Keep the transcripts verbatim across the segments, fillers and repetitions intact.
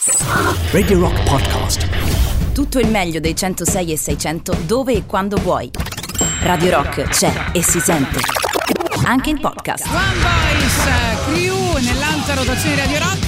Radio Rock Podcast. Tutto il meglio dei centosei e seicento dove e quando vuoi. Radio Rock c'è e si sente anche in podcast. One Voice Crew nell'alta rotazione di Radio Rock.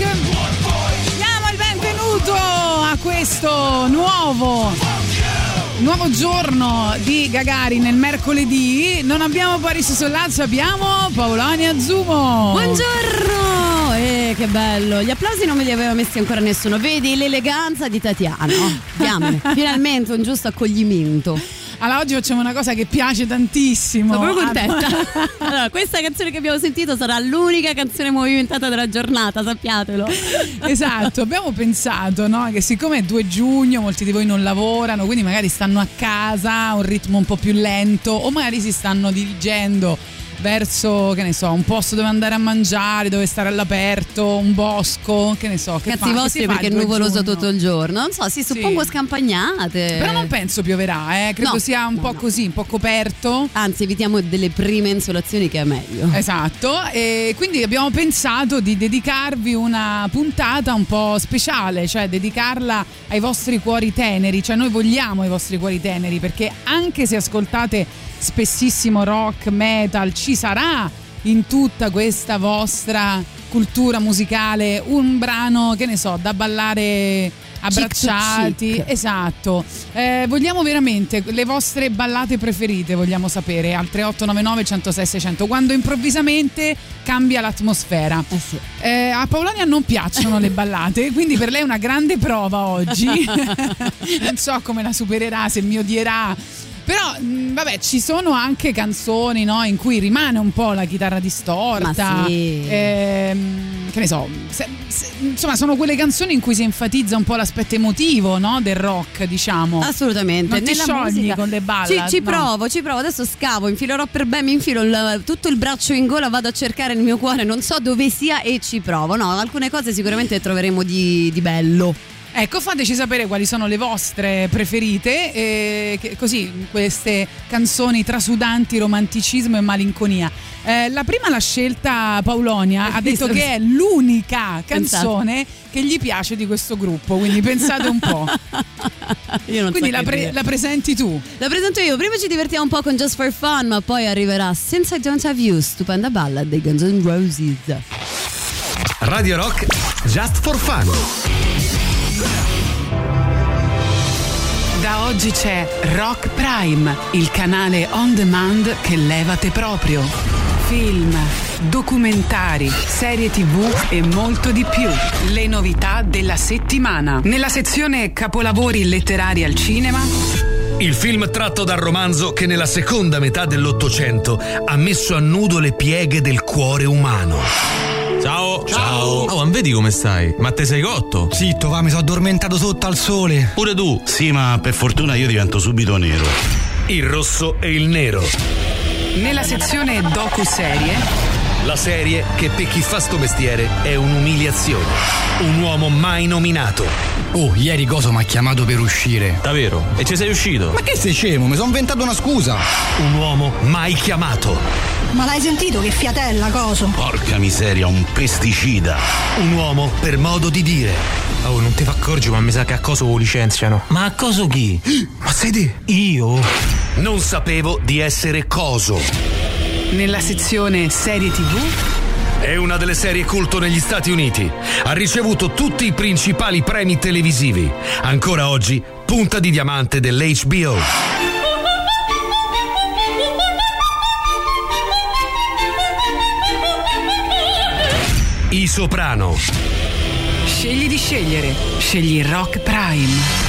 Diamo il benvenuto a questo nuovo nuovo giorno di Gagarin nel mercoledì. Non abbiamo Paris Sollazzo, abbiamo Paolonia Zumo. Buongiorno! Eh, che bello! Gli applausi non me li aveva messi ancora nessuno. Vedi l'eleganza di Tatiana. Diamine, finalmente un giusto accoglimento. Allora, oggi facciamo una cosa che piace tantissimo. Sono proprio contenta. Allora, questa canzone che abbiamo sentito sarà l'unica canzone movimentata della giornata, sappiatelo. Esatto, abbiamo pensato, no, che siccome è due giugno, molti di voi non lavorano, quindi magari stanno a casa, un ritmo un po' più lento, o magari si stanno dirigendo verso, che ne so, un posto dove andare a mangiare, dove stare all'aperto, un bosco, che ne so. Che Cazzi vostri, perché è nuvoloso giugno? Tutto il giorno. Non so, sì, suppongo Sì. scampagnate. Però non penso pioverà, eh. Credo No, sia un no, po' no. così, un po' coperto. Anzi, evitiamo delle prime insolazioni, che è meglio. Esatto, e quindi abbiamo pensato di dedicarvi una puntata un po' speciale, cioè dedicarla ai vostri cuori teneri, cioè noi vogliamo i vostri cuori teneri, perché anche se ascoltate spessissimo rock, metal, ci sarà in tutta questa vostra cultura musicale un brano, che ne so, da ballare abbracciati. Chic to chic. Esatto. Eh, vogliamo veramente le vostre ballate preferite, vogliamo sapere, al tre otto nove nove uno zero sei seicento, quando improvvisamente cambia l'atmosfera. Eh sì. Eh, a Paolonia non piacciono le ballate, quindi per lei è una grande prova oggi. Non so come la supererà, se mi odierà. Però mh, vabbè, ci sono anche canzoni, no, in cui rimane un po' la chitarra distorta. Ma sì. ehm, che ne so, se, se, insomma, sono quelle canzoni in cui si enfatizza un po' l'aspetto emotivo, no, del rock, diciamo. Assolutamente. Non ti Nella sciogli musica con le ballad, Ci, ci no? provo, ci provo. Adesso scavo, infilerò per bene, mi infilo il, tutto il braccio in gola, vado a cercare il mio cuore, non so dove sia, e ci provo. No, alcune cose sicuramente troveremo di, di bello. Ecco, fateci sapere quali sono le vostre preferite, eh, che, così queste canzoni trasudanti romanticismo e malinconia. Eh, la prima l'ha scelta Paolonia, ha detto che è l'unica canzone che gli piace di questo gruppo, quindi pensate un po'. Io non Quindi so la, che pre- dire. la presenti tu. La presento io. Prima ci divertiamo un po' con Just for Fun, ma poi arriverà Since I Don't Have You, stupenda ballad dei Guns N' Roses. Radio Rock Just for Fun. Da oggi c'è Rock Prime, il canale on demand che levate proprio. Film, documentari, serie tivù e molto di più. Le novità della settimana. Nella sezione capolavori letterari al cinema, Il film tratto dal romanzo che nella seconda metà dell'Ottocento ha messo a nudo le pieghe del cuore umano. Ciao. Ciao. Oh, ma vedi come stai? Ma te sei cotto? Zitto, va, mi sono addormentato sotto al sole. Pure tu. Sì, ma per fortuna io divento subito nero. Il rosso e il nero. nella sezione docuserie, La serie che per chi fa sto mestiere è un'umiliazione. Un uomo mai nominato. Oh, ieri Coso mi ha chiamato per uscire. Davvero? E ci sei uscito? Ma che sei scemo? Mi sono inventato una scusa. Un uomo mai chiamato. Ma l'hai sentito che fiatella, Coso? Porca miseria, un pesticida. Un uomo per modo di dire. Oh, non ti fa accorgi, ma mi sa che a Coso lo licenziano. Ma a Coso chi? Ma sei te? Io? Non sapevo di essere coso. nella sezione serie tivù, È una delle serie culto negli Stati Uniti. Ha ricevuto tutti i principali premi televisivi. Ancora oggi, punta di diamante dell'H B O. I Soprano. scegli di scegliere, scegli Rock Prime.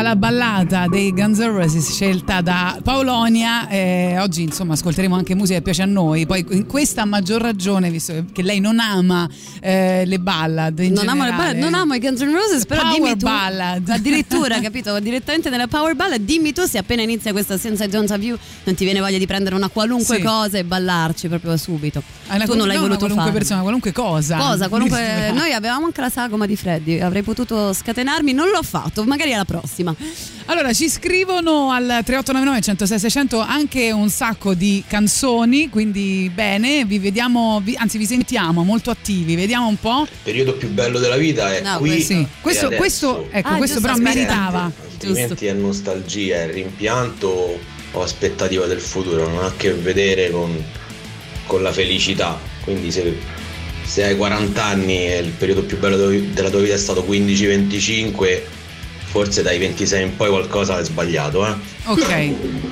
la ballata dei Guns N' Roses scelta da Paolonia. Eh, oggi insomma ascolteremo anche musica che piace a noi, poi in questa a maggior ragione, visto che lei non ama eh, le ballad in non amo, le generale. ballad, non amo i Guns N' Roses, però Power dimmi tu ballad. addirittura, capito, direttamente nella power ballad, dimmi tu se appena inizia questa Since I Don't Have You non ti viene voglia di prendere una qualunque sì. cosa e ballarci proprio subito. Una, tu non l'hai no, voluto una qualunque fare persona, qualunque cosa cosa qualunque. Noi avevamo anche la sagoma di Freddy, avrei potuto scatenarmi, non l'ho fatto, magari alla prossima. Allora ci scrivono al tre otto nove nove, uno zero sei, sei zero zero anche un sacco di canzoni, quindi bene, vi vediamo, vi, anzi vi sentiamo molto attivi, vediamo un po'. Il periodo più bello della vita è no, qui sì. questo, e questo, ecco, ah, questo giusto, però aspetta. meritava. altrimenti giusto. è nostalgia, è rimpianto o aspettativa del futuro, non ha a che vedere con, con la felicità. Quindi se, se hai quaranta anni e il periodo più bello della tua vita è stato quindici venticinque, forse dai ventisei in poi qualcosa è sbagliato, eh? Ok.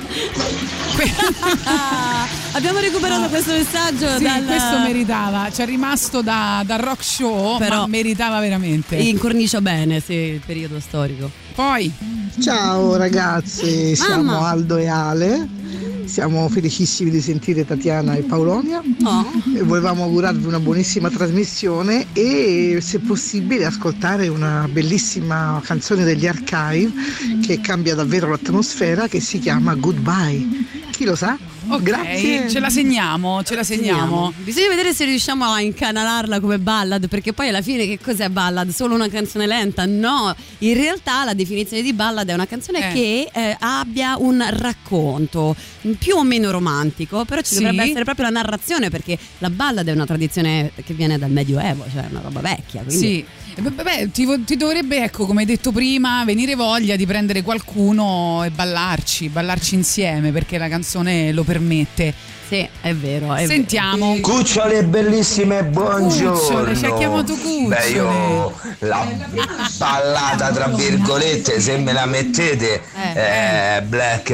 Abbiamo recuperato questo messaggio. Sì, dal... questo meritava, ci è rimasto da, dal rock show, però ma meritava veramente. Incornicia bene, sì, il periodo storico. Poi ciao ragazzi, siamo Mamma. Aldo e Ale, siamo felicissimi di sentire Tatiana e Paolonia Oh. e volevamo augurarvi una buonissima trasmissione e se possibile ascoltare una bellissima canzone degli Archive che cambia davvero l'atmosfera, che si chiama Goodbye. Chi lo sa? ok, Grazie. ce la segniamo, ce la segniamo. Bisogna vedere se riusciamo a incanalarla come ballad, perché poi alla fine che cos'è ballad? Solo una canzone lenta? No, in realtà la definizione di ballad è una canzone Eh. che eh, abbia un racconto più o meno romantico, però ci Sì. dovrebbe essere proprio la narrazione, perché la ballad è una tradizione che viene dal Medioevo, cioè è una roba vecchia, quindi... Sì. E beh, beh, ti, ti dovrebbe, ecco, come hai detto prima, venire voglia di prendere qualcuno e ballarci, ballarci insieme, perché la canzone lo permette. Sì, è vero. È Sentiamo. Cucciole bellissime, buongiorno. Cucciole, ci ha chiamato Cucciole. Beh, io la ballata tra virgolette, se me la mettete, Eh, è Black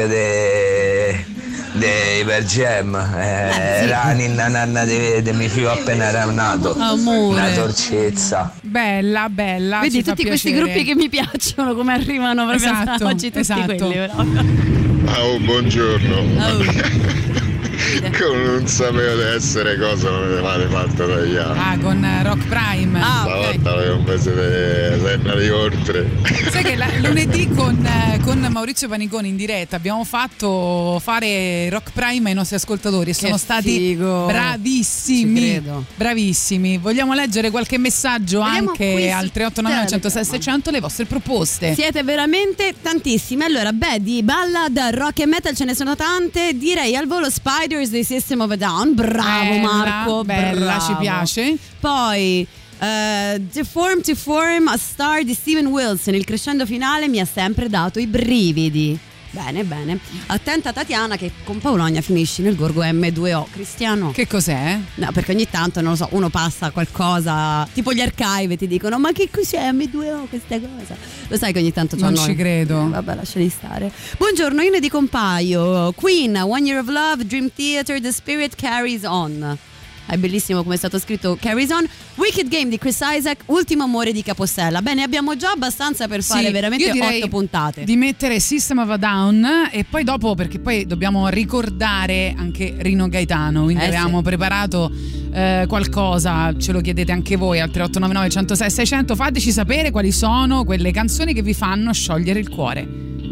de, dei Pearl Jam, eh, sì. la ninna nanna di mio figlio appena era nato. Amore. Una dolcezza. Bella, bella. Vedi ci fa tutti questi piacere. gruppi che mi piacciono, come arrivano proprio Esatto, oggi tutti esatto. quelli, però. Oh, buongiorno. Oh. Come non sapevo di essere cosa non avete mai fatto tagliare. Ah, con eh, Rock Prime. Ah, ok. Stavolta avevo un mese di senna di oltre. Sai che la, lunedì con, eh, con Maurizio Paniconi in diretta abbiamo fatto fare Rock Prime ai nostri ascoltatori e sono stati figo. bravissimi. Ci credo. Bravissimi. Vogliamo leggere qualche messaggio Vediamo anche qui al su tre otto nove nove, uno zero sei, sei zero zero, le vostre proposte. Siete veramente tantissimi. Allora, beh, di ballad, rock e metal ce ne sono tante. Direi al volo Spiders dei System of a Down. Bravo Bella, Marco, bella, bravo. ci piace. Poi uh, The Form to Form, A Star di Steven Wilson. Il crescendo finale mi ha sempre dato i brividi. Bene, bene. Attenta Tatiana che con Paolonia finisci nel gorgo emme due o. Cristiano? Che cos'è? No, perché ogni tanto, non lo so, uno passa qualcosa, tipo gli Archive, ti dicono ma che cos'è emme due o questa cosa? Lo sai che ogni tanto Non c'hanno- ci credo. Eh, vabbè, lasciali stare. Buongiorno, io ne dico un paio. Queen, One Year of Love, Dream Theater, The Spirit Carries On. È bellissimo come è stato scritto Carries On. Wicked Game di Chris Isaac, Ultimo amore di Capostella. Bene, abbiamo già abbastanza per fare Sì, veramente io direi otto puntate. di mettere System of a Down e poi dopo, perché poi dobbiamo ricordare anche Rino Gaetano, quindi Eh, avevamo sì. preparato eh, qualcosa, ce lo chiedete anche voi al tre otto nove nove, uno zero sei, sei zero zero. Fateci sapere quali sono quelle canzoni che vi fanno sciogliere il cuore.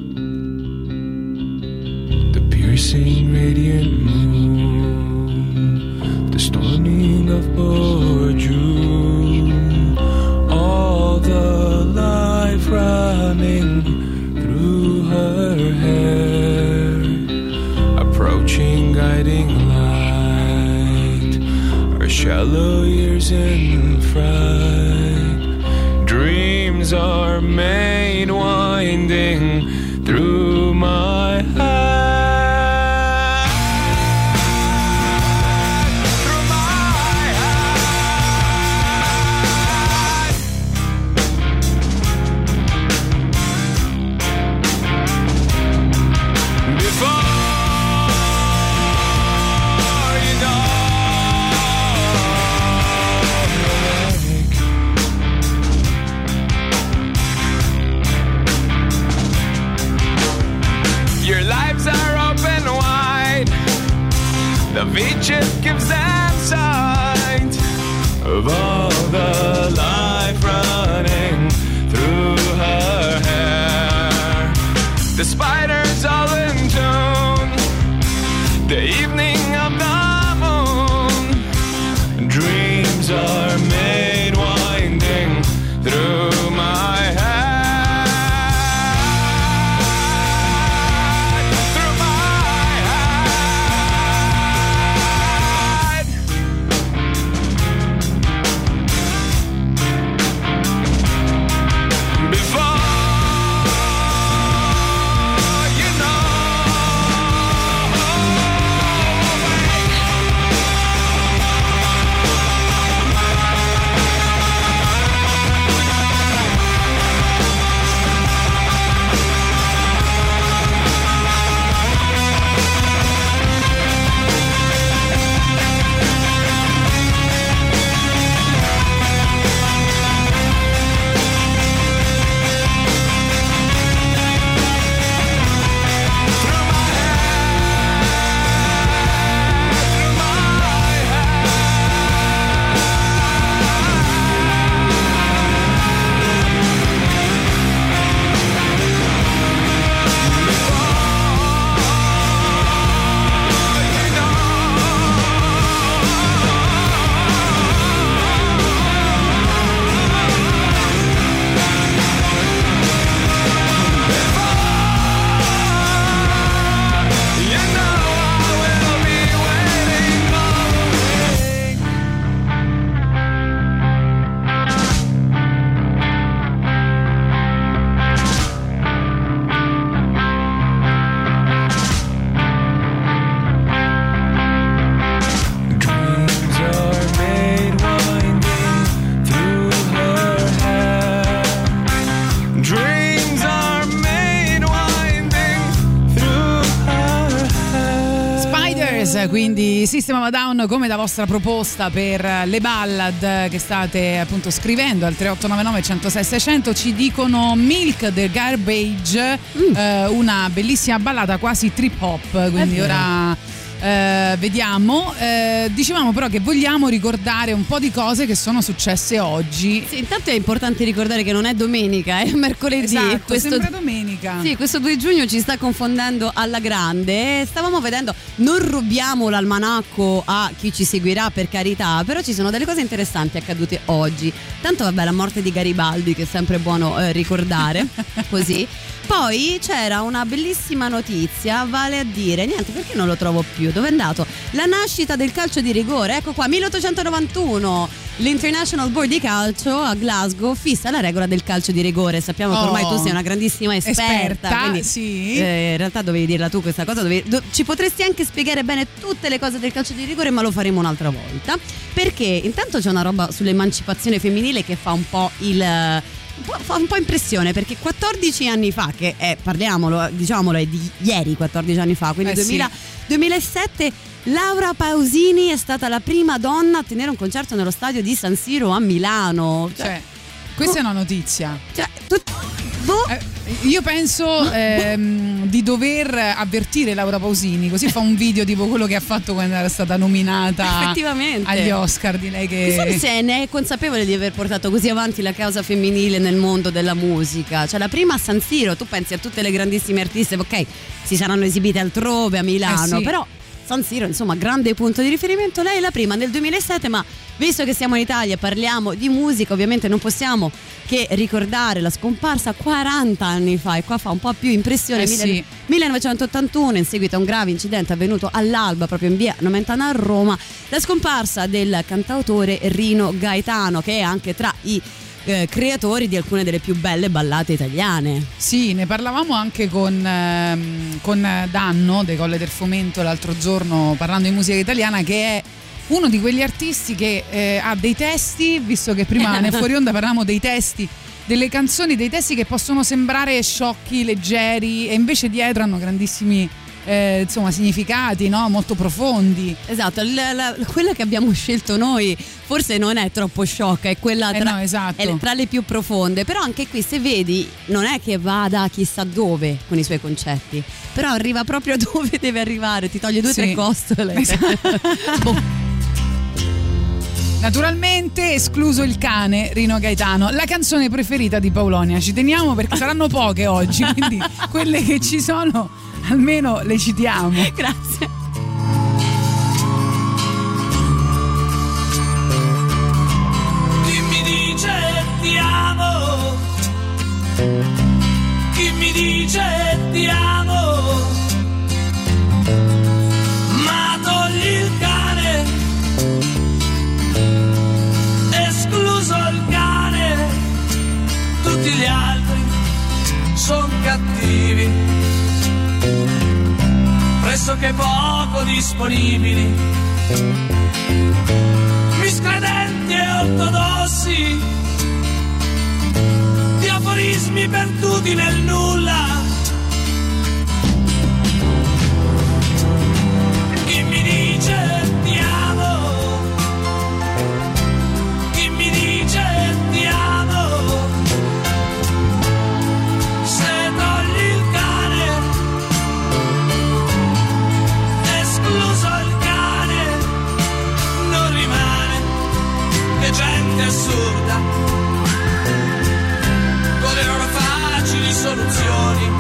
The piercing radiant moon, the storming of poor June, all the life running through her hair, approaching guiding light, her shallow years in fright, dreams are made winding through my head. quindi System of a Down come da vostra proposta per le ballad che state appunto scrivendo al tre otto nove nove, uno zero sei, sei zero zero. Ci dicono Milk the Garbage, mm. eh, una bellissima ballata quasi trip hop, quindi ora eh, vediamo. Eh, dicevamo però che vogliamo ricordare un po' di cose che sono successe oggi. Sì, intanto è importante ricordare che non è domenica, è mercoledì. Esatto, questo, sembra domenica. Sì, questo due giugno ci sta confondendo alla grande. Stavamo vedendo, non rubiamo l'almanacco a chi ci seguirà, per carità, però ci sono delle cose interessanti accadute oggi. Tanto vabbè, la morte di Garibaldi, che è sempre buono eh, ricordare, così. Poi c'era una bellissima notizia, vale a dire, niente, perché non lo trovo più, dove è andato? La nascita del calcio di rigore, ecco qua, milleottocentonovantuno, l'International Board di Calcio a Glasgow fissa la regola del calcio di rigore. Sappiamo che ormai Oh. tu sei una grandissima esperta, Esperta, quindi sì. eh, in realtà dovevi dirla tu questa cosa, dovevi, do, ci potresti anche spiegare bene tutte le cose del calcio di rigore, ma lo faremo un'altra volta, perché intanto c'è una roba sull'emancipazione femminile che fa un po' il... fa un po' impressione, perché quattordici anni fa, che è, parliamolo, diciamolo, è di ieri, quattordici anni fa, quindi Eh duemila, sì. duemilasette, Laura Pausini è stata la prima donna a tenere un concerto nello stadio di San Siro a Milano. Cioè, Cioè, questa è una notizia. cioè, tu- boh. Eh, io penso ehm, di dover avvertire Laura Pausini, così fa un video tipo quello che ha fatto quando era stata nominata Effettivamente. agli Oscar, di lei Chissà che... se ne è consapevole di aver portato così avanti la causa femminile nel mondo della musica. Cioè, la prima a San Siro, tu pensi a tutte le grandissime artiste, ok, si saranno esibite altrove a Milano, Eh sì. però San Siro, insomma, grande punto di riferimento. Lei è la prima nel duemilasette, ma visto che siamo in Italia e parliamo di musica, ovviamente non possiamo che ricordare la scomparsa quaranta anni fa, e qua fa un po' più impressione. Eh sì. millenovecentottantuno, in seguito a un grave incidente avvenuto all'Alba, proprio in via Nomentana a Roma, la scomparsa del cantautore Rino Gaetano, che è anche tra i eh, creatori di alcune delle più belle ballate italiane. Sì, ne parlavamo anche con, ehm, con Danno dei Colle del Fomento l'altro giorno, parlando di musica italiana, che è uno di quegli artisti che eh, ha dei testi, visto che prima nel fuori onda parlavamo dei testi, delle canzoni, dei testi che possono sembrare sciocchi, leggeri, e invece dietro hanno grandissimi eh, insomma significati, no? Molto profondi. Esatto, la, la, quella che abbiamo scelto noi forse non è troppo sciocca, è quella Eh tra, no, esatto. è tra le più profonde, però anche qui, se vedi, non è che vada chissà dove con i suoi concetti, però arriva proprio dove deve arrivare, ti toglie due o Sì. tre costole. Esatto. Naturalmente escluso il cane, Rino Gaetano. La canzone preferita di Paolonia, ci teniamo perché saranno poche oggi, quindi quelle che ci sono almeno le citiamo. Grazie. Chi mi dice ti amo, chi mi dice ti amo, ma togli il cane, escluso il cane, tutti gli altri son cattivi, pressoché poco disponibili, miscredenti e ortodossi, di aforismi perduti nel nulla. Chi mi dice ti amo, chi mi dice ti amo, se togli il cane, escluso il cane, non rimane che gente assurda con le loro facili soluzioni,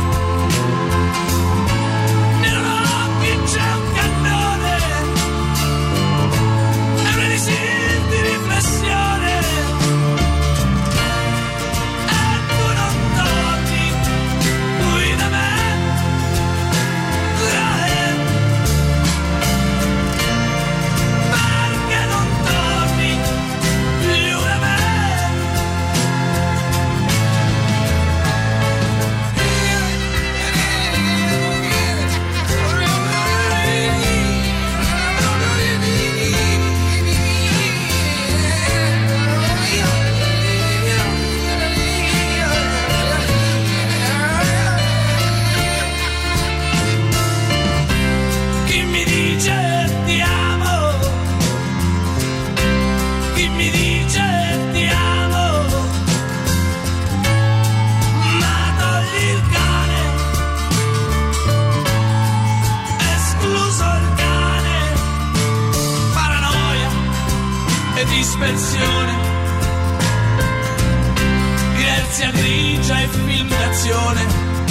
Venezia grigia e film d'azione,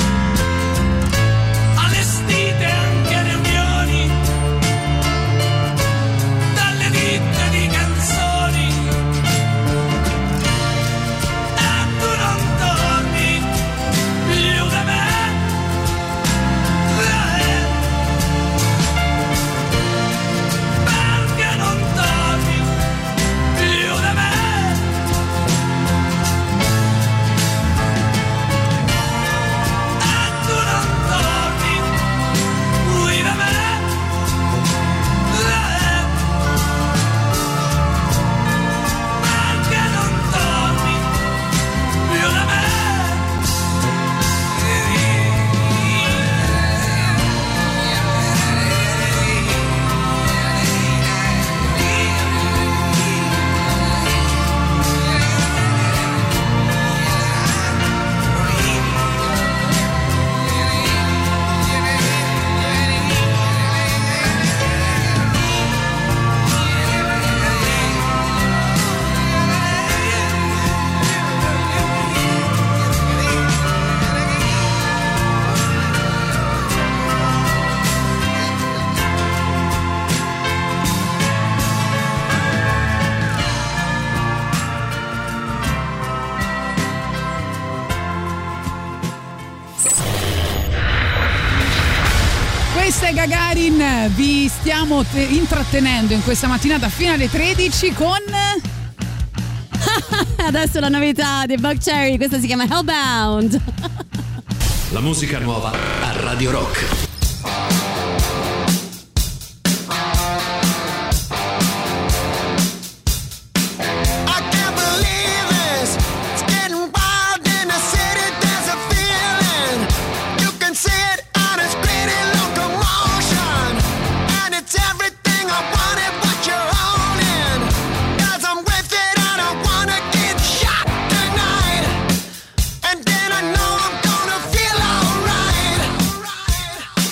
allestite anche riunioni dalle ditte di canzoni, e tu non torni più da me. Perché non torni più da me? E tu non torni qui da me. Perché non torni più da me? Questa è Gagarin, vi stiamo te- intrattenendo in questa mattinata fino alle tredici con... Adesso la novità dei Buckcherry, questa si chiama Hellbound. La musica nuova a Radio Rock. And then I know I'm gonna feel alright.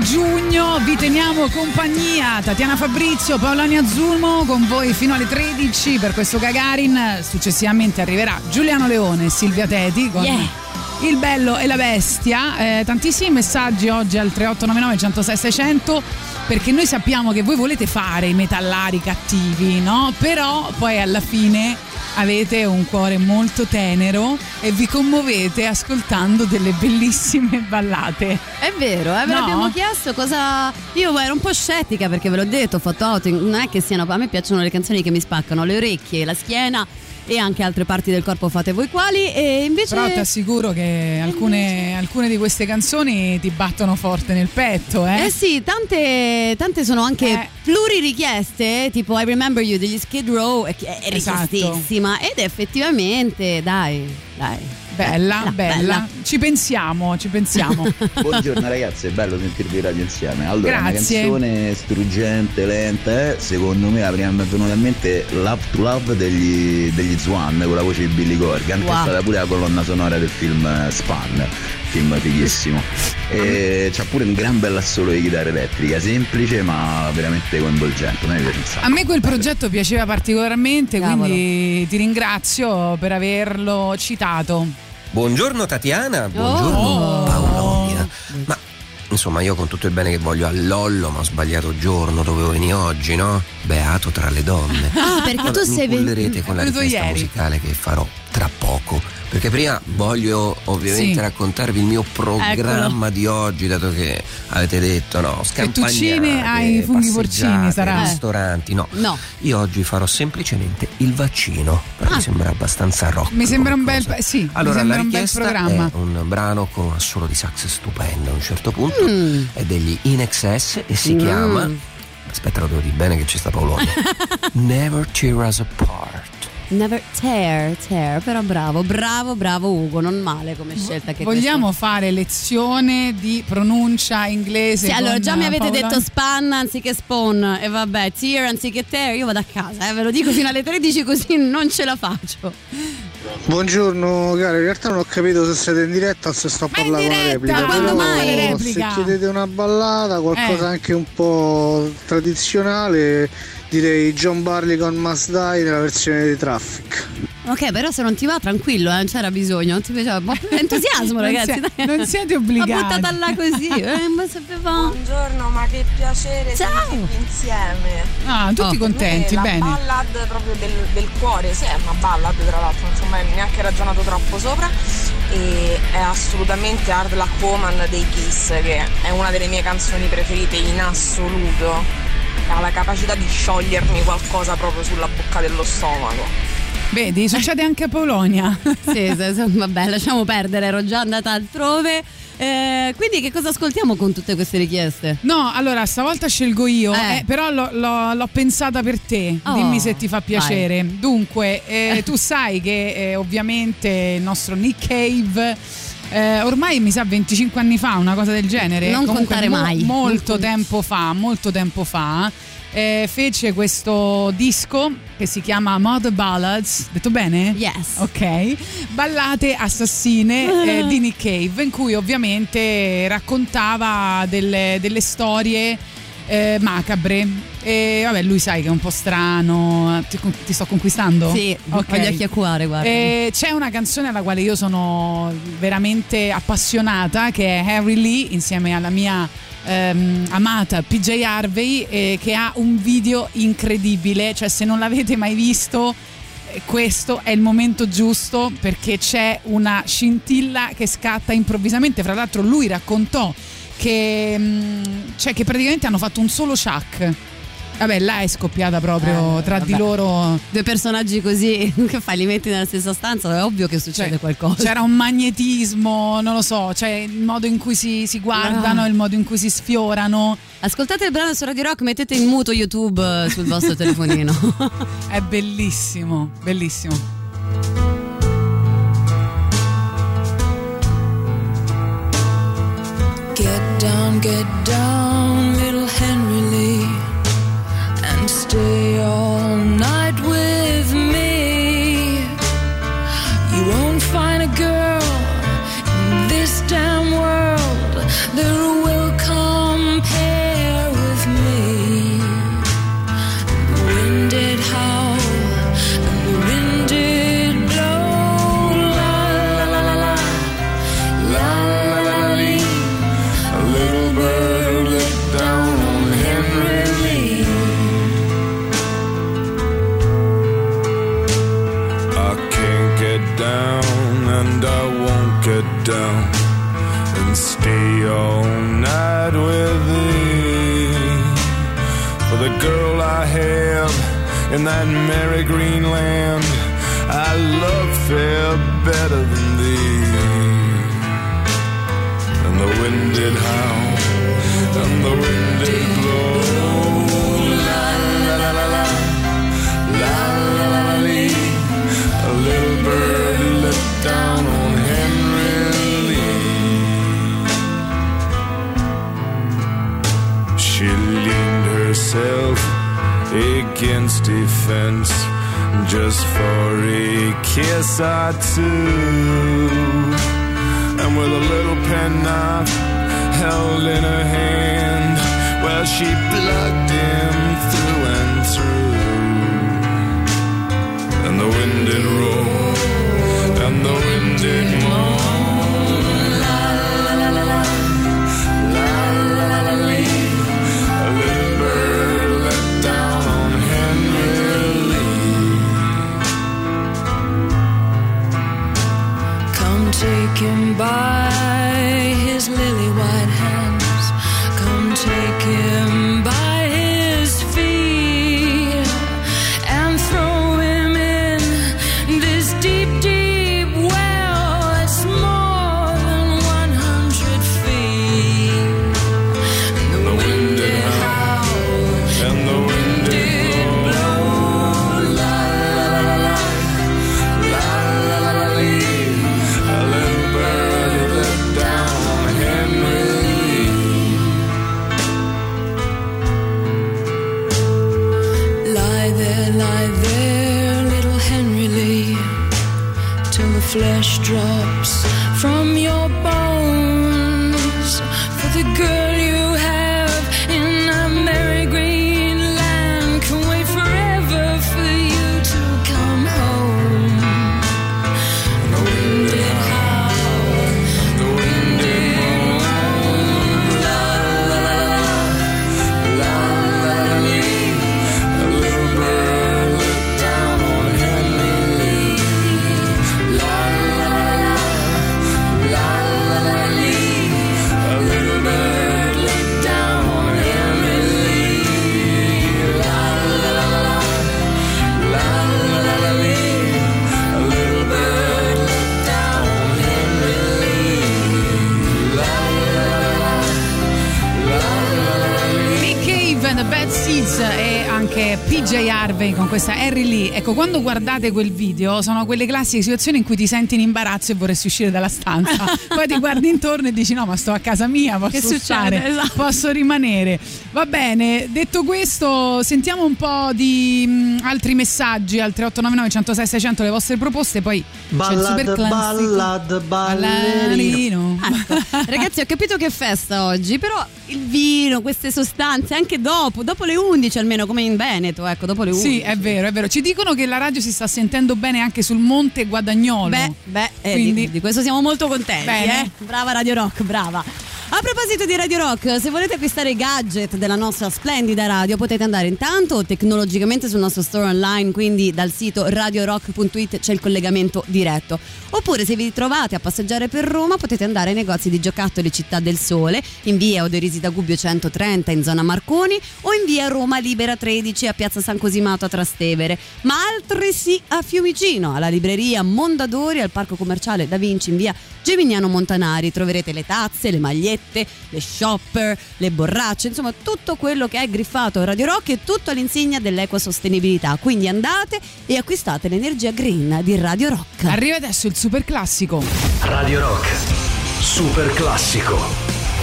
giugno vi teniamo compagnia. Tatiana Fabrizio, Paolani Azzurmo con voi fino alle tredici per questo Gagarin. Successivamente arriverà Giuliano Leone e Silvia Teti con yeah. Il bello e la bestia. Eh, tantissimi messaggi oggi al tre otto nove nove uno zero sei sei zero zero, perché noi sappiamo che voi volete fare i metallari cattivi, no? Però poi alla fine avete un cuore molto tenero e vi commuovete ascoltando delle bellissime ballate. È vero, eh, ve no? l'abbiamo chiesto cosa. Io ero un po' scettica perché ve l'ho detto, ho fatto outing. Non è che siano. A me piacciono le canzoni che mi spaccano le orecchie, la schiena e anche altre parti del corpo, fate voi quali. E invece però ti assicuro che alcune, alcune di queste canzoni ti battono forte nel petto, eh? Eh sì, tante, tante sono anche eh. pluririchieste, tipo I Remember You degli Skid Row, è richiestissima. Esatto. Ed effettivamente, dai, dai. Bella, bella, bella, bella. Ci pensiamo, ci pensiamo. Buongiorno ragazzi, è bello sentirvi radio insieme. Allora, grazie. Una canzone struggente, lenta, eh? Secondo me la prima mi è venuta in mente Love to Love degli, degli Swan con la voce di Billy Corgan, wow. Che è stata pure la colonna sonora del film Span, film fighissimo. E c'ha pure un gran bel assolo di chitarra elettrica, semplice ma veramente coinvolgente. A me piace un sacco. A me quel progetto piaceva particolarmente, Cavolo. Quindi ti ringrazio per averlo citato. Buongiorno Tatiana, buongiorno oh. Paolonia. Ma insomma, io con tutto il bene che voglio a Lollo, ma ho sbagliato giorno, dovevo venire oggi, no? Beato tra le donne. Ah, perché allora, tu sei venuto mi con la richiesta ieri. musicale che farò tra poco. Perché prima voglio ovviamente sì. raccontarvi il mio programma Eccolo. Di oggi, dato che avete detto no, fettuccine ai funghi porcini sarà. Ristoranti, no. no. Io oggi farò semplicemente il vaccino, però ah. mi sembra abbastanza rock. Mi sembra un bel sì, allora, mi sembra la un bel programma. È un brano con un assolo di sax stupendo a un certo punto, mm. è degli In Excess e si mm. chiama, aspetta lo devo dire bene che ci sta Paolonia, Never Tear Us Apart. Never tear, tear, però bravo, bravo, bravo Ugo, non male come scelta che vogliamo questo. Fare lezione di pronuncia inglese. Sì, allora già mi avete Paola? detto span anziché spawn e vabbè, tear anziché tear, io vado a casa, eh, ve lo dico fino alle tredici così non ce la faccio. Buongiorno cari, in realtà non ho capito se siete in diretta o se sto a parlare con una replica. Ma quando mai replica? Se chiedete una ballata, qualcosa eh. anche un po' tradizionale, direi John Barley con Must Die nella versione di Traffic. Ok, però se non ti va tranquillo, eh, non c'era bisogno, non ti piaceva, ma entusiasmo ragazzi, non, si, non siete obbligati. Ma buttata là così, eh, ma sapeva. Buongiorno, ma che piacere Ciao. insieme. Ah, tutti oh. contenti, la bene. La ballad proprio del, del cuore, sì, è una ballad tra l'altro, non ci ho mai neanche ragionato troppo sopra, e è assolutamente Hard Luck Woman dei Kiss, che è una delle mie canzoni preferite in assoluto. Ha la capacità di sciogliermi qualcosa proprio sulla bocca dello stomaco. Vedi, succede anche a Paolonia. Sì, sì, sì, vabbè, lasciamo perdere, ero già andata altrove. Eh, quindi che cosa ascoltiamo con tutte queste richieste? No, allora stavolta scelgo io, eh. Eh, però l'ho, l'ho, l'ho pensata per te. Oh, dimmi se ti fa piacere. Vai. Dunque, eh, tu sai che eh, ovviamente il nostro Nick Cave eh, ormai mi sa venticinque anni fa, una cosa del genere. Non Comunque, contare mo- mai. Molto tempo fa, molto tempo fa. Eh, fece questo disco che si chiama Mother Ballads, detto bene? Yes. Ok. Ballate assassine eh, di Nick Cave, in cui ovviamente raccontava delle, delle storie eh, macabre. E vabbè, lui sai che è un po' strano. Ti, ti sto conquistando? Sì, okay. Ho gli occhi a cuore, guarda. E c'è una canzone alla quale io sono veramente appassionata, che è Harry Lee insieme alla mia Um, amata P J Harvey, eh, che ha un video incredibile, cioè se non l'avete mai visto eh, questo è il momento giusto, perché c'è una scintilla che scatta improvvisamente. Fra l'altro lui raccontò che, mh, cioè che praticamente hanno fatto un solo Chuck. Vabbè, là è scoppiata proprio eh, tra vabbè. di loro. Due personaggi così, che fai, li metti nella stessa stanza, è ovvio che succede cioè, qualcosa. C'era un magnetismo, non lo so, cioè il modo in cui si, si guardano, ah. il modo in cui si sfiorano. Ascoltate il brano su Radio Rock, mettete in muto YouTube sul vostro telefonino. È bellissimo, bellissimo. Get down, get down, little Henry Lee, and stay all night with me. You won't find a girl in this damn world that will compare the girl I have in that merry green land. I love fair better than thee. And the wind did howl, and the wind did blow. La la la la la, la la la la lee. A little bird let down on Henry Lee. She leaned herself against a fence just for a kiss or two, and with a little penknife held in her hand, well, she plugged him through and through. And the wind did roll, and the wind did moan. La la la la la, la la la la lee. A little bird let down on Henry Lee. Come take him by his lily white hands. Come take him by his feet and throw him in this deep, deep well. It's more than one hundred feet. And the, the wind did howl, and the wind did blow. La la la la, la la la la lee. A little bird let down on Henry Lee. lie there, lie there, little Henry Lee, till the flesh drops from your bones. For the girl you have in a merry green land can wait forever for you to come home. And the wind did howl, and the wind did moan. La la la la, la la la lee. A little bird let down on Henry Lee. La la la la, la la la lee. A little bird let down on Henry Lee. La la la la, la la la lee. A little bird let down on Henry Lee. La la la la, la la la lee. Nick Cave and the Bad Seeds e anche P J Harvey con questa Harry Lee. Ecco, quando guardate quel video sono quelle classiche situazioni in cui ti senti in imbarazzo e vorresti uscire dalla stanza. Poi ti guardi intorno e dici no, ma sto a casa mia, posso Che succede? stare, Esatto. posso rimanere. Va bene, detto questo sentiamo un po' di mh, altri messaggi al tre otto nove nove, uno zero sei, sei zero zero, le vostre proposte, poi c'è il super Ballad, classico ballad, ballerino. ballerino. Ragazzi, ho capito che è festa oggi, però il vino, queste sostanze, anche dopo, dopo le undici almeno, come in Veneto, ecco, dopo le undici. Sì, è vero, è vero. Ci dicono che la radio si sta sentendo bene anche sul Monte Guadagnolo. Beh, beh eh, Quindi- di, di questo siamo molto contenti, Bene. eh? Brava Radio Rock, brava. A proposito di Radio Rock, se volete acquistare i gadget della nostra splendida radio potete andare intanto tecnologicamente sul nostro store online, quindi dal sito radio rock punto it c'è il collegamento diretto. Oppure se vi trovate a passeggiare per Roma potete andare ai negozi di giocattoli Città del Sole, in via Oderisi da Gubbio centotrenta in zona Marconi o in via Roma Libera tredici a piazza San Cosimato a Trastevere, ma altresì a Fiumicino, alla libreria Mondadori, al parco commerciale Da Vinci in via Gemignano Montanari. Troverete le tazze, le magliette, le shopper, le borracce, insomma tutto quello che è griffato Radio Rock e tutto all'insegna dell'ecosostenibilità. Quindi andate e acquistate l'energia green di Radio Rock. Arriva adesso il super classico. Radio Rock, super classico.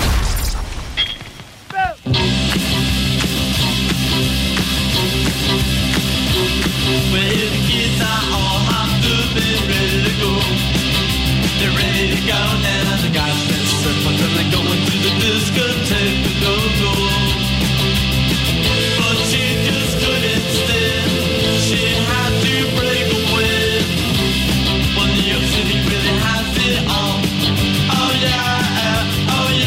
Well, the kids are all hopped up and ready to go. They're ready to go now. The guys been surfing till they're going to the discotheque to go go. But she just couldn't stand. She had to break away. Well, New York City really has it all. Oh yeah, oh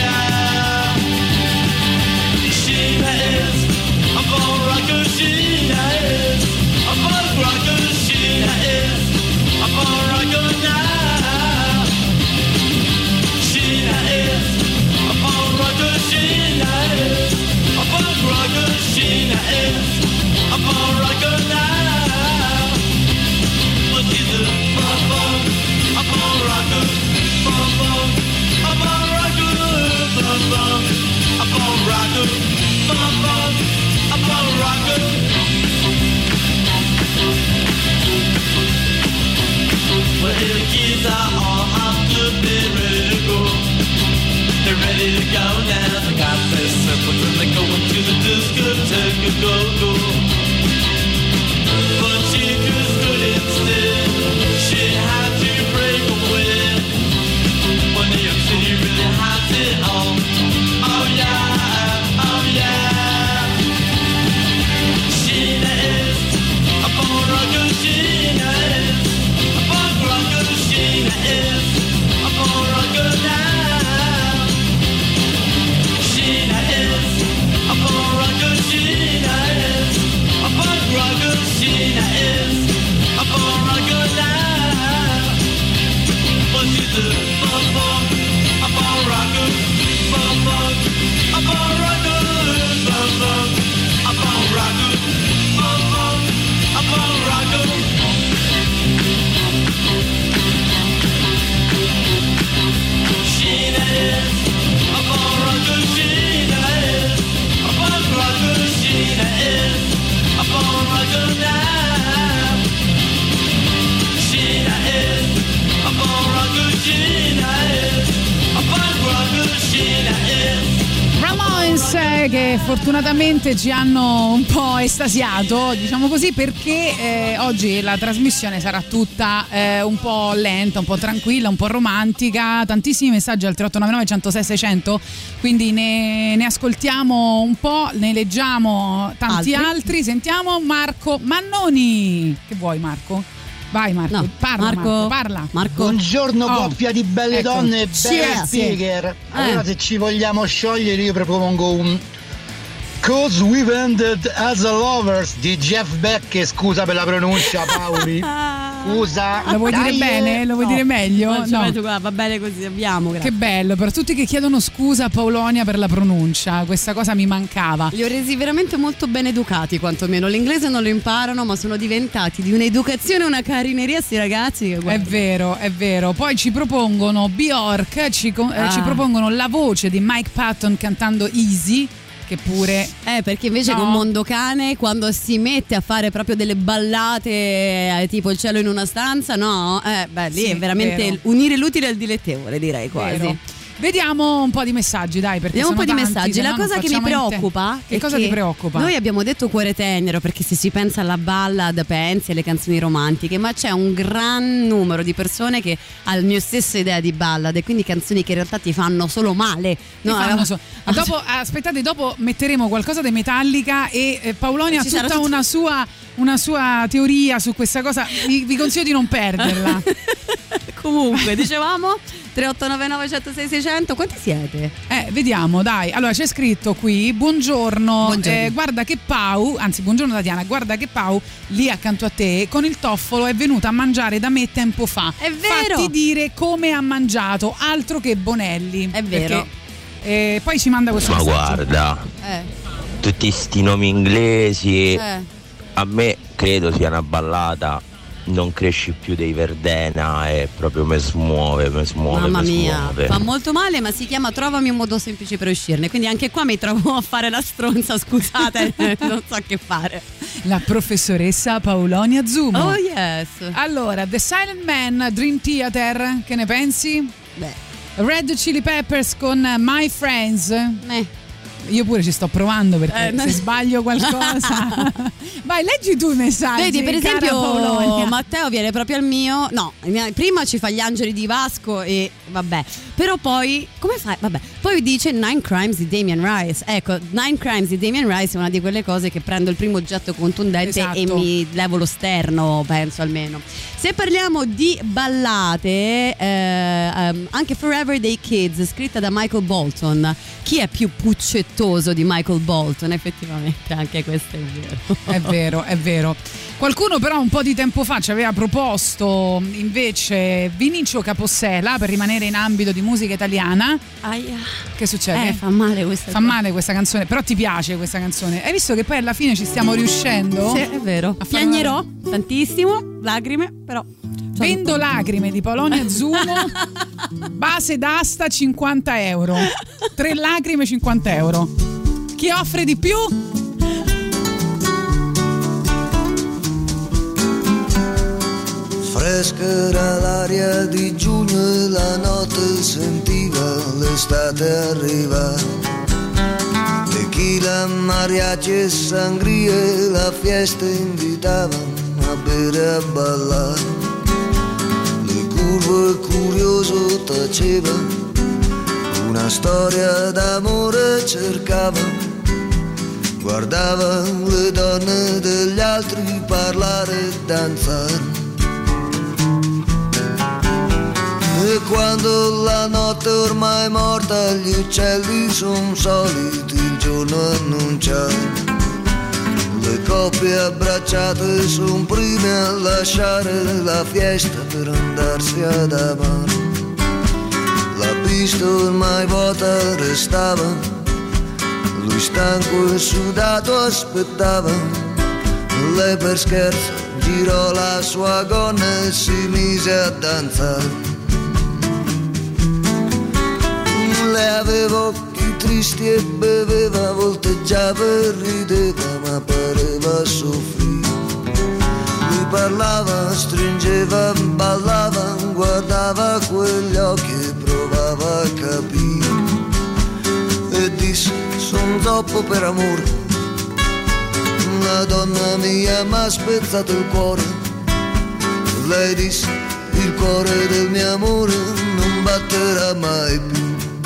fortunatamente ci hanno un po' estasiato, diciamo così, perché eh, oggi la trasmissione sarà tutta eh, un po' lenta, un po' tranquilla, un po' romantica. Tantissimi messaggi al tre otto nove nove, uno zero sei, sei zero zero, quindi ne, ne ascoltiamo un po', ne leggiamo tanti altri. altri. Sentiamo Marco Mannoni. Che vuoi, Marco? Vai Marco, no, parla Marco, Marco, parla. Marco. Buongiorno oh. coppia di belle ecco. donne e belle speaker. Allora eh. se ci vogliamo sciogliere io propongo un Cause We've Ended as a Lovers di Jeff Beck. Scusa per la pronuncia, Paoli. Scusa. Lo vuoi Dai, dire bene? Lo vuoi no. dire meglio? No. Tu, va bene così, abbiamo. Grazie. Che bello, per tutti che chiedono scusa a Paolonia per la pronuncia, questa cosa mi mancava. Li ho resi veramente molto ben educati, quantomeno. L'inglese non lo imparano, ma sono diventati di un'educazione e una carineria sti ragazzi. Che è vero, è vero. Poi ci propongono Bjork, ci, ah. eh, ci propongono la voce di Mike Patton cantando Easy. Che pure eh perché invece no. con Mondocane quando si mette a fare proprio delle ballate eh, tipo Il cielo in una stanza, no eh, beh lì sì, è veramente vero. Unire l'utile al dilettevole, direi quasi. Vero. Vediamo un po' di messaggi, dai, perché vediamo un po' di tanti, messaggi. La cosa che mi preoccupa che cosa ti preoccupa? Noi abbiamo detto cuore tenero, perché se si pensa alla ballad pensi alle canzoni romantiche, ma c'è un gran numero di persone che ha la mia stessa idea di ballad e quindi canzoni che in realtà ti fanno solo male. No, fanno so- ah, dopo, aspettate, dopo metteremo qualcosa di Metallica e eh, Paolonia ha tutta tutto... una sua una sua teoria su questa cosa. Vi, vi consiglio di non perderla. Comunque, dicevamo tre otto nove nove, uno zero sei, sei zero zero. Quanti siete? Eh, vediamo, dai. Allora, c'è scritto qui: buongiorno, buongiorno. Eh, guarda che Pau, anzi, buongiorno Tatiana, guarda che Pau lì accanto a te con il toffolo è venuta a mangiare da me tempo fa. È vero. Fatti dire come ha mangiato, altro che Bonelli. È vero. Perché, eh, poi ci manda questo Ma messaggio. guarda, eh. tutti sti nomi inglesi, eh. a me credo sia una ballata. Non cresci più dei Verdena e proprio mi smuove, mi smuove, mamma mi mia, smuove. Fa molto male, ma si chiama Trovami un modo semplice per uscirne. Quindi anche qua mi trovo a fare la stronza, scusate, non so che fare. La professoressa Paolonia Zumo. Oh yes. Allora, The Silent Man, Dream Theater, che ne pensi? Beh. Red Chili Peppers con My Friends. Eh. Io pure ci sto provando perché eh, se sbaglio qualcosa. Vai, leggi tu i messaggi. Vedi, per esempio Matteo viene proprio al mio. No, prima ci fa gli angeli di Vasco e vabbè. Però poi come fai? Vabbè. Poi dice Nine Crimes di Damien Rice. Ecco, Nine Crimes di Damien Rice è una di quelle cose che prendo il primo oggetto contundente, esatto, e mi levo lo sterno, penso almeno. Se parliamo di ballate, eh, um, anche Forever Day Kids, scritta da Michael Bolton. Chi è più puccettoso di Michael Bolton? Effettivamente anche questo è vero. È vero, è vero. Qualcuno però un po' di tempo fa ci aveva proposto invece Vinicio Capossela, per rimanere in ambito di musica italiana. Aia. Che succede? Eh, fa male questa Fa male questa canzone, però ti piace questa canzone. Hai visto che poi alla fine ci stiamo riuscendo? Sì, è vero. Piagnerò una... tantissimo, lacrime, però Vendo lacrime di Paolonia Zumo. Base d'asta cinquanta euro. Tre lacrime cinquanta euro. Chi offre di più? Fresca era l'aria di giugno e la notte sentiva l'estate arrivare. Tequila, mariachi e sangria, la fiesta invitavano a bere e a ballare. Le curve curioso taceva, una storia d'amore cercava. Guardava le donne degli altri parlare e danzare. E quando la notte ormai è morta, gli uccelli son soliti il giorno annunciare. Le coppie abbracciate son prime a lasciare la fiesta per andarsi ad amare. La pista ormai vuota restava, lui stanco e sudato aspettava. Lei per scherzo girò la sua gonna e si mise a danzare. Lei aveva occhi tristi e beveva, volteggiava e rideva, ma pareva soffrire. Lui parlava, stringeva, ballava, guardava quegli occhi e provava a capire. E disse, son troppo per amore. Una donna mia mi ha spezzato il cuore. Lei disse: il cuore del mio amore non batterà mai più.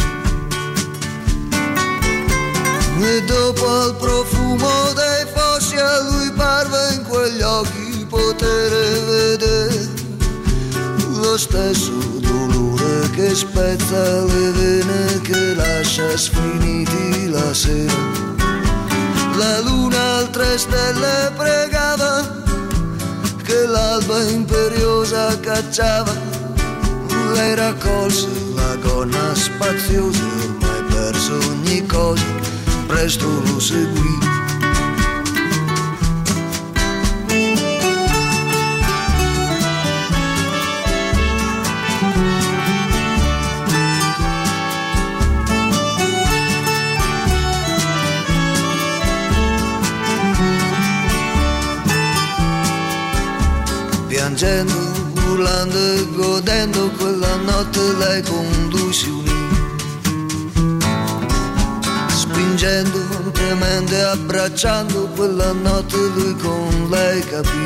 E dopo il profumo dei fossi a lui parve in quegli occhi poter vedere lo stesso dolore che spezza le vene, che lascia sfiniti la sera. La luna altre stelle pregava, che l'alba imperiosa cacciava. Lei raccolse la gonna spaziosa, ormai perso ogni cosa, presto lo seguì. Piangendo, urlando e godendo, quella notte lei con lui si unì. Spingendo, tremendo e abbracciando, quella notte lui con lei capì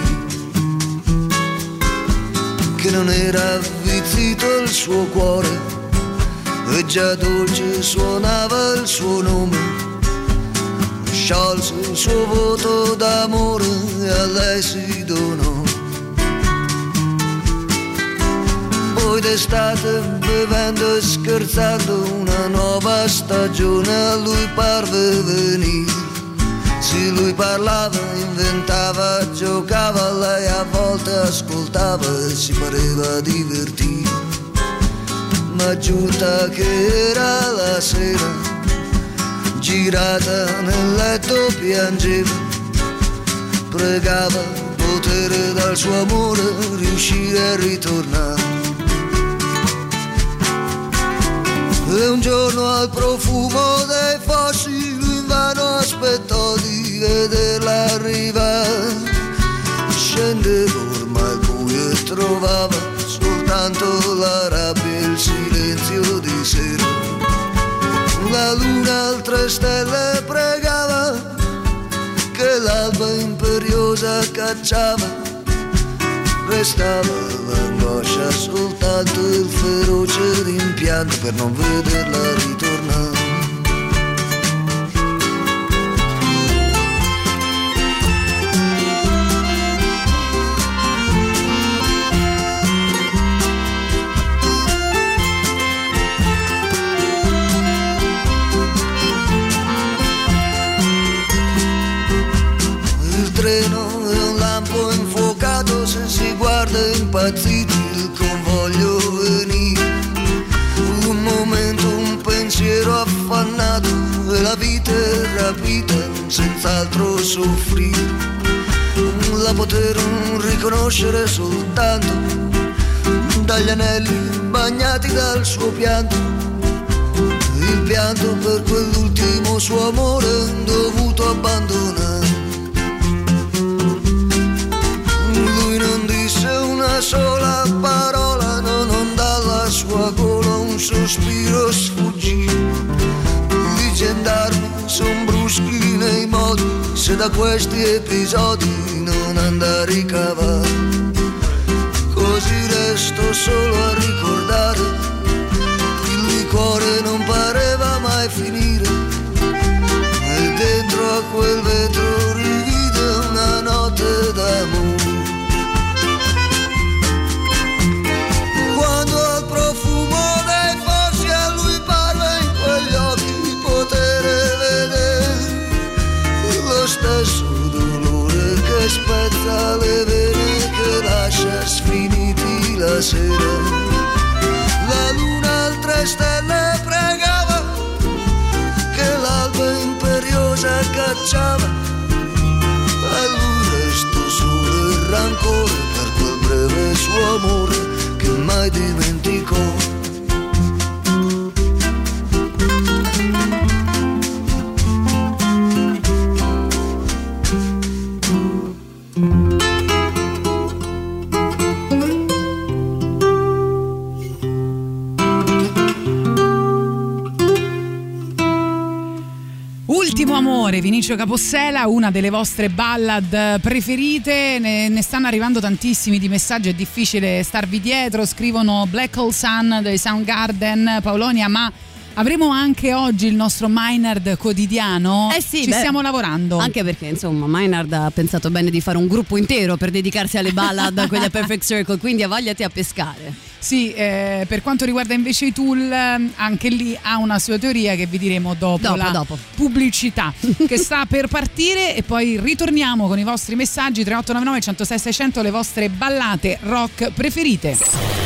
che non era avvizzito il suo cuore e già dolce suonava il suo nome. Sciolse il suo voto d'amore e a lei si donò. Poi d'estate, bevendo e scherzando, una nuova stagione a lui parve venire. Sì, lui parlava, inventava, giocava, lei a volte ascoltava e si pareva divertire. Ma giunta che era la sera, girata nel letto piangeva, pregava potere dal suo amore riuscire a ritornare. E un giorno al profumo dei fossi lui invano aspettò di vederla arrivare. Scendeva ormai il buio e trovava soltanto la rabbia e il silenzio di sera. La luna altre stelle pregava, che l'alba imperiosa cacciava. Restava l'angoscia, soltanto il feroce rimpianto per non vederla ritornare. Il treno è un lampo infuocato, se si guarda impazziti il convoglio venire. Un momento, un pensiero affannato e la vita è rapita senz'altro soffrire. La poter riconoscere soltanto dagli anelli bagnati dal suo pianto. Il pianto per quell'ultimo suo amore dovuto abbandonare. Lui non disse una sola parola, no, non dalla sua gola un sospiro sfuggì. Gli gendarmi son bruschi nei modi, se da questi episodi non andare a ricavare. Così resto solo a ricordare, il liquore non pareva mai finire, e dentro a quel vetro rivide una notte d'amore. Stesso dolore che spezza le vene, che lascia sfiniti la sera. La luna altre stelle pregava, che l'alba imperiosa cacciava. A lui restò solo il rancore per quel breve suo amore che mai dimenticò. d'amore, Vinicio Capossela, una delle vostre ballad preferite. Ne, ne stanno arrivando tantissimi di messaggi, è difficile starvi dietro. Scrivono Black Hole Sun dei Soundgarden, Paolonia, ma avremo anche oggi il nostro Maynard quotidiano? Eh sì, ci beh, stiamo lavorando. Anche perché insomma Maynard ha pensato bene di fare un gruppo intero per dedicarsi alle ballad, quelle Perfect Circle, quindi avvagliati a pescare. Sì, eh, per quanto riguarda invece i Tool, anche lì ha una sua teoria che vi diremo dopo, dopo la dopo. pubblicità che sta per partire, e poi ritorniamo con i vostri messaggi. Tre otto nove nove, uno zero sei, sei zero zero, le vostre ballate rock preferite.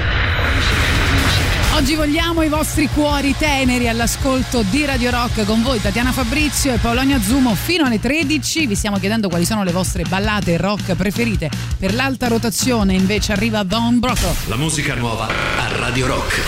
Oggi vogliamo i vostri cuori teneri all'ascolto di Radio Rock. Con voi Tatiana Fabrizio e Paolonia Zumo fino alle tredici. Vi stiamo chiedendo quali sono le vostre ballate rock preferite. Per l'alta rotazione invece arriva Don Broco. La musica nuova a Radio Rock.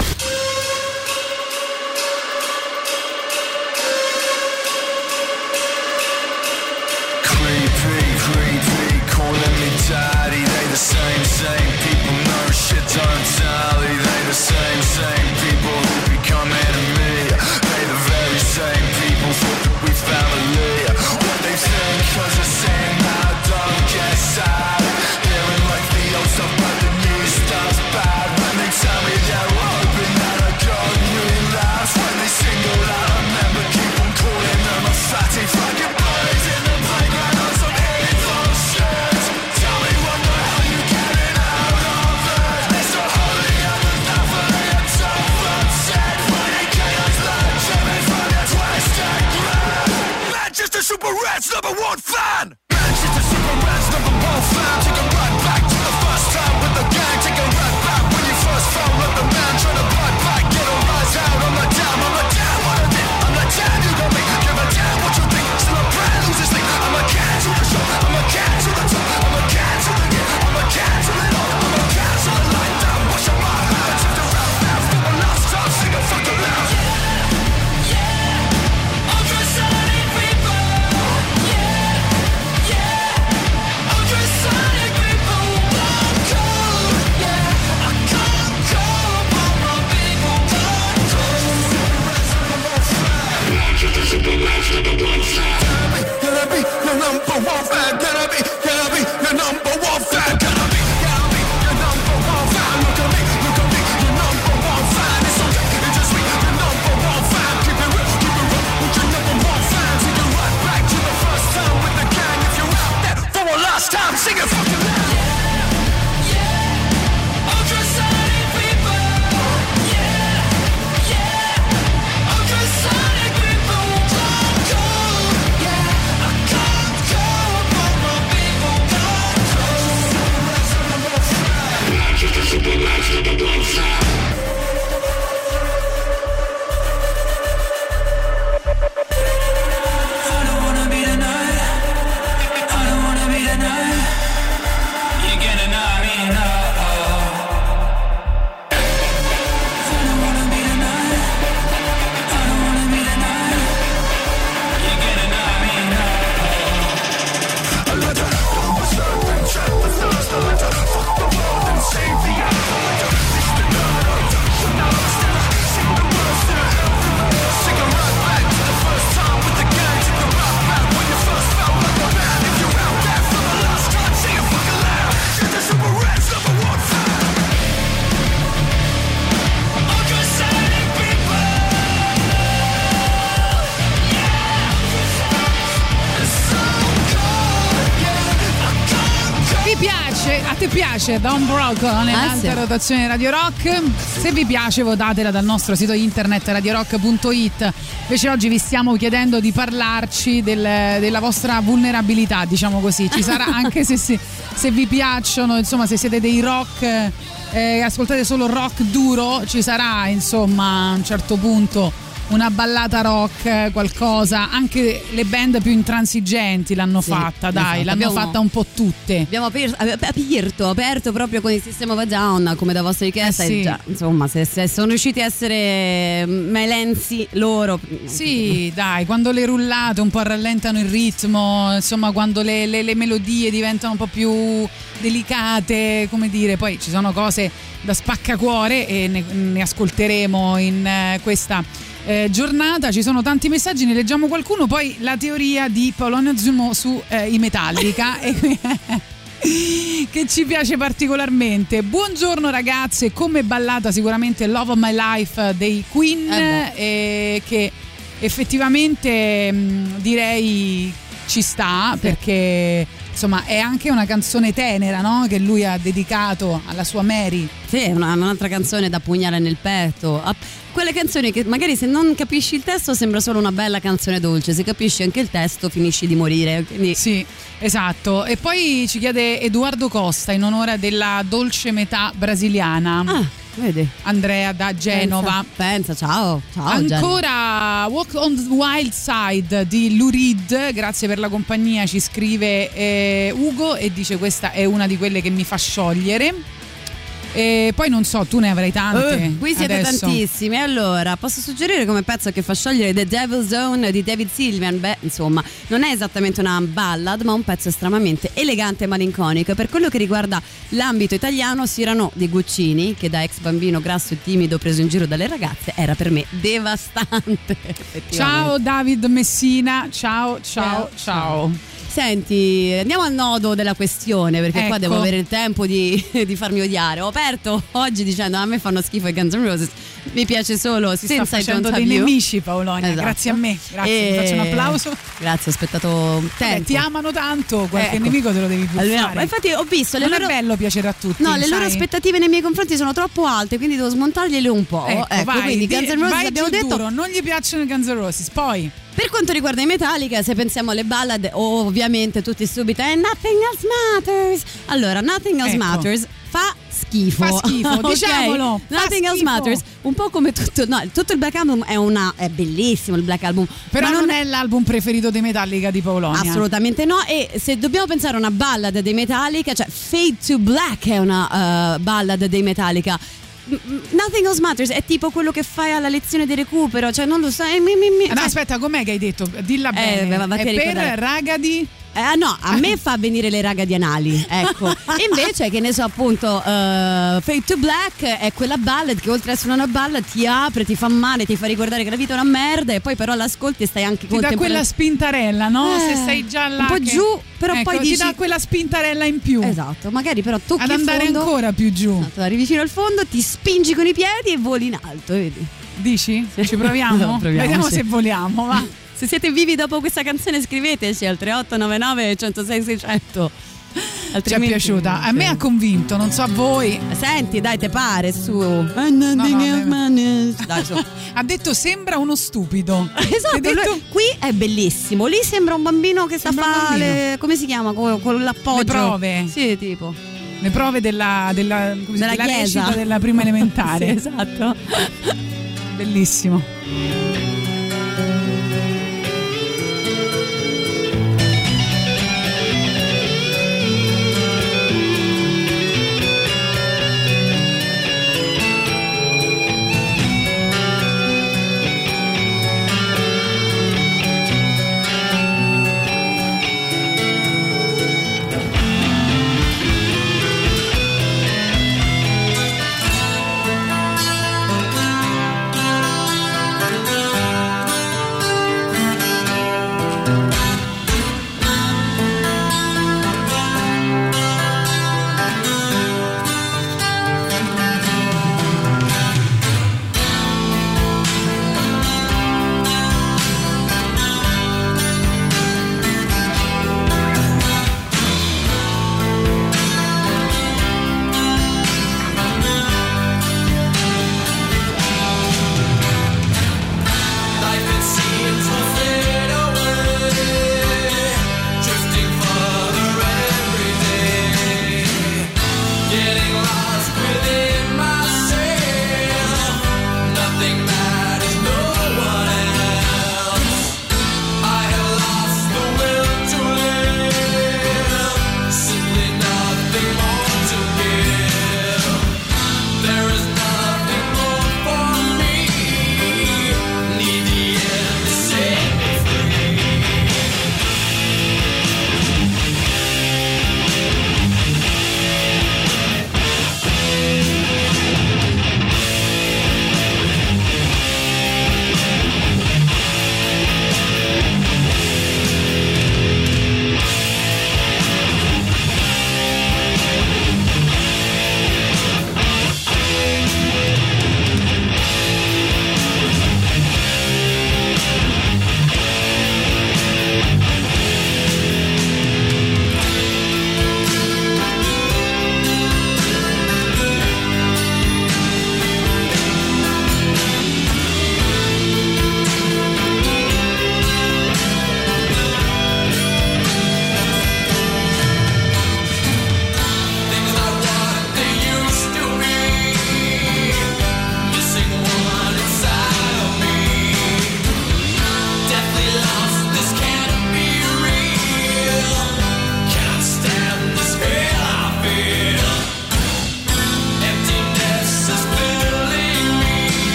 Creepy, creepy, calling me daddy. They the same, same people, no shit don't tally. They the same, same people who become enemy. They the very same people thought that we family. What they think, cause they're saying I don't get sad. Hearing like the old stuff, but the new stuff's bad. When they tell me they're hoping that I got relapse. When they single out, I remember keep on calling them a fatty fucking boys in the playground on some headphone shit. Tell me what the hell you getting out of it. It's a holy and enough of it. Said when it chaos like Jimmy from your twisted grip. Manchester Super Reds number one fan. Manchester Super Reds number one fan. Take a ride back to the first time with the gang. Take a ride back when you first found let the man try to bite back. Get a rise out. I'm the damn, I'm the damn what I did. I'm the damn you got me. Give a damn what you think. Still a brand loser's thing. I'm a cat to the show. I'm a cat to the top. I'm a cat to the game. I'm a cat to the all. I'm a cat to the light down. Wash your my hands. If the rap now for the last time. Sing a fucking loud. Yeah, yeah. Ultrasonic people. Yeah, yeah. Ultrasonic people. Won't go. Yeah, I can't go. But my people won't go. Manchester Super Reds number one fan. Can I be your number one fan? Can I be? Can I be your number one fan? Can I be? Can I be your number one fan? Look at me, look at me, your number one fan. It's okay, it's just me, your number one fan. Keep it real, keep it real with your number one fan. Take it right back to the first time with the gang. If you're out there for a last time, sing it fucking loud. Yeah, yeah. Ultrasonic people. Yeah, yeah. Ultrasonic people. Don't go. Yeah, I can't go. But my people don't go. Manchester Super Reds number one fan. I don't wanna be the night. I don't wanna be the night. You're gonna know me now. I don't wanna be the night. I don't wanna be the night. You're gonna know me now. I let her go myself and check the stars. I let her fuck the world and save the earth. I let her reach the night. I don't know. Still I sing the words to the earth. Sing a right back to the first time with the gang. Take a right back when you first felt like a man. If you're out there for the last time, sing it fucking loud. You're the Super Reds number one fan. Ultrasonic people. Yeah. It's so cold. Yeah. I can't go. Vi piace? A te piace Don Broco nell'alta Ah, sì. rotazione Radio Rock? Se vi piace votatela dal nostro sito internet radiorock punto it. Invece oggi vi stiamo chiedendo di parlarci del- della vostra vulnerabilità, diciamo così. Ci sarà anche se, se, se vi piacciono, insomma, se siete dei rock, eh, ascoltate solo rock duro, ci sarà insomma a un certo punto una ballata rock, qualcosa. Anche le band più intransigenti l'hanno Sì, fatta, dai, esatto. l'hanno Abbiamo- fatta un po' tutte. Abbiamo aper- aperto, aperto proprio con il sistema of a Down come da vostra richiesta. Eh sì. E già, insomma, se, se sono riusciti a essere melenzi loro. Sì, dai, quando le rullate un po' rallentano il ritmo, insomma, quando le, le- le melodie diventano un po' più delicate, come dire, poi ci sono cose da spaccacuore e ne, ne ascolteremo in eh, questa eh, giornata. Ci sono tanti messaggi, ne leggiamo qualcuno. Poi la teoria di Paolone Zumo su eh, i Metallica che ci piace particolarmente. Buongiorno ragazze, come ballata sicuramente Love of My Life dei Queen, eh eh, che effettivamente mh, direi ci sta, sì, perché insomma è anche una canzone tenera, no? Che lui ha dedicato alla sua Mary. Sì, è una, un'altra canzone da pugnare nel petto. Quelle canzoni che magari se non capisci il testo sembra solo una bella canzone dolce, se capisci anche il testo finisci di morire. Quindi... Sì, esatto. E poi ci chiede Edoardo Costa in onore della dolce metà brasiliana. Ah. Vedi? Andrea da Genova. Pensa, pensa ciao, ciao. Ancora Genova. Walk on the Wild Side di Lou Reed, grazie per la compagnia, ci scrive eh, Ugo e dice questa è una di quelle che mi fa sciogliere. E poi non so, tu ne avrai tante. Uh, qui siete adesso. Tantissimi. Allora, posso suggerire come pezzo che fa sciogliere The Devil's Zone di David Sylvian? Beh, insomma, non è esattamente una ballad, ma un pezzo estremamente elegante e malinconico. Per quello che riguarda l'ambito italiano, Cyrano di Guccini, che da ex bambino grasso e timido preso in giro dalle ragazze, era per me devastante. Ciao David Messina, ciao, ciao, ciao. ciao. Senti, andiamo al nodo della questione, perché ecco. qua devo avere il tempo di, di farmi odiare. Ho aperto oggi dicendo a me fanno schifo i Guns N' Roses, mi piace solo si senza sta facendo dei you. nemici Paolonia, esatto. Grazie a me, grazie, e... ti faccio un applauso. Grazie, ho aspettato tempo. Vabbè, ti amano tanto, qualche ecco. nemico te lo devi buffare. Allora, no, infatti ho visto le non loro... è bello piacere a tutti. No, le sai? loro aspettative nei miei confronti sono troppo alte, quindi devo smontargliele un po'. Ecco, ecco vai, quindi di, Guns N' Roses vai abbiamo giù detto duro, non gli piacciono i Guns N' Roses. Poi per quanto riguarda i Metallica, se pensiamo alle ballad, ovviamente tutti subito è Nothing Else Matters. Allora, Nothing Else ecco. Matters fa schifo. Fa schifo, okay. diciamolo. Nothing Else schifo. Matters, un po' come tutto, no, tutto il Black Album è una è bellissimo il Black Album, però ma non, non è l'album preferito dei Metallica di Paolonia. Assolutamente no, e se dobbiamo pensare a una ballad dei Metallica, cioè Fade to Black è una uh, ballad dei Metallica. Nothing Else Matters è tipo quello che fai alla lezione di recupero, cioè non lo sai. Mi, mi, mi, no, cioè... aspetta, com'è che hai detto? Dilla bene. Eh, va, va è per raga di... Eh, no, a me fa venire le raga di anali, ecco. Invece, che ne so, appunto, uh, Fade to Black è quella ballad che oltre ad essere una ballad ti apre, ti fa male, ti fa ricordare che la vita è una merda, e poi però l'ascolti e stai anche ti dà quella spintarella, no? Eh, Se sei già là un po' che... giù, però ecco, poi ti dici... dà quella spintarella in più. Esatto, magari però tocchi ad il andare fondo, ancora più giù. esatto, arrivi fino al fondo, ti spingi con i piedi e voli in alto, vedi? Dici? Ci proviamo? No, Vediamo se voliamo, va. Se siete vivi dopo questa canzone scriveteci al tre otto nove nove uno zero sei sei zero zero. Ci è piaciuta, a me ha convinto, non so a voi. Senti, dai, te pare su. No, no, dai, su. Ha detto sembra uno stupido. Esatto, detto... lui, qui è bellissimo. Lì sembra un bambino che sta a fare, come si chiama, con, con l'appoggio. Le prove. Sì, tipo. Le prove della, della, come della della chiesa recita della prima elementare. Sì, esatto. Bellissimo.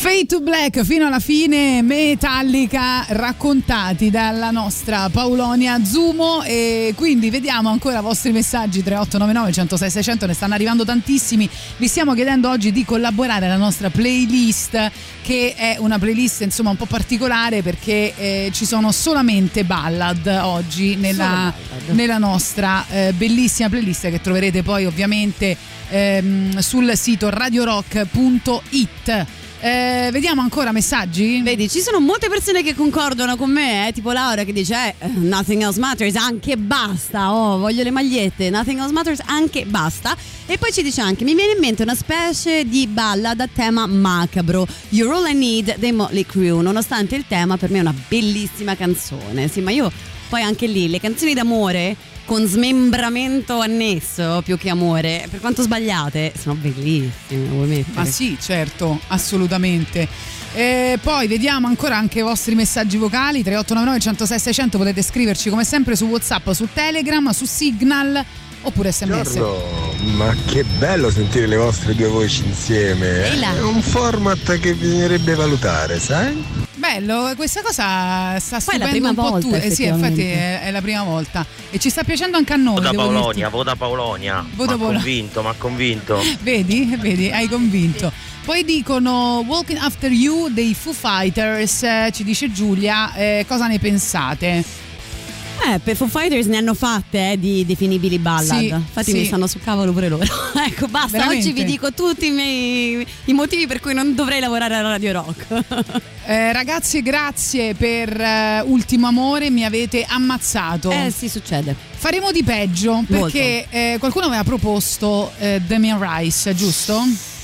Fade to Black fino alla fine, Metallica, raccontati dalla nostra Paolonia Zumo. E quindi vediamo ancora i vostri messaggi tre otto nove nove, uno zero sei, sei zero zero, ne stanno arrivando tantissimi. Vi stiamo chiedendo oggi di collaborare alla nostra playlist, che è una playlist insomma un po' particolare perché eh, ci sono solamente ballad oggi nella, ballad. nella nostra eh, bellissima playlist, che troverete poi ovviamente ehm, sul sito radio rock punto it. Eh, vediamo ancora messaggi. Vedi, ci sono molte persone che concordano con me, eh, tipo Laura che dice eh, Nothing Else Matters, anche basta. Oh, voglio le magliette, Nothing Else Matters, anche basta. E poi ci dice anche: mi viene in mente una specie di ballad a tema macabro, You're All I Need dei Motley Crue. Nonostante il tema, per me è una bellissima canzone. Sì, ma io poi anche lì le canzoni d'amore con smembramento annesso più che amore, per quanto sbagliate, sono bellissime, vuoi mettere? Ma sì, certo, assolutamente. E poi vediamo ancora anche i vostri messaggi vocali, tre otto nove nove, uno zero sei, sei zero zero, potete scriverci come sempre su WhatsApp, su Telegram, su Signal oppure S M S. Giorno, ma che bello sentire le vostre due voci insieme. Eila. È un format che bisognerebbe valutare, sai? Bello, questa cosa sta Poi è la stupendo prima un po' volta, tu. Eh sì, infatti effettivamente. è, è la prima volta e ci sta piacendo anche a noi. Vota devo Paolonia, dirti. vota Paolonia. Vota m'ha Paolonia. convinto, m'ha convinto. Vedi, vedi, hai convinto. Poi dicono Walking After You dei Foo Fighters, eh, ci dice Giulia, eh, cosa ne pensate? Eh, per Foo Fighters ne hanno fatte eh, di definibili ballad. Sì, Infatti sì. mi stanno sul cavolo pure loro. Ecco, basta. Veramente? Oggi vi dico tutti i miei i motivi per cui non dovrei lavorare alla Radio Rock. Eh, ragazzi, grazie per eh, Ultimo Amore, mi avete ammazzato. Eh sì, succede. Faremo di peggio perché eh, qualcuno aveva proposto eh, Damien Rice, giusto?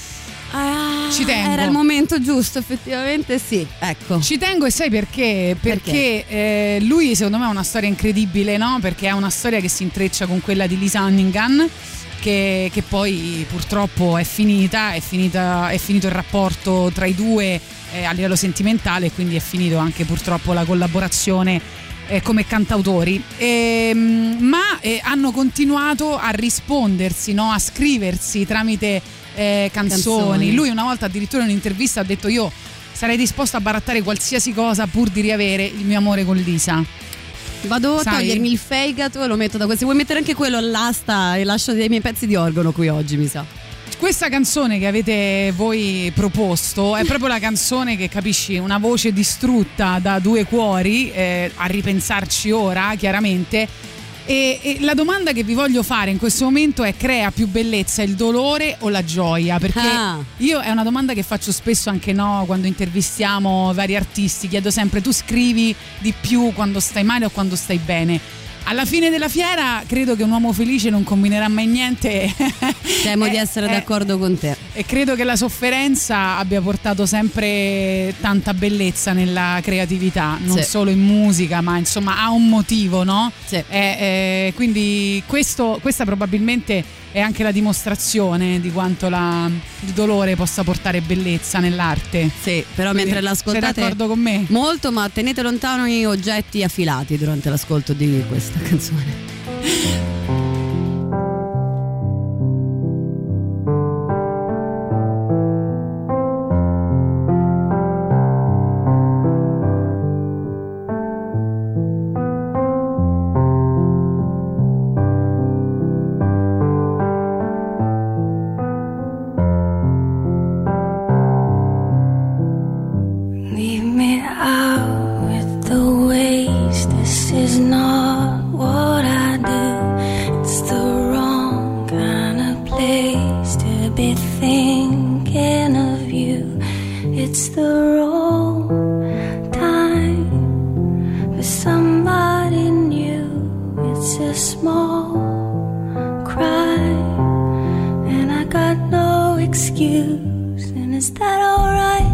Ah, Ci tengo. Era il momento giusto, effettivamente sì. Ecco. Ci tengo, e sai perché? Perché, eh, lui secondo me ha una storia incredibile, no? Perché ha una storia che si intreccia con quella di Lisa Hannigan, che, che poi purtroppo è finita, è, finita, è finito il rapporto tra i due eh, a livello sentimentale, e quindi è finito anche purtroppo la collaborazione eh, come cantautori. E, ma eh, hanno continuato a rispondersi, no? A scriversi tramite Eh, canzoni. Canzoni. Lui una volta addirittura in un'intervista ha detto: io sarei disposto a barattare qualsiasi cosa pur di riavere il mio amore con Lisa. Vado a Sai? togliermi il fegato e lo metto da questo. Vuoi mettere anche quello all'asta e lascio dei miei pezzi di organo qui oggi, mi sa. Questa canzone che avete voi proposto è proprio la canzone che, capisci, una voce distrutta da due cuori, eh, a ripensarci ora chiaramente. E, e la domanda che vi voglio fare in questo momento è: crea più bellezza il dolore o la gioia? Perché Ah. io è una domanda che faccio spesso anche no, quando intervistiamo vari artisti. Chiedo sempre: tu scrivi di più quando stai male o quando stai bene? Alla fine della fiera credo che un uomo felice non combinerà mai niente. Temo Eh, di essere eh, d'accordo con te. E credo che la sofferenza abbia portato sempre tanta bellezza nella creatività, non Sì. solo in musica, ma insomma ha un motivo, no? Sì. Eh, eh, quindi questo, questa probabilmente è anche la dimostrazione di quanto la, il dolore possa portare bellezza nell'arte. Sì, però Quindi, mentre l'ascoltate sei d'accordo con me? molto, ma tenete lontano gli oggetti affilati durante l'ascolto di questa canzone. Leave me out with the waste. This is not what I do. It's the wrong kind of place to be thinking of you. It's the wrong time for somebody new. It's a small crime, and I got no excuse. And is that alright?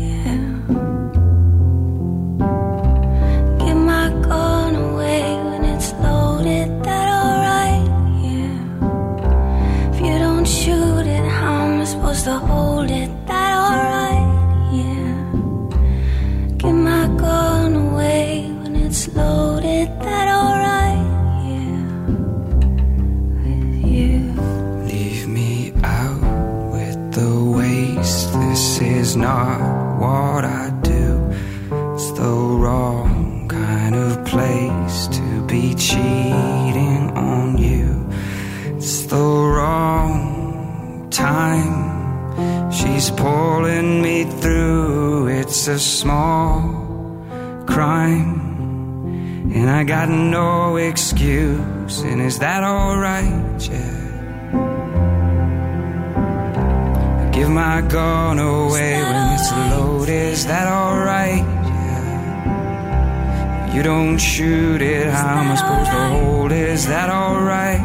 Get my gun away when it's loaded, that alright? Yeah. If you don't shoot it, how am I supposed to hold it? That alright? Yeah. Get my gun away when it's loaded, that alright? Yeah. With you. Leave me out with the waste. This is not what I do. It's the wrong kind of place to be cheating on you. It's the wrong time. She's pulling me through. It's a small crime, and I got no excuse. And is that alright? Yeah. I give my gun away when it's loaded. Is that alright? Yeah. You don't shoot it, how am I supposed to hold it? Is that alright?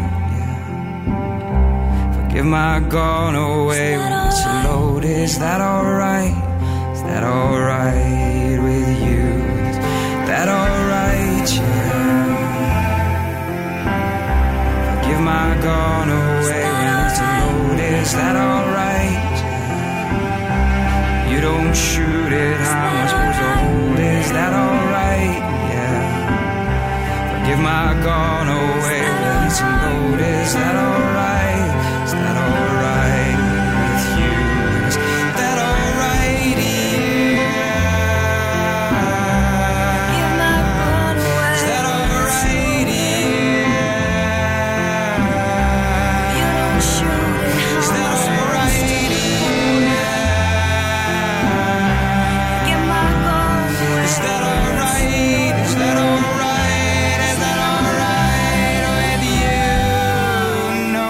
Yeah. I give my gun away when it's loaded. Is that alright? Is that alright with you? Is that alright? Yeah. I give my gun away when it's loaded. Is that alright? Yeah. You don't shoot it, how am I supposed to hold it? Is that alright? Yeah. I give my gun away when it's loaded. Is that alright? Is that alright with you? Is that alright? Yeah. Give my gun away. Is that alright? Yeah. You don't shoot it. Is that alright? Yeah. Give my gun away. Is that alright? Is that alright? Is that alright with you? No.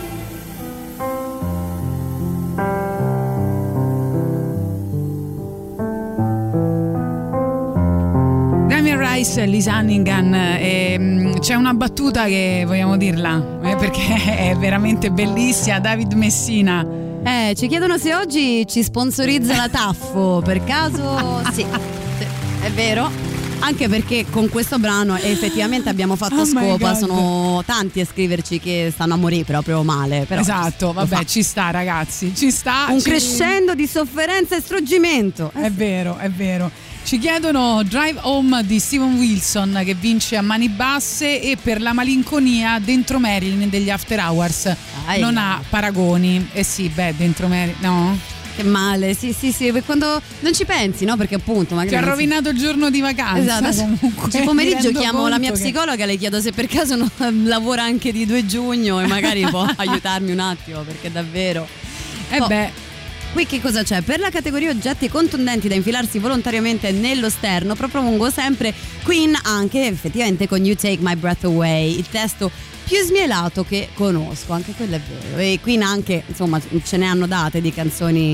Damien Rice e Lisa Hannigan, e, mm, c'è una battuta che vogliamo dirla eh, perché è veramente bellissima. David Messina, Eh, ci chiedono se oggi ci sponsorizza la Taffo, per caso? Sì, sì, è vero. Anche perché con questo brano effettivamente abbiamo fatto Oh my scopa, God. sono tanti a scriverci che stanno a morire proprio male. Però esatto, lo vabbè, fa. ci sta ragazzi, ci sta. Un ci- crescendo di sofferenza e struggimento. È vero, è vero. Ci chiedono Drive Home di Steven Wilson che vince a mani basse, e per la malinconia Dentro Marilyn degli After Hours. Ai. Non ha paragoni. Eh sì, beh, Dentro Marilyn, no? Che male, sì, sì, sì, per quando non ci pensi, no? Perché appunto magari Ti ha non si- rovinato il giorno di vacanza. Esatto. Comunque. Oggi Mi pomeriggio rendo chiamo la mia conto che- psicologa, le chiedo se per caso non lavora anche di due giugno e magari può aiutarmi un attimo, perché davvero. Eh Oh, beh. Qui che cosa c'è? Per la categoria oggetti contundenti da infilarsi volontariamente nello sterno propongo sempre Queen, anche effettivamente con You Take My Breath Away, il testo più smielato che conosco, anche quello è vero. E Queen anche, insomma, ce ne hanno date di canzoni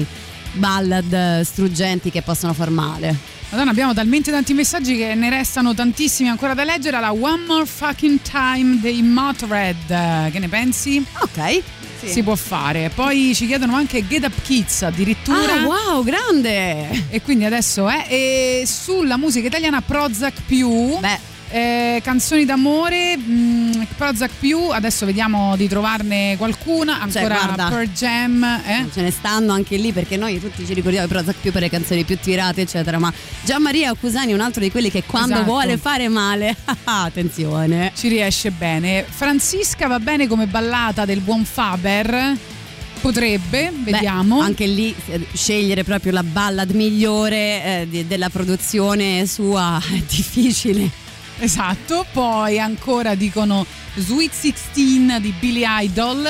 ballad struggenti che possono far male. Madonna, abbiamo talmente tanti messaggi che ne restano tantissimi ancora da leggere. La One More Fucking Time dei Motörhead, che ne pensi? Ok, sì. Si può fare. Poi ci chiedono anche Get Up Kids addirittura. Ah, wow, grande! E quindi adesso è e sulla musica italiana Prozac più. Beh, Eh, canzoni d'amore, mh, Prozac più, adesso vediamo di trovarne qualcuna. Cioè, Ancora guarda, Pearl Jam, eh? ce ne stanno anche lì, perché noi tutti ci ricordiamo i Prozac più per le canzoni più tirate eccetera, ma Gianmaria Accusani è un altro di quelli che quando Esatto. vuole fare male attenzione, Ci riesce bene. Francisca va bene come ballata del buon Faber. Potrebbe, vediamo. Beh, anche lì eh, scegliere proprio la ballad migliore eh, di- della produzione sua è difficile. Esatto. Poi ancora dicono Sweet sedici di Billy Idol.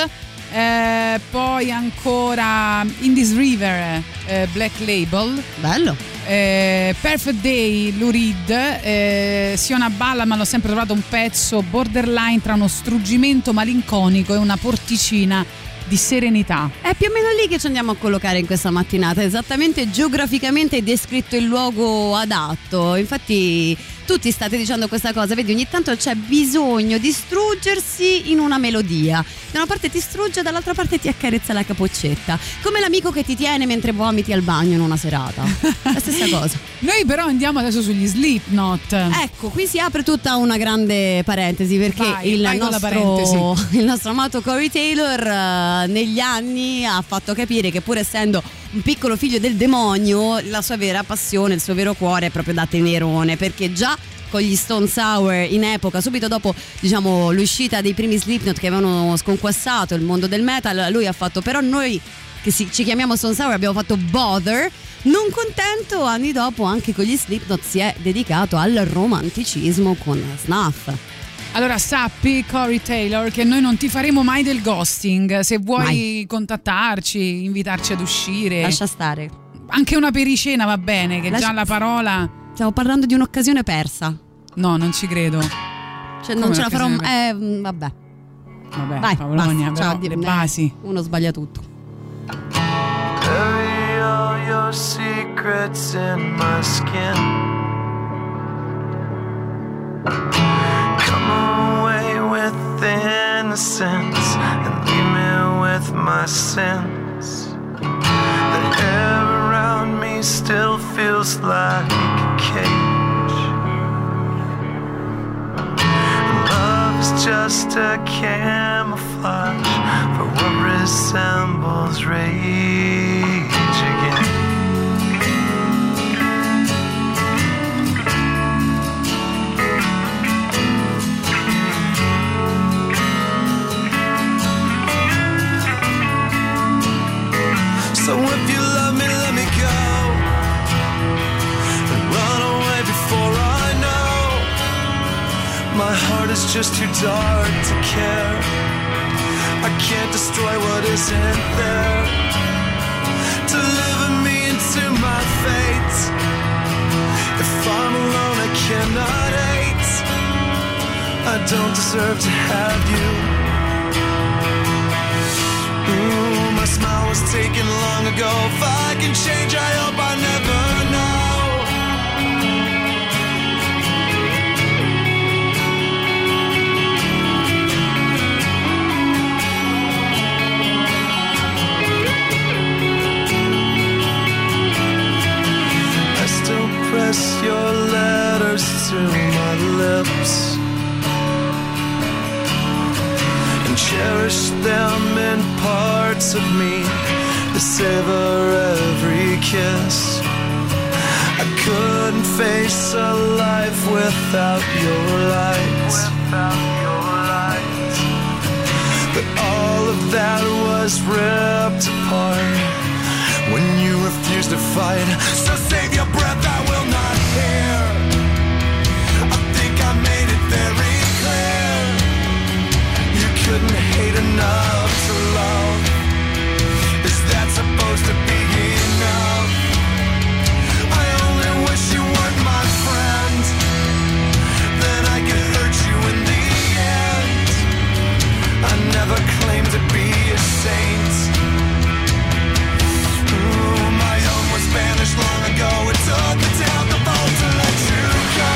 Eh, poi ancora In This River, eh, Black Label. Bello. Eh, Perfect Day, Lou Reed. eh, Siona Balla, ma l'ho sempre trovato un pezzo borderline tra uno struggimento malinconico e una porticina di serenità. È più o meno lì che ci andiamo a collocare in questa mattinata, esattamente geograficamente hai descritto il luogo adatto. Infatti tutti state dicendo questa cosa, vedi, ogni tanto c'è bisogno di struggersi in una melodia. Da una parte ti strugge, dall'altra parte ti accarezza la capoccetta, come l'amico che ti tiene mentre vomiti al bagno in una serata. La stessa cosa. Noi però andiamo adesso sugli Slipknot. Ecco, qui si apre tutta una grande parentesi, perché Vai, il, vai con la nostro, parentesi. il nostro amato Corey Taylor eh, negli anni ha fatto capire che, pur essendo un piccolo figlio del demonio, la sua vera passione, il suo vero cuore è proprio da tenerone, perché già con gli Stone Sour in epoca, subito dopo, diciamo, l'uscita dei primi Slipknot che avevano sconquassato il mondo del metal, lui ha fatto: però noi che si, ci chiamiamo Stone Sour, abbiamo fatto Bother. Non contento, anni dopo anche con gli Slipknot si è dedicato al romanticismo con Snuff. Allora sappi, Corey Taylor, che noi non ti faremo mai del ghosting. Se vuoi mai contattarci, invitarci ad uscire, lascia stare. Anche una pericena va bene, che lascia... già la parola. Stiamo parlando di un'occasione persa. No, non ci credo. Cioè, non ce la farò. Eh, vabbè. Vabbè, vai, Paolonia, basta, però, le basi. Uno sbaglia tutto. Bury all your secrets in my skin. Come away with the innocence and leave me with my sins. The air around me still feels like a cage. Love is just a camouflage for what resembles rage again. So if you love me, let me go and run away before I know. My heart is just too dark to care. I can't destroy what isn't there. Deliver me into my fate. If I'm alone, I cannot hate. I don't deserve to have you. Ooh, my smile was taken long ago. If I can change, I hope I never know. I still press your letters to my lips and cherish them in parts of me to savor every kiss. I couldn't face a life without your light. Without your light. But all of that was ripped apart when you refused to fight. So save your breath, I will not hear. I think I made it very clear. You couldn't hate enough to love. Is that supposed to be enough? I only wish you weren't my friend. Then I could hurt you in the end. I never claimed to be a saint. Ooh, my own was banished long ago. It took the town to fall to let you go.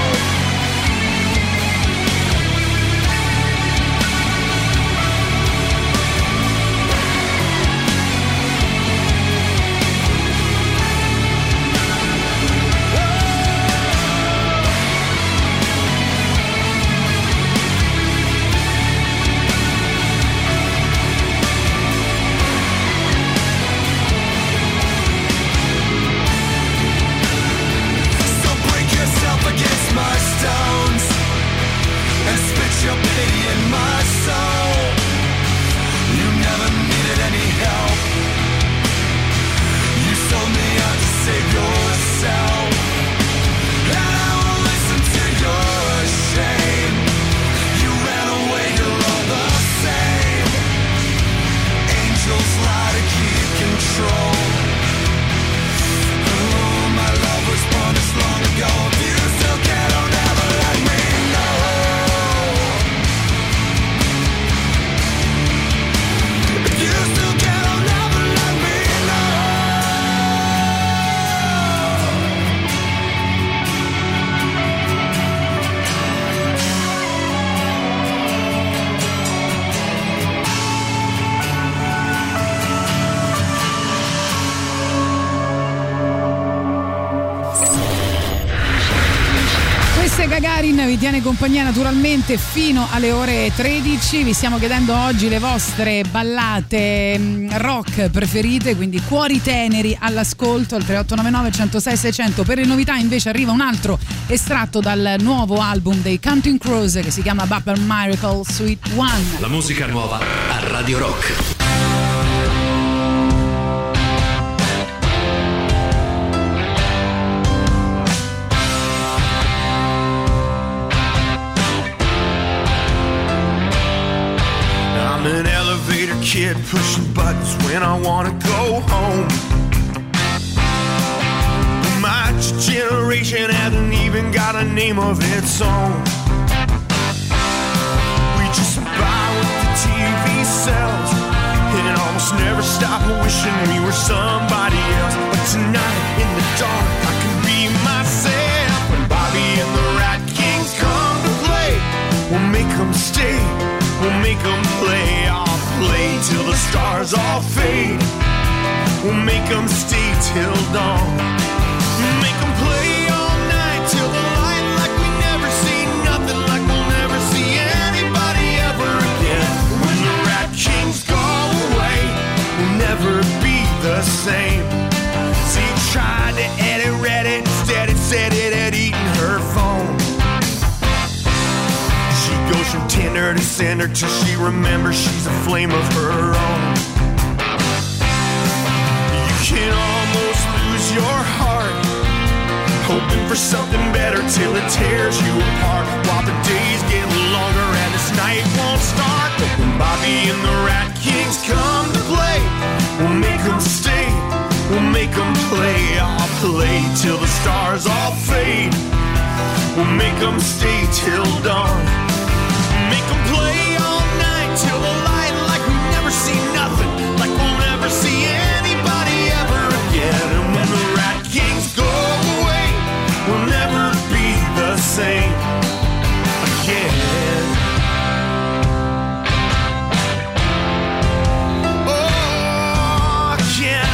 My stones and spit your pity in my soul. You never needed any help. You sold me out to save yourself, and I won't listen to your shame. You ran away, you're all the same. Angels lie to keep control. Oh, my love was punished long ago. If you still care, don't ever let me know. If you still care, don't ever let me Questa è Gagarin, vi tiene compagnia naturalmente fino alle ore tredici. Vi stiamo chiedendo oggi le vostre ballate mh, rock preferite, quindi cuori teneri all'ascolto al tre otto nove nove, uno zero sei, sei zero zero. Per le novità invece arriva un altro estratto dal nuovo album dei Counting Crows che si chiama Bubble Miracle Sweet One. La musica nuova a Radio Rock. go home. My generation hasn't even got a name of its own. We just buy what the T V sells and almost never stop wishing we were somebody else. But tonight in the dark I can be myself. When Bobby and the Rat Kings come to play, we'll make them stay, we'll make them play. I'll play till the stars all fade, we'll make them stay till dawn. Make them play all night till the light, like we never see nothing, like we'll never see anybody ever again. When the Rat Kings go away, we'll never be the same. See, tried to edit Reddit, instead it said it had eaten her phone. She goes from Tinder to Cinder till she remembers she's a flame of her own. You can almost lose your heart, hoping for something better till it tears you apart. While the days get longer and this night won't start. But when Bobby and the Rat Kings come to play, we'll make them stay, we'll make them play. I'll play till the stars all fade, we'll make them stay till dawn. Make them play all night till the light, like we never see nothing, like we'll never see anybody ever again. And when the Rat Kings go away, we'll never be the same again. Oh, again.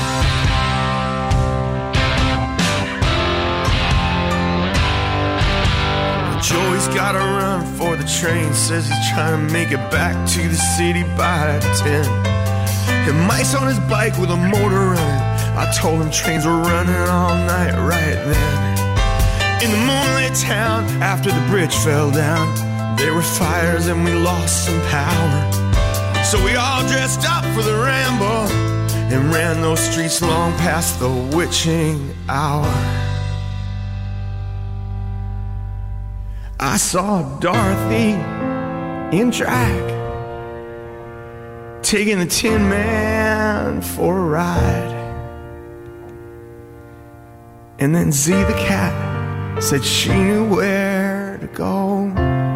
Joey's gotta run for the train, says he's trying to make it back to the city by ten. And Mike's on his bike with a motor running. I told him trains were running all night right then. In the moonlit town, after the bridge fell down, there were fires and we lost some power. So we all dressed up for the ramble and ran those streets long past the witching hour. I saw Dorothy in drag, taking the Tin Man for a ride. And then Z the cat said she knew where to go.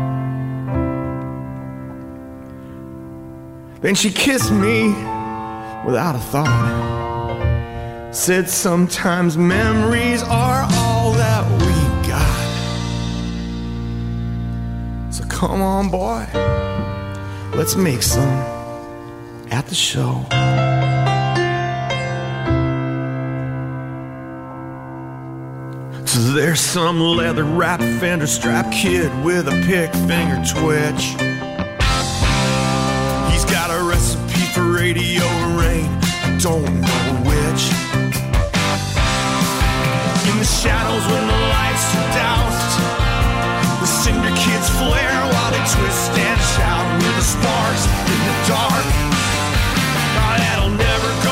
Then she kissed me without a thought, said sometimes memories are all that we got. So come on boy, let's make some at the show. So there's some leather-wrapped fender-strap kid with a pick finger twitch. He's got a recipe for radio rain, I don't know which. In the shadows when the lights are doused, the cinder kids flare while they twist and shout with the sparks in the dark. Oh, that'll never go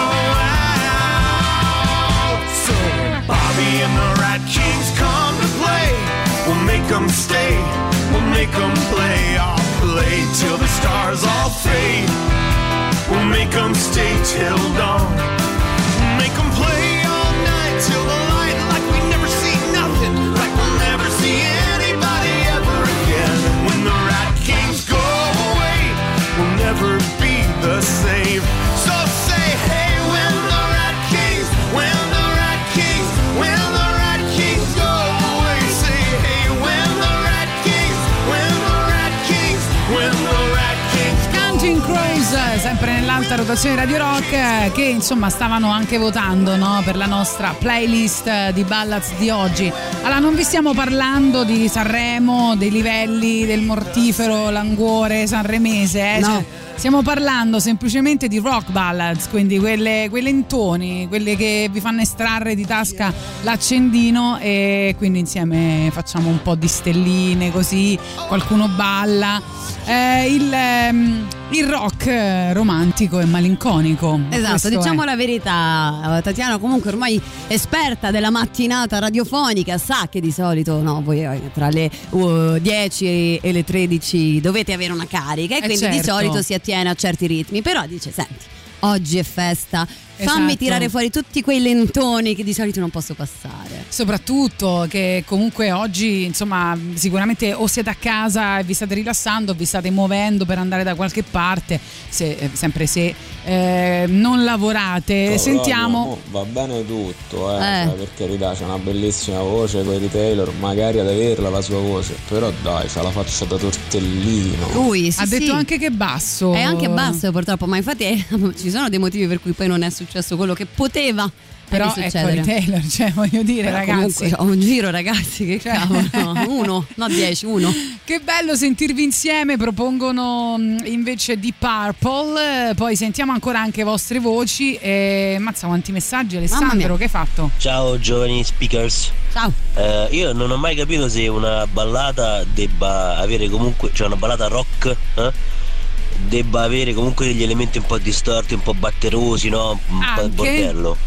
out. So Bobby and the Rat Kings come to play, we'll make them stay, we'll make them play. I'll play till the stars all fade, we'll make them stay till dawn. Make them play all night till the light, like we never see nothing, like we'll never see anybody ever again. And when the Rat Kings go away, we'll never be the same. So say hey when the Rat Kings, when the Rat Kings, when the Rat Kings go away. Say hey when the Rat Kings, when the Rat Kings, when the Rat Kings go away. Counting Crows, sempre nell'alta rotazione Radio Rock, che insomma stavano anche votando, no, per la nostra playlist di ballads di oggi. Allora, non vi stiamo parlando di Sanremo, dei livelli del mortifero languore sanremese, eh? No. Cioè, stiamo parlando semplicemente di rock ballads, quindi quelle, quelle in toni, quelle che vi fanno estrarre di tasca l'accendino e quindi insieme facciamo un po' di stelline così, qualcuno balla. Eh, il, ehm, il rock romantico e malinconico. Esatto, Questo diciamo è. la verità. Tatiana comunque ormai esperta della mattinata radiofonica, sa che di solito no, voi tra le uh, dieci e le tredici dovete avere una carica e Eh quindi certo. di solito si attiene a certi ritmi, però dice senti, oggi è festa, Fammi Esatto. tirare fuori tutti quei lentoni che di solito non posso passare. Soprattutto che comunque oggi insomma sicuramente o siete a casa e vi state rilassando o vi state muovendo per andare da qualche parte, se, eh, sempre se eh, non lavorate. Però, Sentiamo no, va bene tutto, eh, Eh. cioè, per carità, c'è una bellissima voce Corey Taylor, magari ad averla la sua voce, però dai, c'ha la faccia da tortellino. Lui sì, ha detto sì. anche che è basso. È anche basso purtroppo, ma infatti eh, ci sono dei motivi per cui poi non è successo quello che poteva. Però è Corey Taylor, cioè voglio dire, Però ragazzi, comunque ho un giro, ragazzi, che Cioè. cavolo, uno, no dieci, uno. che bello sentirvi insieme. Propongono mh, invece Deep Purple. eh, Poi sentiamo ancora anche vostre voci. E mazza, quanti messaggi, Alessandro, che hai fatto? Ciao giovani speakers. Ciao. Eh, io non ho mai capito se una ballata debba avere comunque, cioè una ballata rock, eh, debba avere comunque degli elementi un po' distorti, un po' batterosi, no? Un po' Anche? di bordello.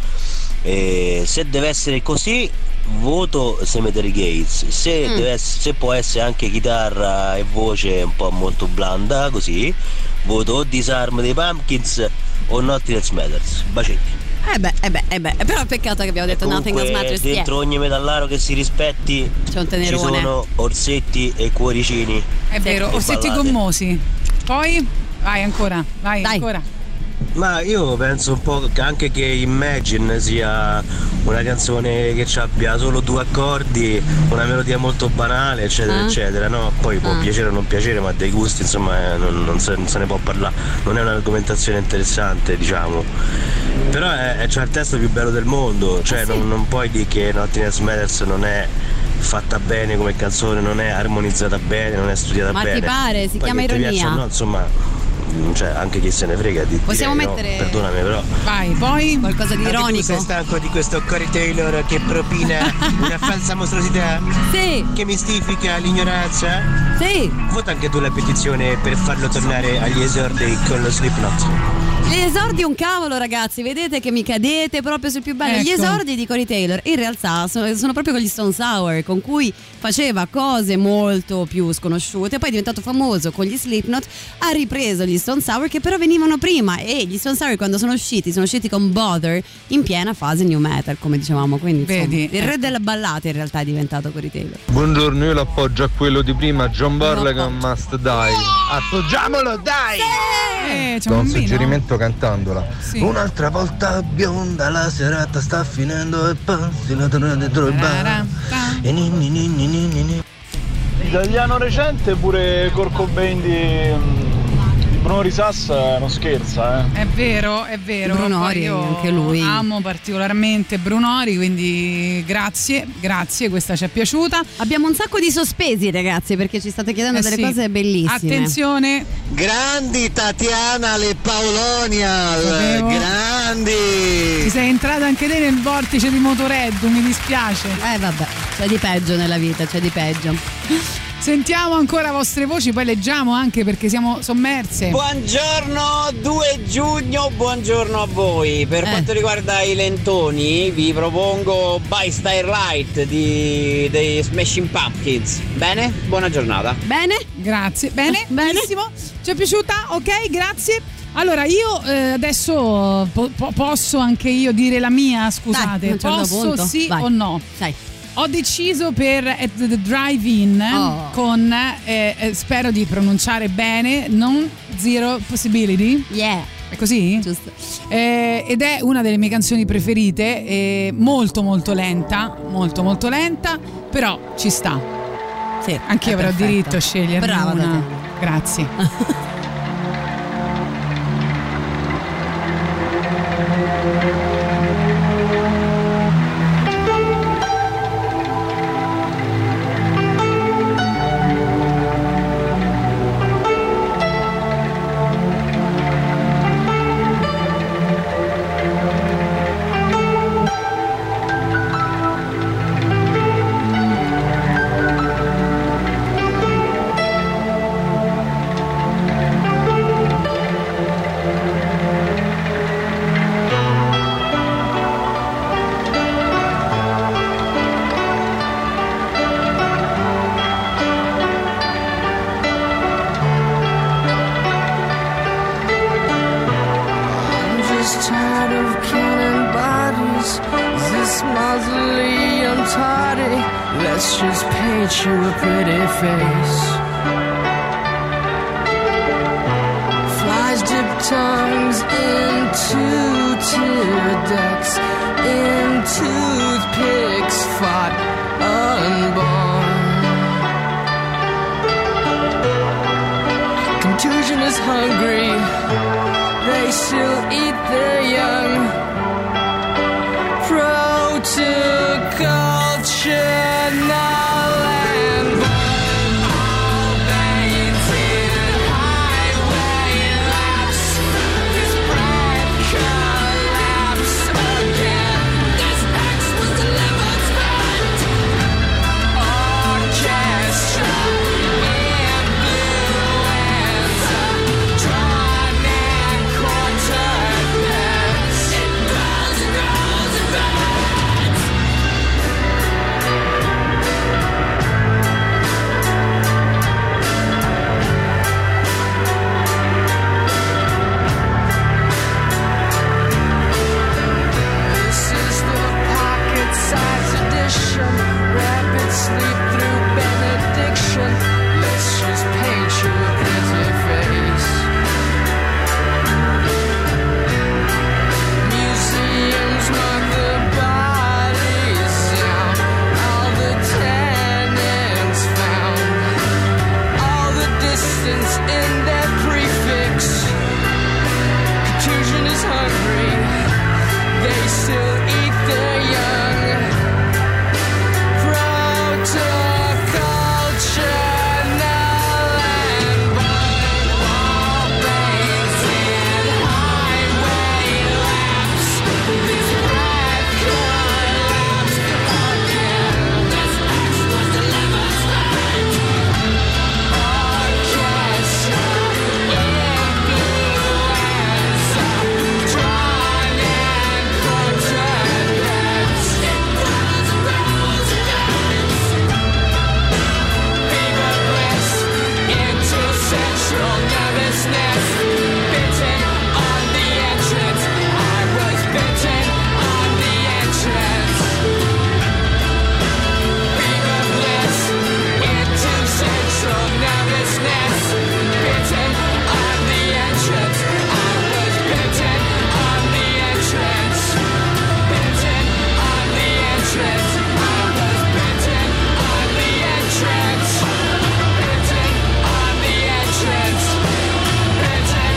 E se deve essere così, voto Cemetery Gates. Se, Mm. deve ess- se può essere anche chitarra e voce un po' molto blanda, così, voto o Disarm dei Pumpkins o Nothing Else Matters. Bacetti. Eh beh, eh beh, eh beh, però peccato che abbiamo detto Nothing Else Comunque, Matters. dentro ogni metallaro che si rispetti c'è un ci tenerone. sono orsetti e cuoricini. È vero, E orsetti ballate. gommosi. Poi vai ancora, vai ancora. Ma io penso un po' che anche che Imagine sia una canzone che abbia solo due accordi, una melodia molto banale, eccetera, Ah. eccetera, no? Poi può Ah. piacere o non piacere, ma dei gusti, insomma, eh, non, non se, non se ne può parlare. Non è un'argomentazione interessante, diciamo. Però è, è c'ha il testo più bello del mondo, cioè non, non puoi dire che Nothing Else Matters non è fatta bene come canzone, non è armonizzata bene, non è studiata Ma ti bene. pare? Si Poi chiama che ti ironia. piaccia o no, insomma, cioè anche chi se ne frega di Possiamo direi, mettere- no, perdonami però. Vai, poi qualcosa di Anche tu ironico. sei stanco di questo Corey Taylor che propina una falsa mostruosità? Sì. Che mistifica l'ignoranza? Sì. Vota anche tu la petizione per farlo tornare agli esordi con lo Slipknot. Gli esordi un cavolo, ragazzi, vedete che mi cadete proprio sul più bello. Gli Ecco. esordi di Corey Taylor in realtà sono, sono proprio con gli Stone Sour, con cui faceva cose molto più sconosciute, poi è diventato famoso con gli Slipknot, ha ripreso gli Stone Sour che però venivano prima, e gli Stone Sour quando sono usciti sono usciti con Bother in piena fase new metal, come dicevamo, quindi insomma, Vedi, il re ecco. della ballata in realtà è diventato Corey Taylor. Buongiorno, io l'appoggio a quello di prima, John Barley con Must Die. Appoggiamolo, dai! Eh, c'è Do un un bambino? suggerimento cantandola. Sì. Un'altra volta bionda, la serata sta finendo e passi la tornata dentro il bar. E ni ni ni ni ni ni ni. Italiano recente pure Kurt Cobain di, di Bruno Risassa non scherza, eh. È vero, è vero. Brunori, Poi io anche lui. amo particolarmente Brunori, quindi grazie, grazie, questa ci è piaciuta. Abbiamo un sacco di sospesi, ragazzi, perché ci state chiedendo Eh delle sì. cose bellissime. Attenzione, Grandi Tatiana Le Paolonia, Sapevo. grandi. ci sei entrata anche te nel vortice di Motorhead, mi dispiace. Eh vabbè, c'è di peggio nella vita, c'è di peggio. Sentiamo ancora vostre voci, poi leggiamo anche perché siamo sommerse. Buongiorno, due giugno, buongiorno a voi. Per Eh. quanto riguarda i lentoni, vi propongo By Starlight di, dei Smashing Pumpkins. Bene? Buona giornata. Bene? Grazie. Bene? Benissimo. Ci è piaciuta? Ok, grazie. Allora io eh, adesso po- po- posso anche io dire la mia, scusate. Dai, a un certo posso punto. sì Vai. o no? Dai. Ho deciso per At the Drive-In Oh. con, eh, eh, spero di pronunciare bene, Non Zero Possibility. Yeah. È così? Giusto. Eh, ed è una delle mie canzoni preferite, eh, molto molto lenta, molto molto lenta, però ci sta. Sì, Anch'io è avrò perfetto. diritto a sceglierne Brava, una. Tatiana. Grazie. fuzzily untidy. Let's just paint you a pretty face. Flies dip tongues into tear ducts, in toothpicks fought unborn. Contusion is hungry, they still eat their young. Protoculture null and void. All veins in highway lapse. This breath collapse again. This X was delivered spent. Orchestra influenza. Drawn and quartered beds. It grows and grows and grows. This is the pocket-sized edition. Rapid sleep through benediction. Let's just paint you a pretty face. Museums mark the bodies down. All the tenants found. All the distance in their prefix. Contusion is hungry. They still eat their young. Protoculture null and void. All veins in highway lapse. This breath collapse again. This X was delivered spent. Orchestra influenza. Drawn and quartered beds. It grows and grows and grows. Fever bliss into central nervousness. Bitten on the entrance. I was bitten on the entrance. Fever bliss into central nervousness. Bitten on the entrance. I was bitten on the entrance. Bitten on the entrance. I was bitten on the entrance. Bitten on the entrance. Bitten.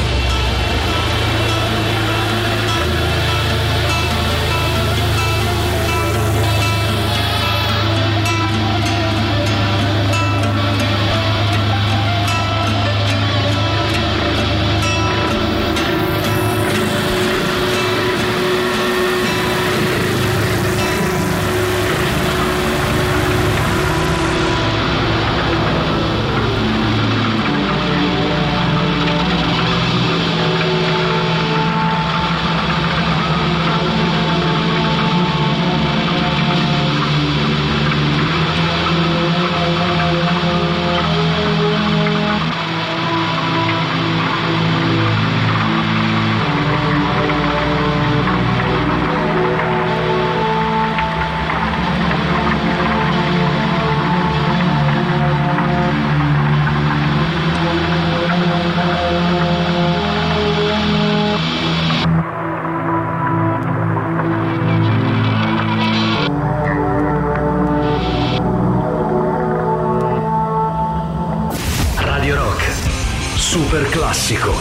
Radio Rock, super classico.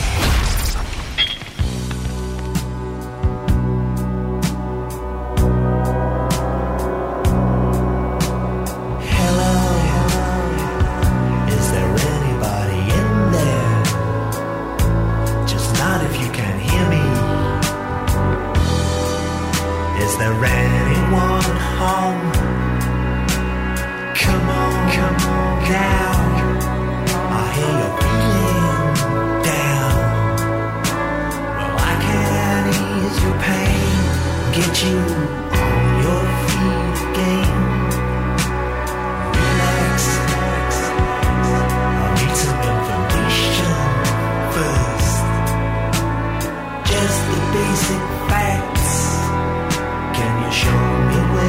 Is there anybody in there? Just not if you can hear me. Is there anyone home? Come on, come on down. I hear you're feeling down. Well, I can ease your pain, get you on your feet again. Relax, I need some information first. Just the basic facts. Can you show me where?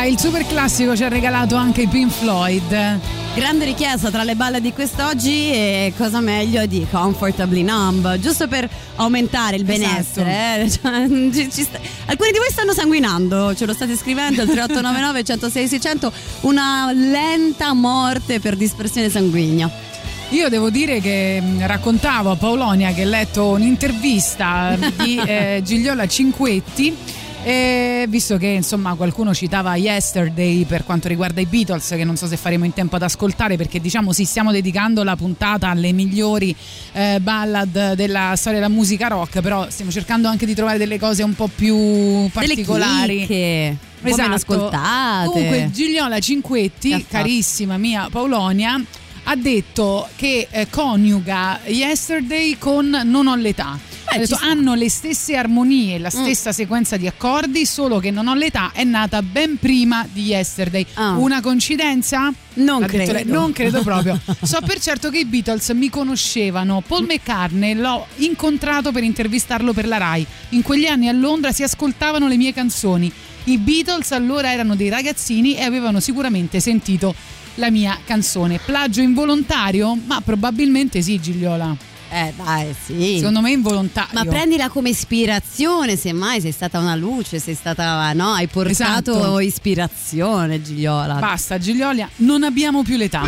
Allora, il super classico ci ha regalato anche i Pink Floyd. Grande richiesta tra le balle di quest'oggi, e cosa meglio di Comfortably Numb, giusto per aumentare il benessere. Esatto. eh? Cioè, ci, ci sta... Alcuni di voi stanno sanguinando, ce lo state scrivendo al tre otto nove nove, uno zero sei, sei zero zero, una lenta morte per dispersione sanguigna. Io devo dire che raccontavo a Paolonia che ho letto un'intervista di eh, Gigliola Cinquetti. E visto che insomma qualcuno citava Yesterday per quanto riguarda i Beatles, che non so se faremo in tempo ad ascoltare, perché diciamo sì, stiamo dedicando la puntata alle migliori eh, ballad della storia della musica rock, però stiamo cercando anche di trovare delle cose un po' più particolari, delle chicche, un po' meno ascoltate. Comunque Gigliola Cinquetti, carissima mia Paolonia, ha detto che eh, coniuga Yesterday con Non ho l'età. Ha detto, hanno le stesse armonie, la stessa mm. sequenza di accordi, solo che Non ho l'età è nata ben prima di Yesterday. Ah. Una coincidenza? Non ha credo. Detto lei, non credo proprio. So per certo che i Beatles mi conoscevano. Paul McCartney l'ho incontrato per intervistarlo per la Rai. In quegli anni a Londra si ascoltavano le mie canzoni. I Beatles allora erano dei ragazzini e avevano sicuramente sentito la mia canzone. Plagio involontario? Ma probabilmente sì, Gigliola. Eh dai, sì. Secondo me involontario. Ma prendila come ispirazione, semmai sei stata una luce, sei stata, no, hai portato esatto. ispirazione, Gigliola. Basta, Gigliola, non abbiamo più l'età.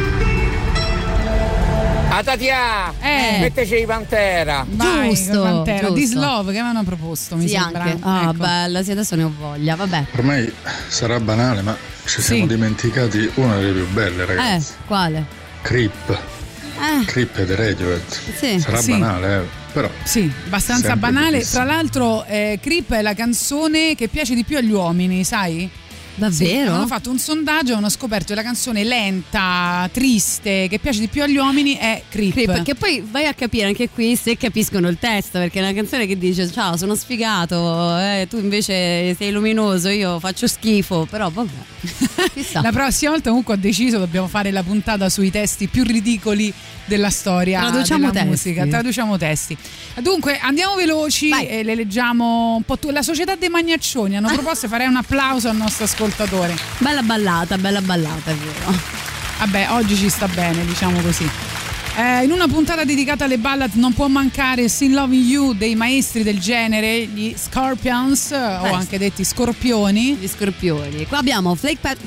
A Tatia, eh. metteci i Pantera. Vai, giusto, Pantera. giusto. This Love che avevano proposto, mi sì, sembra. Anche. Ah, ecco. bella, sì, adesso ne ho voglia, vabbè. Ormai sarà banale, ma ci siamo sì. dimenticati una delle più belle, ragazzi. Eh, quale? Creep. Eh. Creep e The Radiohead. Sì. Sarà sì. banale, eh, però. Sì, abbastanza banale. Bellissimo. Tra l'altro, eh, Creep è la canzone che piace di più agli uomini, sai? Davvero? Sì, hanno fatto un sondaggio e hanno scoperto che la canzone lenta, triste, che piace di più agli uomini è Creep. Creep, che poi vai a capire anche qui se capiscono il testo, perché è una canzone che dice ciao, sono sfigato, eh, tu invece sei luminoso, io faccio schifo, però vabbè. Chissà. La prossima volta comunque ho deciso dobbiamo fare la puntata sui testi più ridicoli della storia Traduciamo della testi. musica. Traduciamo testi. Dunque andiamo veloci. Vai. E le leggiamo un po' tu. La Società dei Magnaccioni hanno proposto, farei un applauso al nostro ascoltatore. Bella ballata, bella ballata, è vero. Vabbè, oggi ci sta bene, diciamo così. Eh, in una puntata dedicata alle ballad non può mancare Still Loving You dei maestri del genere, gli Scorpions, Beh, o anche detti Scorpioni. Gli Scorpioni. Qua abbiamo Fake, pa-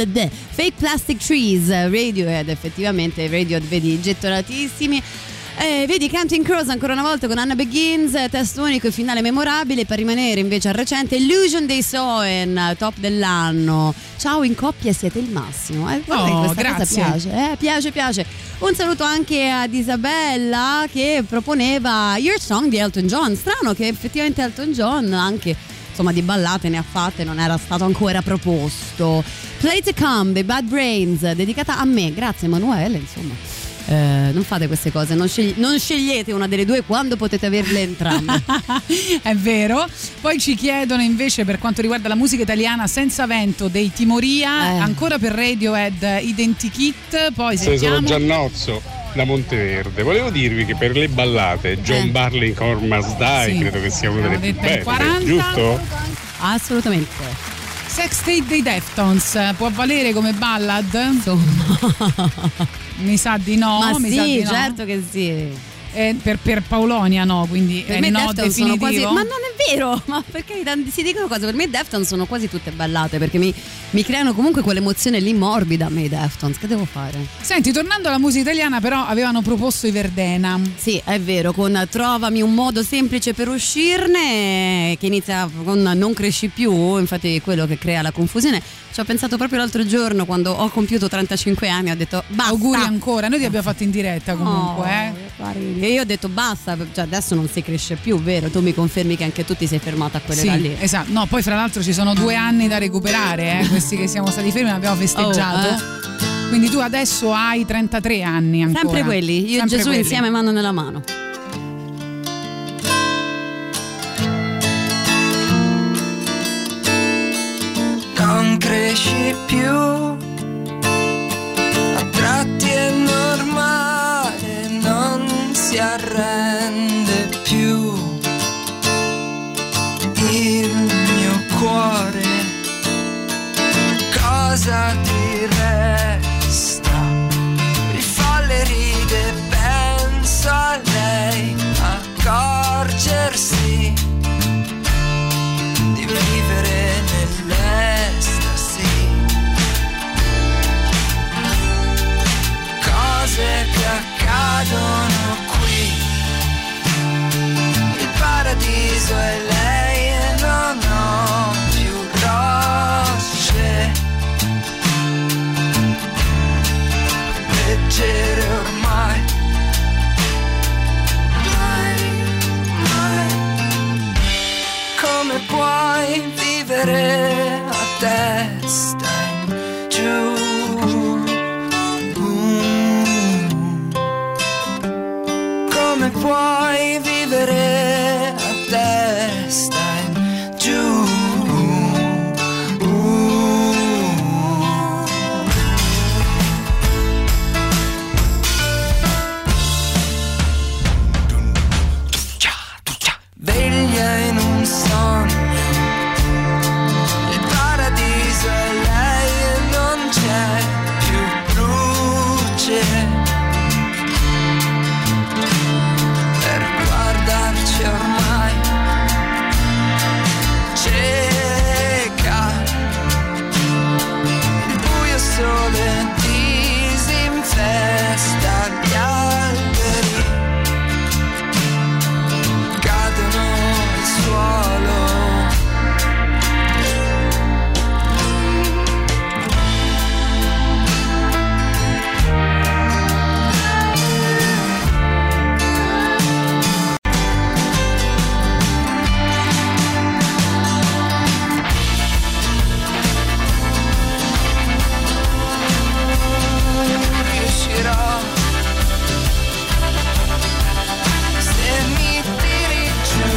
Fake Plastic Trees, Radiohead, effettivamente Radiohead, vedi, gettonatissimi. Eh, vedi Counting Crows ancora una volta con Anna Begins, testo unico e finale memorabile. Per rimanere invece al recente, Illusion dei Soen, top dell'anno. Ciao, in coppia siete il massimo. Eh, guarda oh, che questa grazie. cosa piace, eh, piace, piace. Un saluto anche ad Isabella che proponeva Your Song di Elton John. Strano che effettivamente Elton John anche insomma di ballate ne ha fatte, non era stato ancora proposto. Play to Come dei Bad Brains, dedicata a me. Grazie Emanuele, insomma. Eh, non fate queste cose, non, scegli- non scegliete una delle due quando potete averle entrambe. È vero. Poi ci chiedono invece per quanto riguarda la musica italiana Senza Vento dei Timoria, eh. ancora per Radiohead Identikit. Poi Se sentiamo. sono Giannozzo da Monteverde, volevo dirvi che per le ballate John Eh. Barley con Must Die Sì. credo che sia una delle più Detta in belle, quaranta. giusto? Assolutamente. Sex Tape dei Deftones può valere come ballad? Insomma. Mi sa di no. Ma mi sì, sa di no. certo che sì. Eh, per, per Paolonia no, quindi Per eh, me no Deftones sono definitivo. quasi, ma non è vero, ma perché si dicono cose, per me i Deftones sono quasi tutte ballate, perché mi, mi creano comunque quell'emozione lì morbida a me i Deftones, che devo fare? Senti, tornando alla musica italiana, però avevano proposto i Verdena. Sì, è vero, con Trovami un modo semplice per uscirne, che inizia con Non cresci più, infatti quello che crea la confusione. Ci ho pensato proprio l'altro giorno quando ho compiuto trentacinque anni, ho detto basta. Auguri ancora, noi ti abbiamo fatto in diretta comunque. Oh, eh. E io ho detto basta, cioè adesso non si cresce più, vero? Tu mi confermi che anche tu ti sei fermata a quelle Sì, lì. esatto. No, poi fra l'altro ci sono due anni da recuperare, eh, questi che siamo stati fermi, l'abbiamo festeggiato. Oh, eh. Quindi tu adesso hai trentatré anni ancora. Sempre quelli, io Sempre e Gesù quelli. insieme mano nella mano. Non cresci più, a tratti è normale, non si arrende più il mio cuore. vivere a testa in giù. Mm. Come puoi vivere a testa in giù? Veglia in un sogno, il paradiso è lei e non c'è più luce per guardarci ormai, cieca, il buio sole disinfesta gli alberi, cadono al suolo. Riuscirò, se mi tiri giù,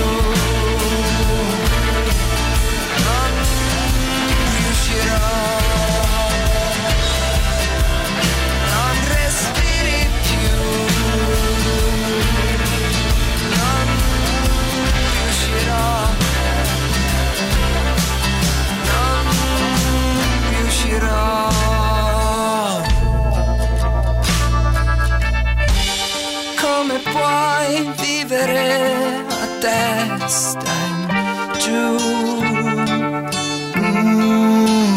non riuscirò, non respiri più, non riuscirò, non riuscirò. Come puoi vivere a testa in giù? Mm.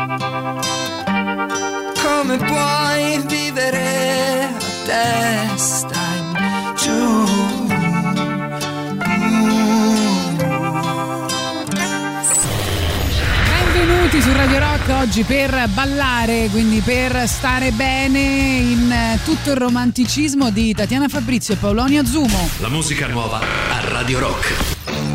Come puoi vivere a testa in giù? Benvenuti su Radio Rock oggi per ballare, quindi per stare bene in tutto il romanticismo di Tatiana Fabrizio e Paolonia Zumo. La musica nuova a Radio Rock.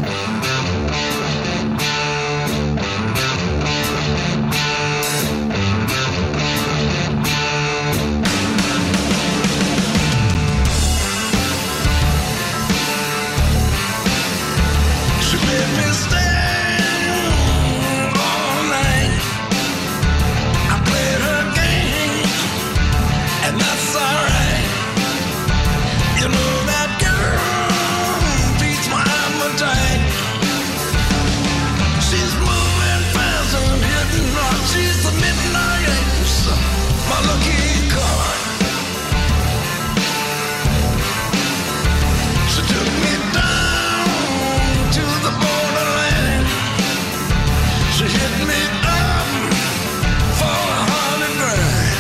She made me stay all night. I played her game, and that's alright. You know that girl beats my appetite. She's moving fast and hitting hard. She's the midnight ace, my lucky card. She took me down to the borderline. She hit me up for a hundred grand.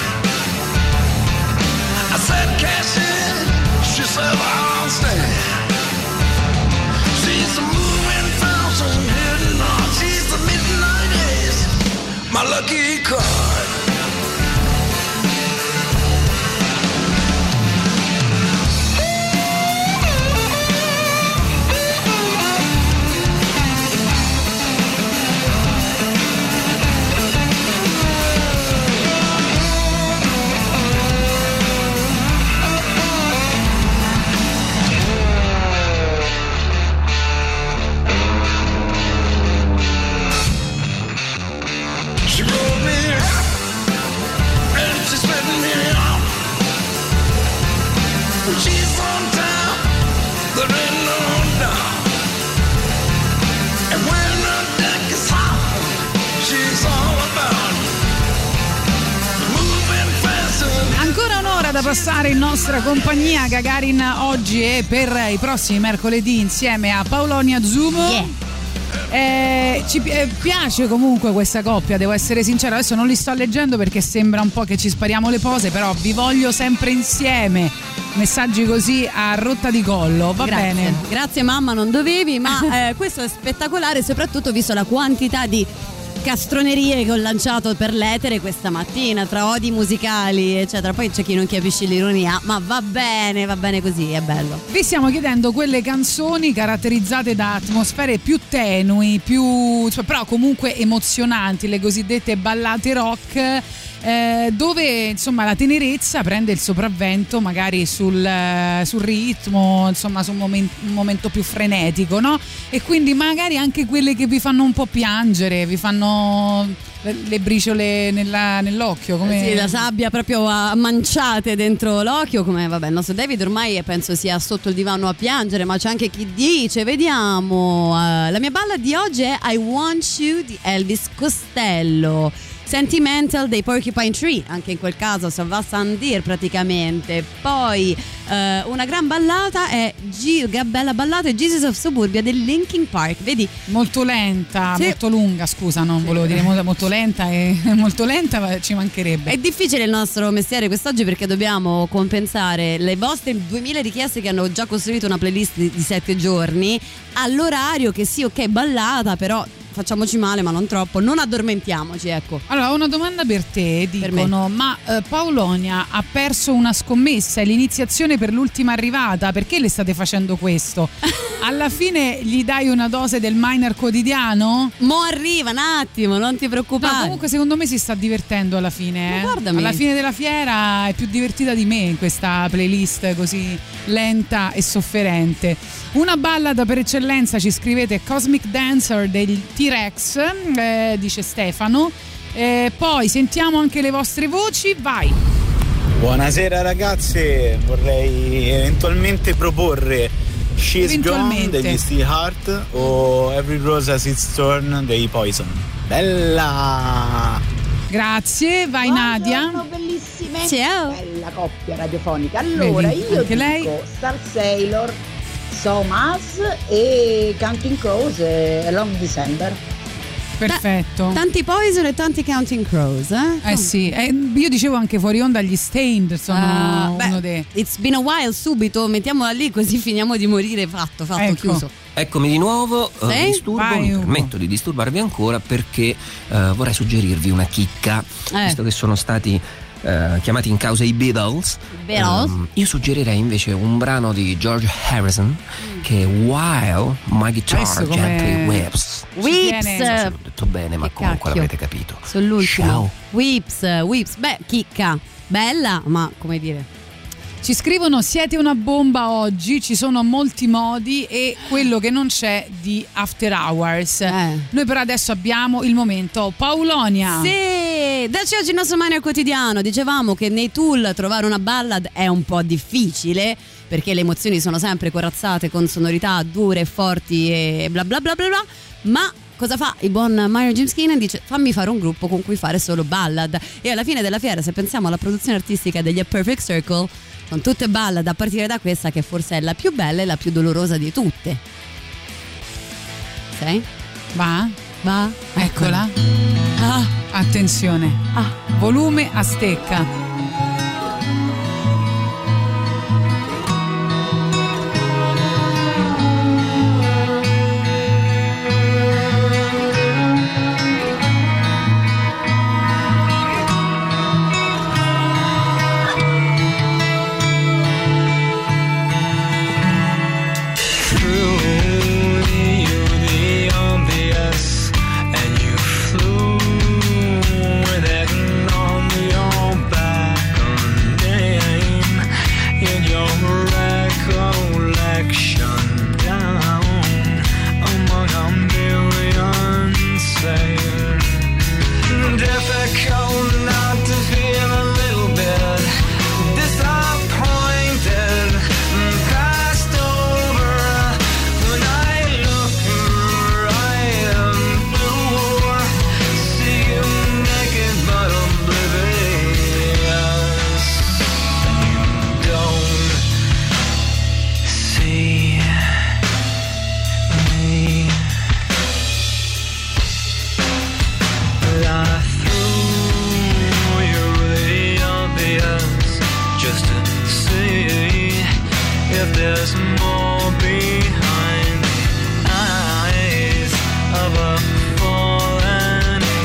I said cash in, she said I'll stay. She's a moving thousand hidden on. She's the midnight ace, my lucky card. She rolled me up and she spit me out. When she's on town, there ain't no doubt. And when the deck is hot, she's all about moving fast and Ancora un'ora da passare in nostra compagnia, Gagarin oggi e per i prossimi mercoledì insieme a Paolonia Zumo. Yeah. Eh, ci pi- eh, piace comunque questa coppia, devo essere sincera. Adesso non li sto leggendo perché sembra un po' che ci spariamo le pose, però vi voglio sempre insieme. Messaggi così a rotta di collo, va Grazie. bene. Grazie mamma, non dovevi, ma eh, questo è spettacolare, soprattutto visto la quantità di castronerie che ho lanciato per l'etere questa mattina, tra odi musicali eccetera. Poi c'è chi non capisce l'ironia, ma va bene, va bene così, è bello. Vi stiamo chiedendo quelle canzoni caratterizzate da atmosfere più tenui, più cioè, però comunque emozionanti, le cosiddette ballate rock, eh, dove insomma la tenerezza prende il sopravvento magari sul, sul ritmo, insomma su un momento, un momento più frenetico, no? E quindi magari anche quelle che vi fanno un po' piangere, vi fanno le briciole nella, nell'occhio, come... Sì, la sabbia proprio a manciate dentro l'occhio, come vabbè il nostro David ormai penso sia sotto il divano a piangere, ma c'è anche chi dice, vediamo, uh, la mia balla di oggi è I Want You di Elvis Costello. Sentimental dei Porcupine Tree, anche in quel caso ça va sans dire praticamente. Poi eh, una gran ballata è G- bella ballata è Jesus of Suburbia del Linkin Park, vedi? Molto lenta, sì. molto lunga, scusa, non volevo dire molto, molto lenta e molto lenta ci mancherebbe. È difficile il nostro mestiere quest'oggi perché dobbiamo compensare le vostre duemila richieste che hanno già costruito una playlist di, di sette giorni all'orario che sì, ok, ballata, però facciamoci male ma non troppo, non addormentiamoci, ecco. Allora ho una domanda per te, dicono per ma eh, Paolonia ha perso una scommessa, è l'iniziazione per l'ultima arrivata, perché le state facendo questo? Alla fine gli dai una dose del Miner quotidiano? Mo arriva un attimo, non ti preoccupare. No, comunque secondo me si sta divertendo alla fine, eh. Guardami. Alla fine della fiera è più divertita di me questa playlist così lenta e sofferente. Una ballata per eccellenza, ci scrivete Cosmic Dancer degli T-Rex, eh, dice Stefano. Eh, poi sentiamo anche le vostre voci, vai. Buonasera ragazzi, vorrei eventualmente proporre She's Gone degli Steel Heart o Every Rose Has Its Thorn dei Poison. Bella! Grazie, vai Nadia. Buongiorno bellissime. Ciao. Bella coppia radiofonica. Allora, Vedi, io anche dico lei? Star Sailor, So Mas e Counting Crows e Long December. Perfetto. Tanti Poison e tanti Counting Crows, eh? Eh sì, eh, io dicevo anche fuori onda gli Stained sono Uh, beh, uno dei... It's been a while, subito, mettiamola lì così finiamo di morire, fatto, fatto, Ecco. chiuso. Eccomi di nuovo, Sì? eh, disturbo, Vai, mi Ugo. permetto di disturbarvi ancora perché eh, vorrei suggerirvi una chicca, Eh. visto che sono stati eh, chiamati in causa i Beatles. Beatles? ehm, io suggerirei invece un brano di George Harrison che è While My Guitar Adesso come- Gently Weeps. Whips, Non so se l'ho detto bene, ma Che comunque cacchio. l'avete capito. sull'ultimo. Ciao. Whips, Whips, beh, chicca, bella, ma come dire. Ci scrivono siete una bomba oggi, ci sono molti modi e quello che non c'è di After Hours. Eh. Noi però adesso abbiamo il momento Paolonia. Sì, dacci oggi il nostro Miner quotidiano. Dicevamo che nei Tool trovare una ballad è un po' difficile perché le emozioni sono sempre corazzate con sonorità dure, forti e bla bla bla bla bla, ma cosa fa il buon Miner James Keenan? Dice fammi fare un gruppo con cui fare solo ballad, e alla fine della fiera, se pensiamo alla produzione artistica degli A Perfect Circle, sono tutte ballad a partire da questa che forse è la più bella e la più dolorosa di tutte. Sei? Va? Va? Eccola. Ah, Attenzione. ah. Volume a stecca. Truly, you're the obvious, and you flew with it on your back on name in your recollection down among a million sane. Difficult not to feel a little bit disappointed, passed over when I look right and blue. See you naked but oblivious, and you don't see me. I threw you the obvious just to see if there's more behind the eyes of a fallen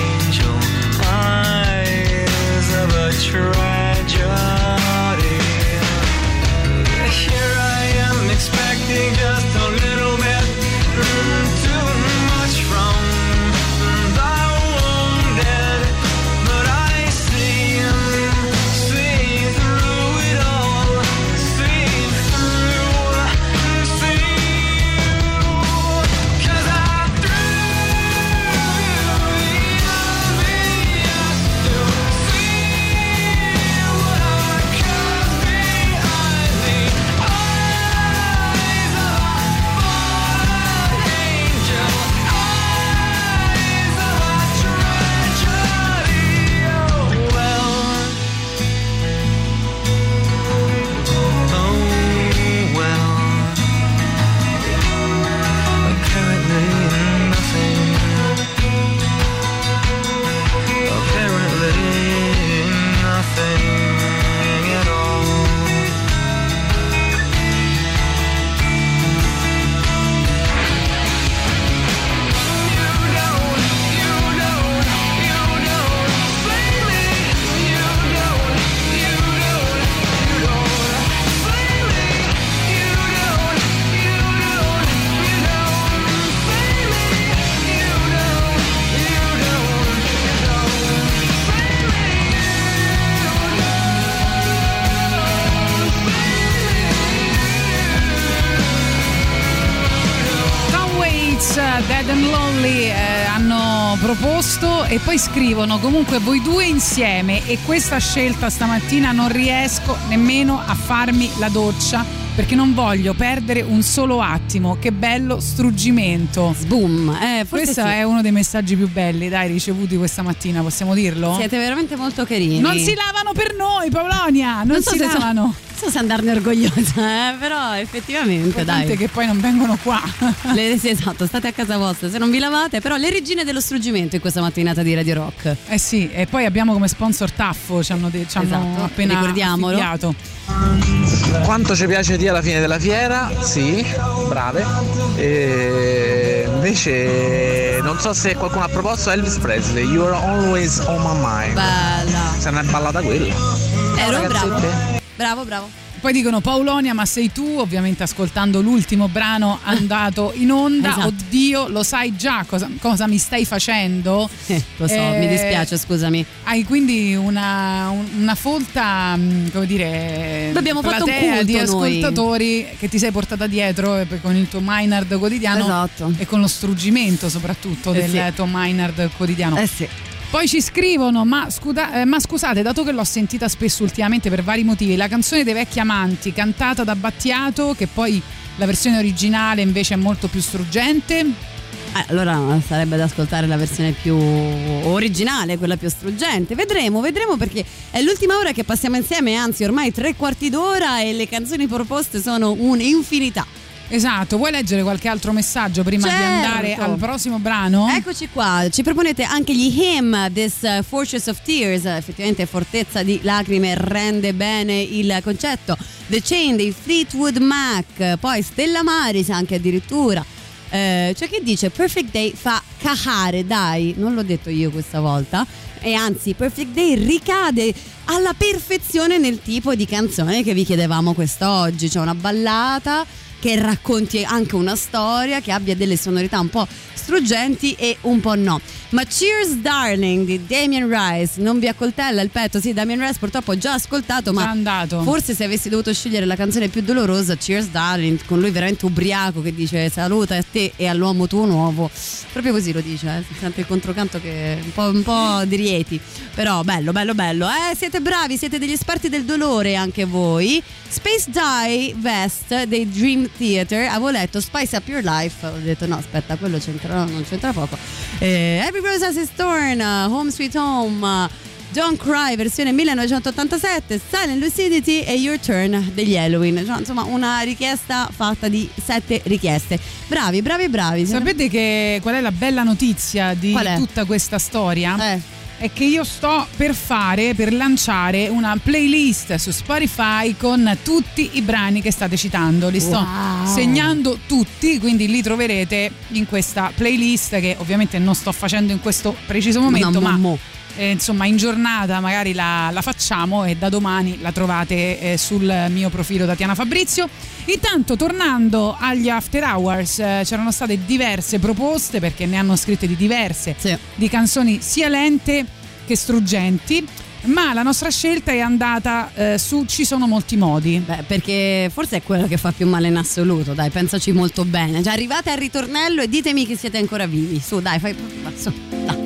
Bad and Lonely eh, hanno proposto e poi scrivono: comunque voi due insieme e questa scelta stamattina non riesco nemmeno a farmi la doccia perché non voglio perdere un solo attimo. Che bello struggimento. Sboom. Eh, Questo sì. è uno dei messaggi più belli, dai, ricevuti questa mattina, possiamo dirlo? Siete veramente molto carini. Non si lavano per noi, Paolonia, non, Non so si se so- lavano. Non so se andarne orgogliosa, eh, però effettivamente dai. Tante che poi non vengono qua. Le, sì, esatto, state a casa vostra se non vi lavate, però le regine dello struggimento in questa mattinata di Radio Rock. Eh sì, e poi abbiamo come sponsor Taffo, ci hanno, de- ci hanno Esatto, appena ricordiamolo. affiliato. Quanto ci piace Tia alla fine della fiera? Sì, brave. E invece non so se qualcuno ha proposto Elvis Presley, You Are Always On My Mind. Bella. Se ne è ballata quella. Ero bravo. ragazzette. Bravo, bravo. Poi dicono Paolonia, ma sei tu, ovviamente ascoltando l'ultimo brano andato in onda. Esatto. Oddio, lo sai già cosa, cosa mi stai facendo? Eh, lo so, Eh, mi dispiace, scusami. Hai quindi una, un- una folta, mh, come dire, Beh, abbiamo fatto un platea culto di noi. ascoltatori che ti sei portata dietro eh, con il tuo Maynard quotidiano. Esatto. E con lo struggimento soprattutto Eh del sì. tuo Maynard quotidiano. Eh sì. Poi ci scrivono: ma, scuda- eh, ma scusate, dato che l'ho sentita spesso ultimamente per vari motivi, la canzone dei vecchi amanti cantata da Battiato, che poi la versione originale invece è molto più struggente. Eh, allora sarebbe da ascoltare la versione più originale, quella più struggente. Vedremo, vedremo, perché è l'ultima ora che passiamo insieme, anzi ormai tre quarti d'ora, e le canzoni proposte sono un'infinità. Esatto, vuoi leggere qualche altro messaggio prima Certo. di andare al prossimo brano? Eccoci qua, ci proponete anche gli Hymn, This uh, Fortress of Tears, effettivamente fortezza di lacrime, rende bene il concetto. The Chain dei Fleetwood Mac, poi Stella Maris anche addirittura. Eh, c'è chi dice Perfect Day fa cahare, dai, non l'ho detto io questa volta, e anzi Perfect Day ricade alla perfezione nel tipo di canzone che vi chiedevamo quest'oggi, cioè una ballata che racconti anche una storia, che abbia delle sonorità un po' struggenti e un po' no. Ma Cheers Darling di Damien Rice non vi accoltella il petto? Sì, Damien Rice purtroppo ho già ascoltato, ma Già andato. forse se avessi dovuto scegliere la canzone più dolorosa, Cheers Darling, con lui veramente ubriaco che dice saluta a te e all'uomo tuo nuovo, proprio così lo dice, eh? Si sente il controcanto che è un po', un po' di rieti, però bello, bello, bello, eh? Siete bravi, siete degli esperti del dolore anche voi. Space Dye Vest dei Dream Theater, avevo letto Spice Up Your Life, ho detto no aspetta, quello c'entra, no, non c'entra poco. eh, Every Rose Has Its Thorn, Home Sweet Home, uh, Don't Cry versione millenovecentottantasette, Silent Lucidity e Your Turn degli Halloween, cioè, insomma una richiesta fatta di sette richieste. Bravi, bravi, bravi. Sapete che qual è la bella notizia di Qual è? tutta questa storia? Eh. È che io sto per fare, per lanciare una playlist su Spotify con tutti i brani che state citando. Li sto Wow. segnando tutti, quindi li troverete in questa playlist che ovviamente non sto facendo in questo preciso momento, No, mo, ma mo. eh, insomma in giornata magari la, la facciamo e da domani la trovate eh, sul mio profilo Tatiana Fabrizio. Intanto, tornando agli After Hours, eh, c'erano state diverse proposte, perché ne hanno scritte di diverse, Sì. di canzoni sia lente che struggenti, ma la nostra scelta è andata eh, su Ci sono molti modi. Beh, perché forse è quello che fa più male in assoluto, dai, pensaci molto bene. Cioè, arrivate al ritornello e ditemi che siete ancora vivi. Su, dai, fai su, dai.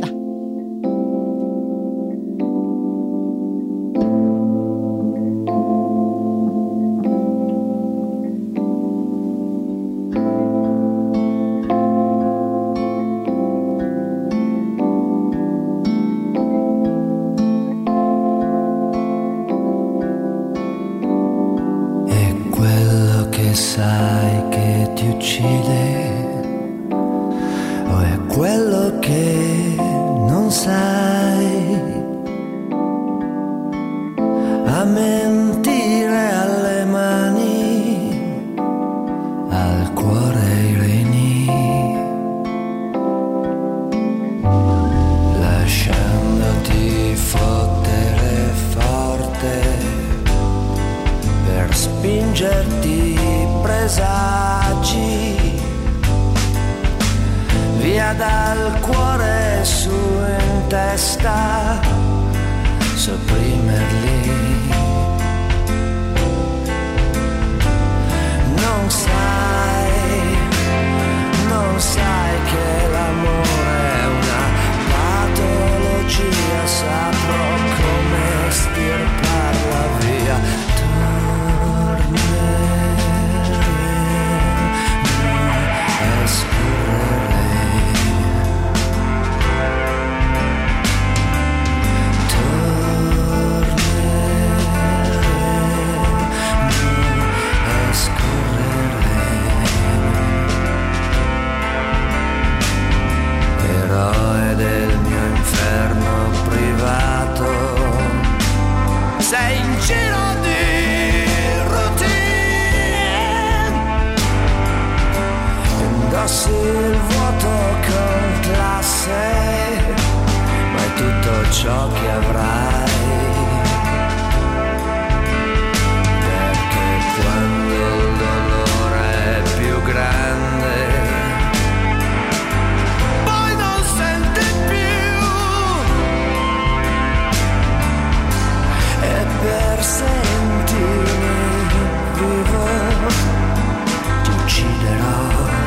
È quello che sai che ti uccide, o è quello che non sai, a mentire alle mani, al cuore ai reni, lasciandoti fottere forte per spingerti presagi via dal cuore su in testa, sopprimerli. Non sai, non sai ciò che avrai, perché quando il dolore è più grande poi non senti più, e per sentirmi vivo ti ucciderò.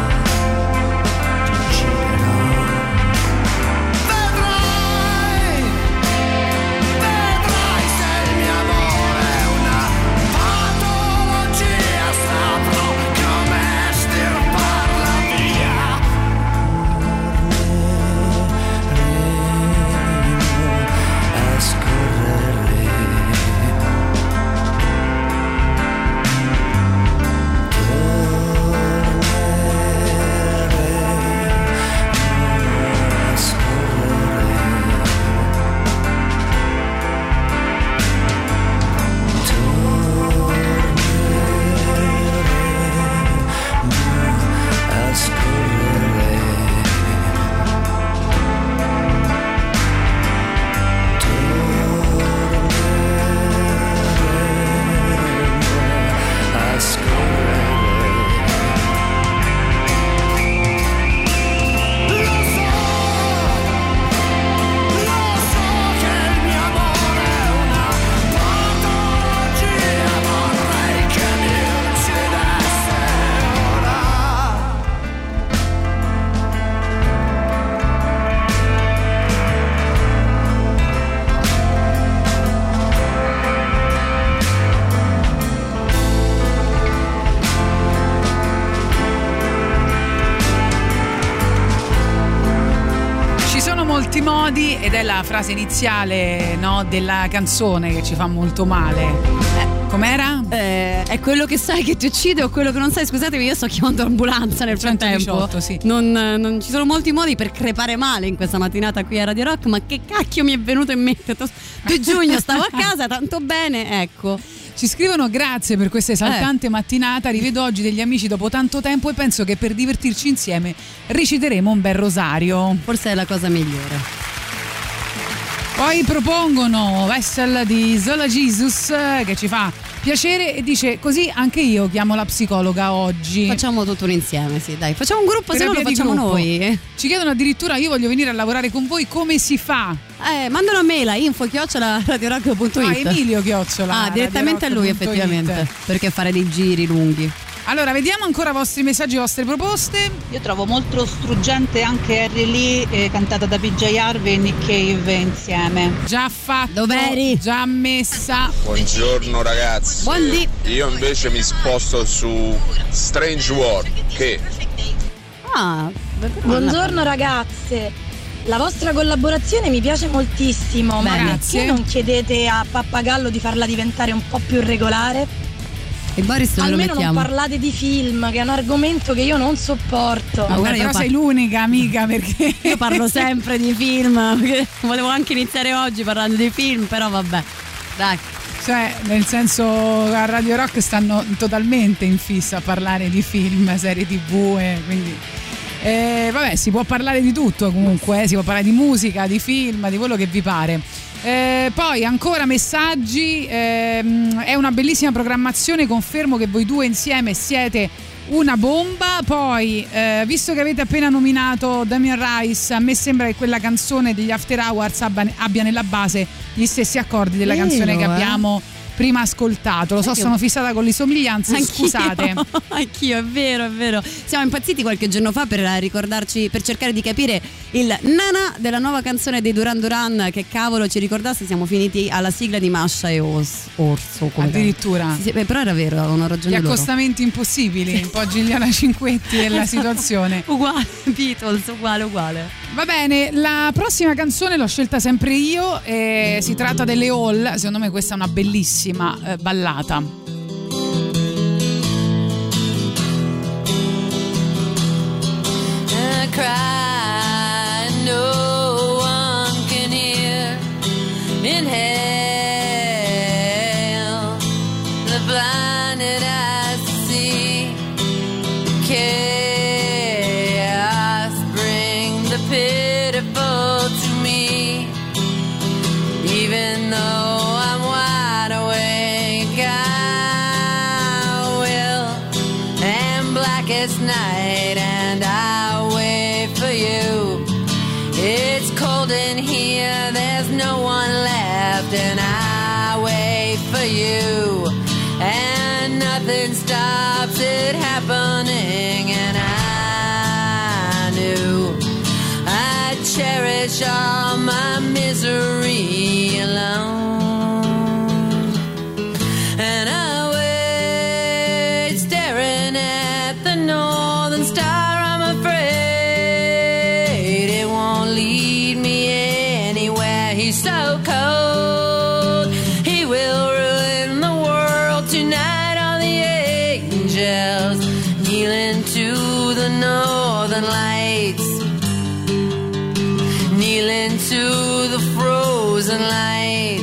Modi, ed è la frase iniziale, no, della canzone che ci fa molto male. Eh, com'era? Eh, è quello che sai che ti uccide o quello che non sai? Scusatemi, io sto chiamando l'ambulanza nel frattempo. centodiciotto, sì. non, non ci sono molti modi per crepare male in questa mattinata qui a Radio Rock, ma che cacchio mi è venuto in mente? due giugno stavo a casa, tanto bene, ecco. Ci scrivono: grazie per questa esaltante eh. mattinata, rivedo oggi degli amici dopo tanto tempo e penso che per divertirci insieme reciteremo un bel rosario. Forse è la cosa migliore. Poi propongono Vessel di Zola Jesus, che ci fa piacere, e dice: così anche io chiamo la psicologa oggi. Facciamo tutto un insieme, sì, dai, facciamo un gruppo, se no lo facciamo noi. Ci chiedono addirittura: io voglio venire a lavorare con voi, come si fa? Eh, manda una mail a info chiocciola radiorock punto it. Ah, Emilio chiocciola. Ah, direttamente a lui effettivamente, perché fare dei giri lunghi. Allora, vediamo ancora i vostri messaggi, le vostre proposte. Io trovo molto struggente anche Harry Lee eh, cantata da P J Harvey e Nick Cave insieme. Già fatto. Dov'eri? Già messa. Buongiorno ragazzi. Buondì. Io invece mi sposto su Strange World, che Ah, buongiorno ragazze. La vostra collaborazione mi piace moltissimo. Beh, ma grazie. perché non chiedete a Pappagallo di farla diventare un po' più regolare? E Boris dove lo Almeno non mettiamo? parlate di film, che è un argomento che io non sopporto. Ma guarda, però sei l'unica amica, perché io parlo sempre di film, perché volevo anche iniziare oggi parlando di film, però vabbè, dai. Cioè, nel senso, a Radio Rock stanno totalmente in fissa a parlare di film, serie tv, e quindi eh, vabbè, si può parlare di tutto comunque, eh, si può parlare di musica, di film, di quello che vi pare. Eh, poi ancora messaggi, ehm, è una bellissima programmazione, confermo che voi due insieme siete una bomba. Poi eh, visto che avete appena nominato Damien Rice, a me sembra che quella canzone degli After Hours abbia, abbia nella base gli stessi accordi della Vero, canzone che eh? abbiamo prima ascoltato. Lo so, Anch'io. sono fissata con le somiglianze, Anch'io. scusate. Anch'io, è vero, è vero. Siamo impazziti qualche giorno fa per ricordarci, per cercare di capire il nana della nuova canzone dei Duran Duran, che cavolo ci ricordasse. Siamo finiti alla sigla di Masha e Os, Orso come Addirittura. sì, sì, beh, però era vero, avevano ragione Gli loro. accostamenti impossibili, un po' Giuliana Cinquetti e la situazione. Uguale, Beatles, uguale, uguale. Va bene, la prossima canzone l'ho scelta sempre io, e si tratta delle All. Secondo me questa è una bellissima eh, ballata. I cry, no one can hear. In hell, the blinded eyes see chaos, bring the pitiful to me. here, there's no one left, and I wait for you, and nothing stops it happening, and I knew I'd cherish all my misery alone, and I wait staring at the northern star. I'm afraid it won't lead me anywhere. He's so cold, he will ruin the world tonight. All the angels kneeling to the northern lights, kneeling to the frozen lights.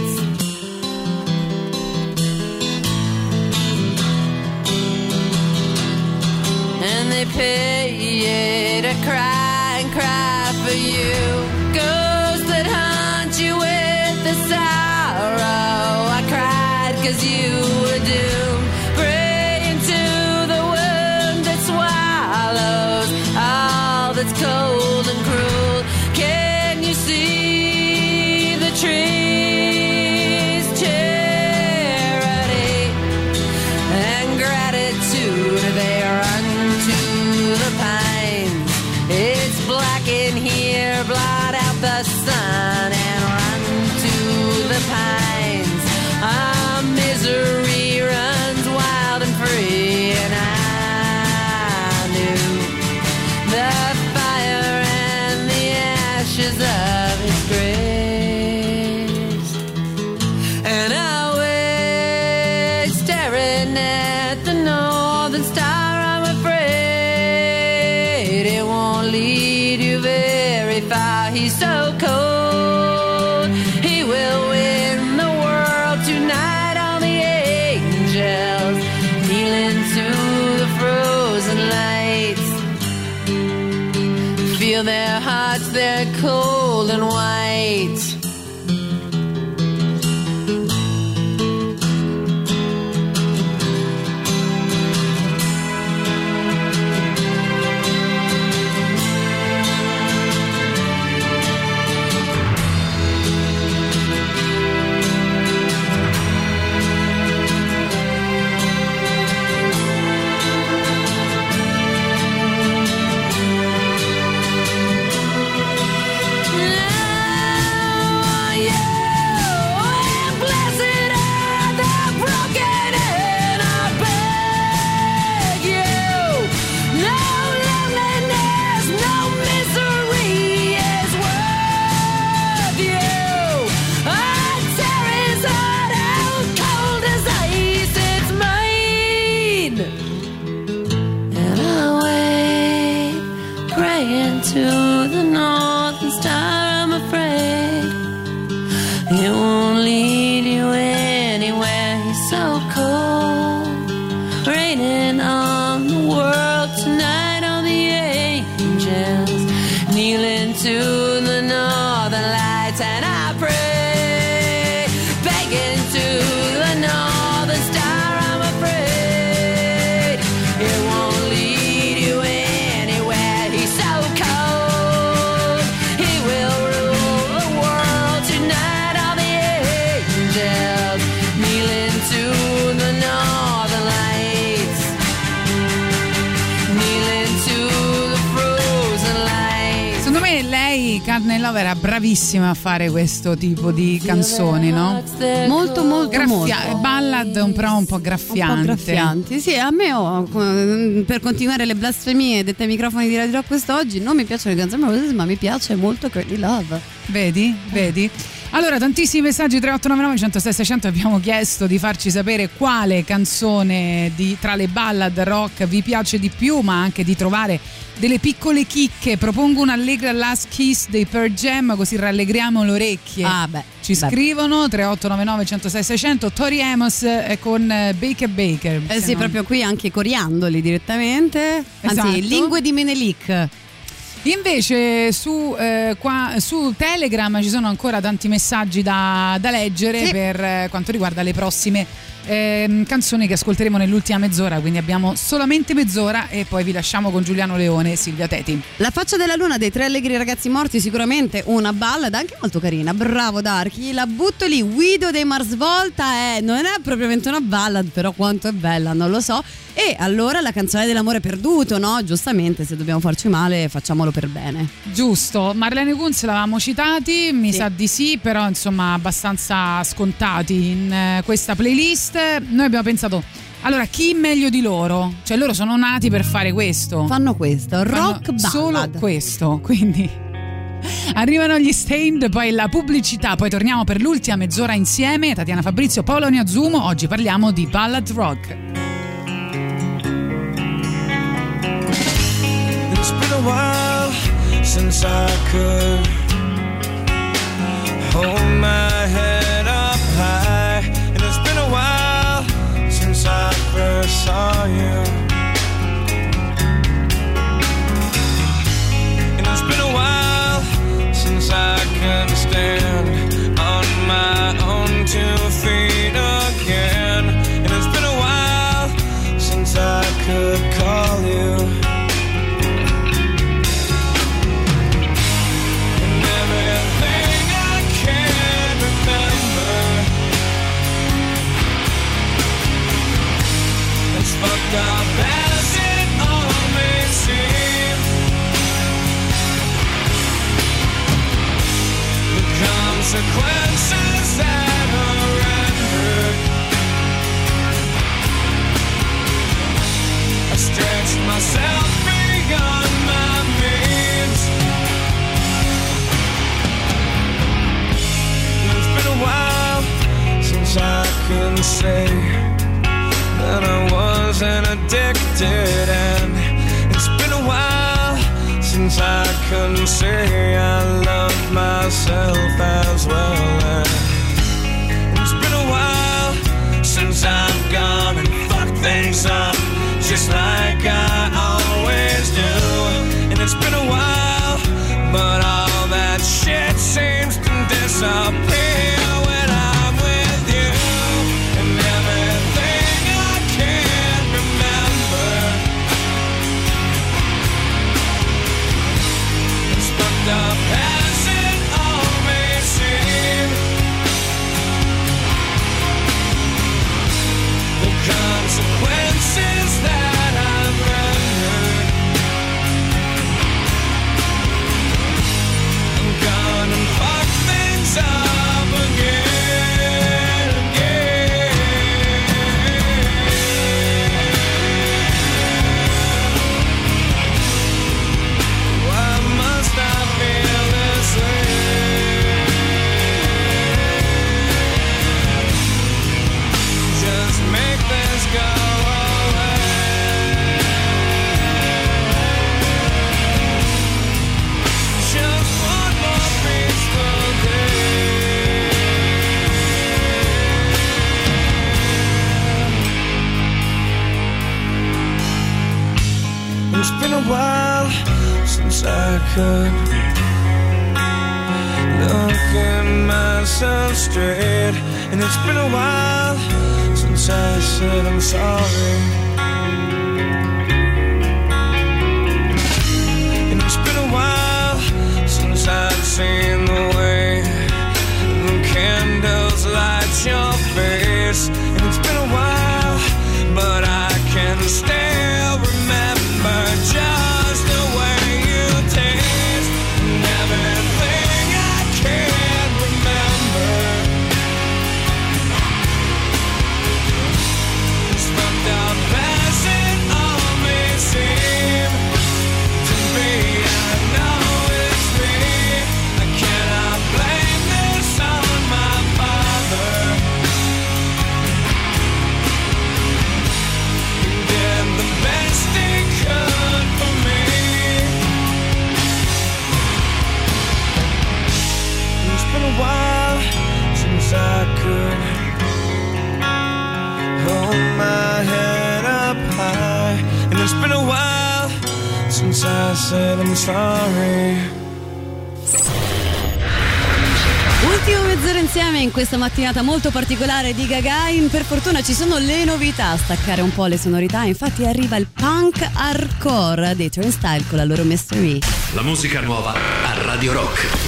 And they pay to cry and cry for you. Ghosts that haunt you with the sorrow. I cried 'cause you were doomed. Praying to the wind that swallows all that's cold and cruel. Can you see the trees? Charity and gratitude, they run to the pines. It's black in here, blot out the sun and run to the pines. Our misery runs wild and free, and I knew the fire and the ashes of his grace. And I wait staring at the northern star. I'm afraid it won't lead you very far. He's so cold, he will win the world tonight. All the angels kneeling to the frozen lights, feel their hearts, they're cold and white. To the northern star, I'm afraid it won't lead you anywhere. He's so cold, raining on the world tonight. All the angels kneeling to the northern lights, and I pray, begging to the northern star. I'm afraid it won't lead you anywhere. He's so cold, he will rule the world tonight. All the angels kneeling to the northern lights, kneeling to the frozen lights. Secondo me lei, Courtney Love, era bravissima a fare questo tipo di canzoni, no? Molto molto Graffia- molto. Ballad un po', un po' graffiante. Un po' graffianti. Sì, a me oh, per continuare le blasfemie dette ai microfoni di Radio Rock quest'oggi, non mi piacciono i Guns N' Roses, ma mi piace molto Courtney Love. Vedi? Vedi? Allora, tantissimi messaggi tre otto nove nove, uno zero sei, sei zero zero. Abbiamo chiesto di farci sapere quale canzone di, tra le ballad rock vi piace di più, ma anche di trovare delle piccole chicche. Propongo un'allegra Last Kiss dei Pearl Jam, così rallegriamo le orecchie. Ah, beh. Ci beh. scrivono tre otto nove nove, uno zero sei, sei zero zero. Tori Amos eh, con eh, Baker Baker. Eh sì, non... proprio qui anche coriandoli direttamente. Anzi, Esatto. lingue di Menelik. Invece su, eh, qua, su Telegram ci sono ancora tanti messaggi da, da leggere, sì, per eh, quanto riguarda le prossime eh, canzoni che ascolteremo nell'ultima mezz'ora, quindi abbiamo solamente mezz'ora e poi vi lasciamo con Giuliano Leone e Silvia Teti. La faccia della luna dei Tre allegri ragazzi morti, sicuramente una ballad anche molto carina, bravo Darky, la butto lì. Guido dei Mars Volta è, non è propriamente una ballad, però quanto è bella non lo so. E allora la canzone dell'amore perduto, no? Giustamente, se dobbiamo farci male facciamolo per bene. Giusto, Marlene Kunz l'avevamo citati, mi Sì. sa di sì, però insomma abbastanza scontati in eh, questa playlist. Noi abbiamo pensato, allora chi meglio di loro? Cioè loro sono nati per fare questo. Fanno questo, rock Fanno ballad. solo questo, quindi arrivano gli Stained, poi la pubblicità, poi torniamo per l'ultima mezz'ora insieme. Tatiana Fabrizio, Paolo Niazumo, oggi parliamo di ballad rock. It's been a while since I could hold my head up high, and it's been a while since I first saw you, and it's been a while since I can stand on my own two feet again, and it's been a while since I could call you. Fucked up as it all may seem, the consequences that are rendered, I stretched myself beyond my means. It's been a while since I can say that I wasn't addicted, and it's been a while since I can say I love myself as well, and it's been a while since I've gone and fucked things up just like I always do, and it's been a while, but all that shit seems to disappear when I'm with you, and everything up as it all may seem, the consequences that I've rendered, I'm gonna fuck things up again, again. Why must I feel this way? Just make this go away. Just one more peaceful day. It's been a while since I could look at myself straight, and it's been a while since I said I'm sorry, and it's been a while since I've seen the way the candles light your face, and it's been a while, but I can still remember just the way you taste, and everything I can remember is fucked up as it all may seem to be. I know it's me, I cannot blame this on my father. He did the best he could for me. It's been a while since I could hold my head up high, and it's been a while since I said I'm sorry. Ultima mezz'ora insieme in questa mattinata molto particolare di Gagarin. Per fortuna ci sono le novità a staccare un po' le sonorità. Infatti arriva il punk hardcore dei Turnstile con la loro Mystery. La musica nuova a Radio Rock.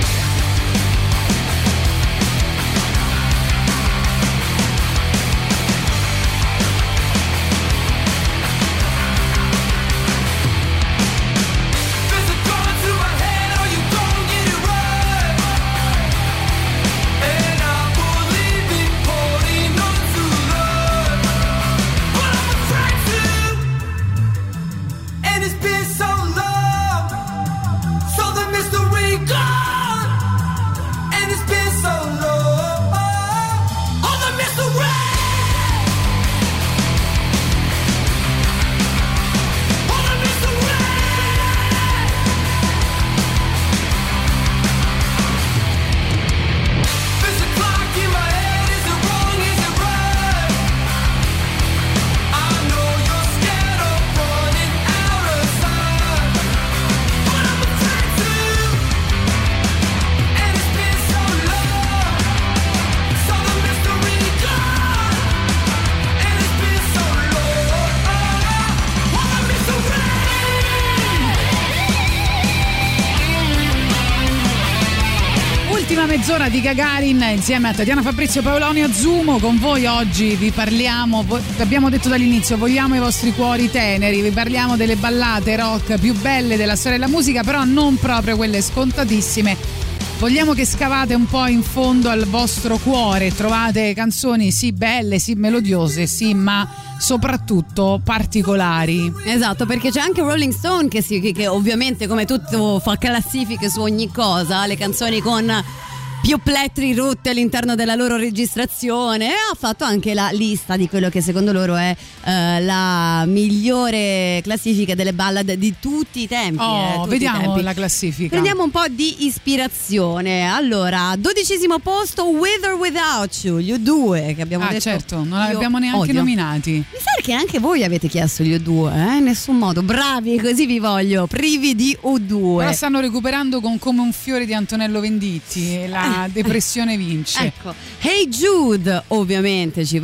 Mezz'ora di Gagarin insieme a Tatiana Fabrizio Paolonio Zumo. Con voi oggi vi parliamo, abbiamo detto dall'inizio, vogliamo i vostri cuori teneri, vi parliamo delle ballate rock più belle della storia della musica, però non proprio quelle scontatissime. Vogliamo che scavate un po' in fondo al vostro cuore, trovate canzoni sì belle, sì melodiose, sì, ma soprattutto particolari. Esatto, perché c'è anche Rolling Stone che, si, che, che ovviamente come tutto fa classifiche su ogni cosa, le canzoni con più plettri rotte all'interno della loro registrazione, e ha fatto anche la lista di quello che secondo loro è uh, la migliore classifica delle ballad di tutti i tempi. Oh, eh, tutti vediamo i tempi. La classifica. Prendiamo un po' di ispirazione. Allora, dodicesimo posto, With or Without You, gli U due, che abbiamo ah, detto. certo, non li abbiamo neanche odio. nominati. Mi sa che anche voi avete chiesto gli U due, eh? In nessun modo. Bravi, così vi voglio, privi di U due. Però stanno recuperando con Come un fiore di Antonello Venditti e la depressione vince. Ecco, Hey Jude, ovviamente ci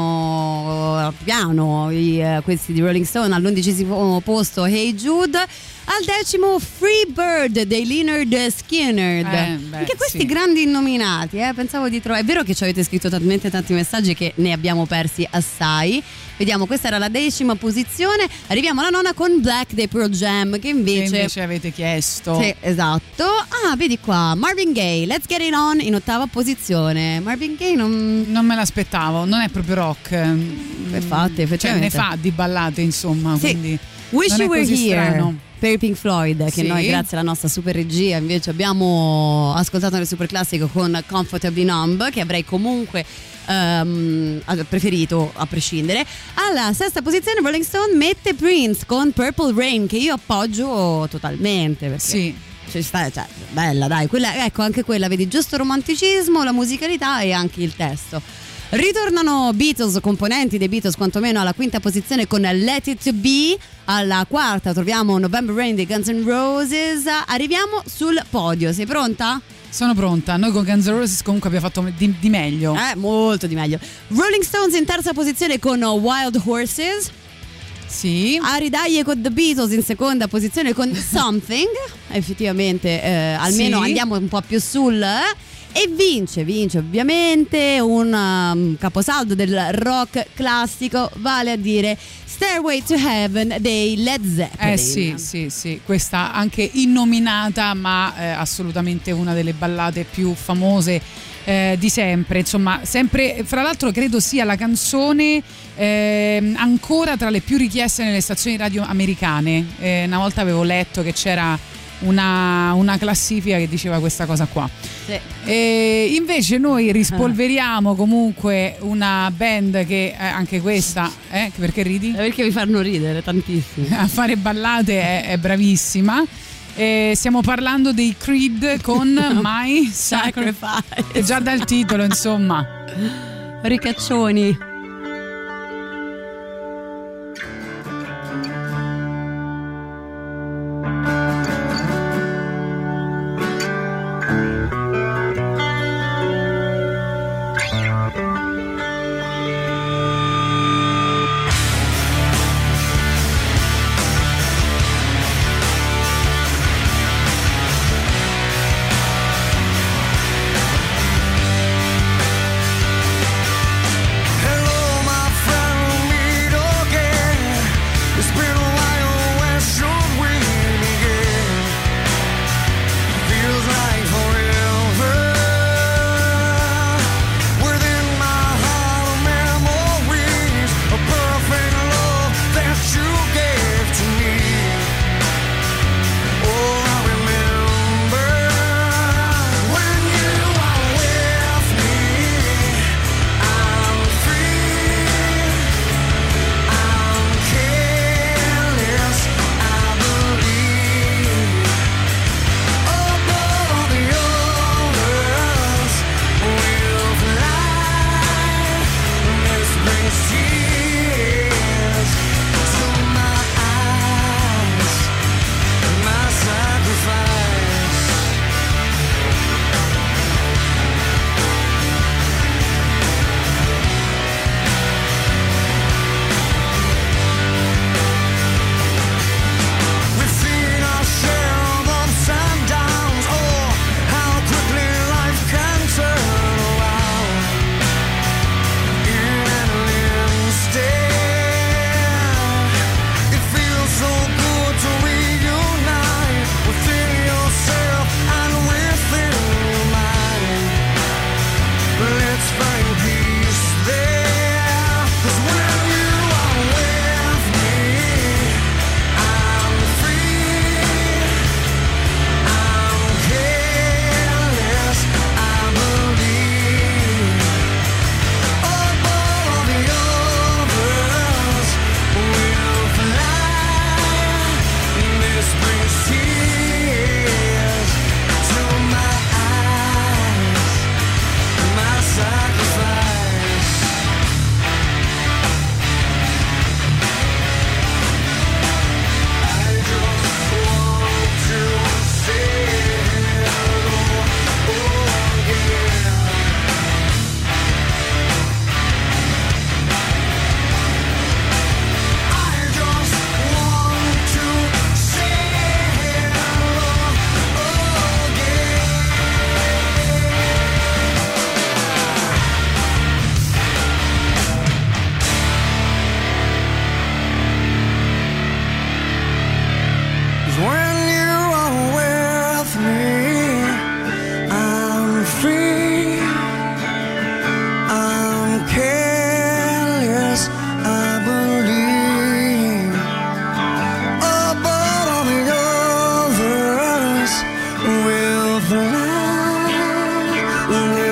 vanno piano i, uh, questi di Rolling Stone. All'undicesimo posto Hey Jude, al decimo Free Bird dei Lynyrd Skynyrd. Eh, beh, anche questi sì. grandi innominati, eh? Pensavo di trovare. È vero che ci avete scritto talmente tanti messaggi che ne abbiamo persi assai. Vediamo, questa era la decima posizione. Arriviamo alla nona con Black dei Pearl Jam, che invece, che invece avete chiesto. Sì, esatto. Ah, vedi qua, Marvin Gaye, Let's Get It On in ottava posizione. Marvin Gaye non, non me l'aspettavo, non è proprio rock. Infatti, effettivamente. Cioè, ne fa di ballate, insomma. Sì. Quindi Wish non You è Were così Here strano. per i Pink Floyd, che Sì. noi grazie alla nostra super regia invece abbiamo ascoltato nel super classico con Comfortably Numb, che avrei comunque um, preferito a prescindere. Alla sesta posizione Rolling Stone mette Prince con Purple Rain, che io appoggio totalmente, perché sì. Ci sta, cioè, bella, dai, quella, ecco, anche quella, vedi, giusto romanticismo, la musicalità e anche il testo. Ritornano Beatles, componenti dei Beatles quantomeno alla quinta posizione con Let It Be. Alla quarta troviamo November Rain dei Guns N' Roses. Arriviamo sul podio, sei pronta? Sono pronta, noi con Guns N' Roses comunque abbiamo fatto di, di meglio. Eh, molto di meglio. Rolling Stones in terza posizione con Wild Horses. Sì. Aridaie con The Beatles in seconda posizione con Something. Effettivamente eh, almeno sì. andiamo un po' più sul eh. E vince, vince ovviamente un um, caposaldo del rock classico, vale a dire Stairway to Heaven dei Led Zeppelin. Eh sì, sì, sì, questa anche innominata, ma eh, assolutamente una delle ballate più famose eh, di sempre. Insomma, sempre, fra l'altro credo sia la canzone eh, ancora tra le più richieste nelle stazioni radio americane. Eh, una volta avevo letto che c'era Una, una classifica che diceva questa cosa qua. Sì. E invece noi rispolveriamo comunque una band che eh, anche questa eh, perché ridi? Perché vi fanno ridere tantissimo. A fare ballate è, è bravissima. E stiamo parlando dei Creed con My Sacrifice, e già dal titolo insomma ricaccioni.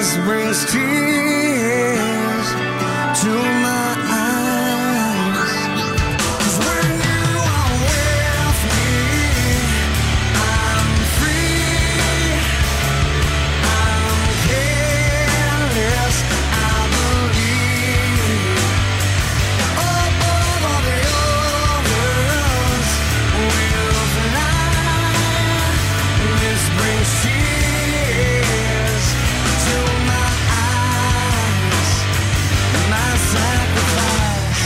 This brings tears to my eyes. 'Cause when you are with me, I'm free, I'm careless, I believe. Above all the others will fly. This brings tears to my eyes. My sacrifice,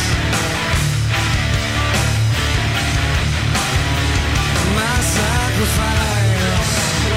my sacrifice.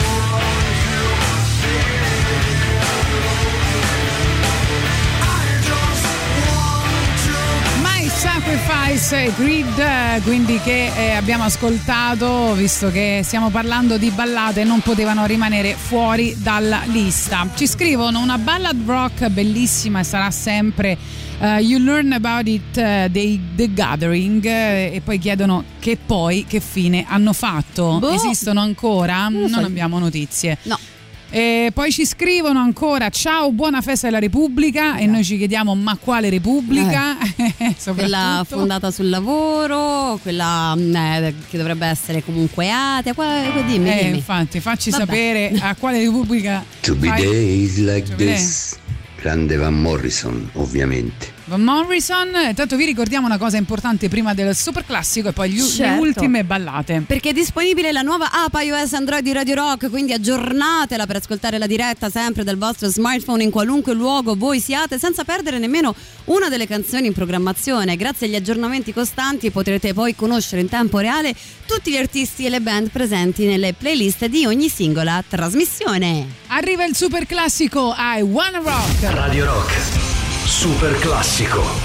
My Sacrifice, Creed, quindi che eh, abbiamo ascoltato, visto che stiamo parlando di ballate, non potevano rimanere fuori dalla lista. Ci scrivono una ballad rock bellissima e sarà sempre uh, You Learn About It uh, dei The Gathering, eh, e poi chiedono che poi che fine hanno fatto. Boh. Esistono ancora? Non lo so. Non abbiamo notizie. No. E poi ci scrivono ancora ciao, buona festa della Repubblica, e noi ci chiediamo ma quale Repubblica? Eh. Quella fondata sul lavoro, quella eh, che dovrebbe essere comunque atea. Qua, dimmi, eh, dimmi. infatti facci Vabbè. sapere a quale Repubblica To be fai- days like To be day. this. Grande Van Morrison, ovviamente. Van Morrison. Tanto vi ricordiamo una cosa importante prima del super classico e poi gli, Certo. le ultime ballate. Perché è disponibile la nuova app iOS Android di Radio Rock, quindi aggiornatela per ascoltare la diretta sempre dal vostro smartphone in qualunque luogo voi siate, senza perdere nemmeno una delle canzoni in programmazione. Grazie agli aggiornamenti costanti potrete poi conoscere in tempo reale tutti gli artisti e le band presenti nelle playlist di ogni singola trasmissione. Arriva il super classico I Wanna Rock. Radio Rock, super classico.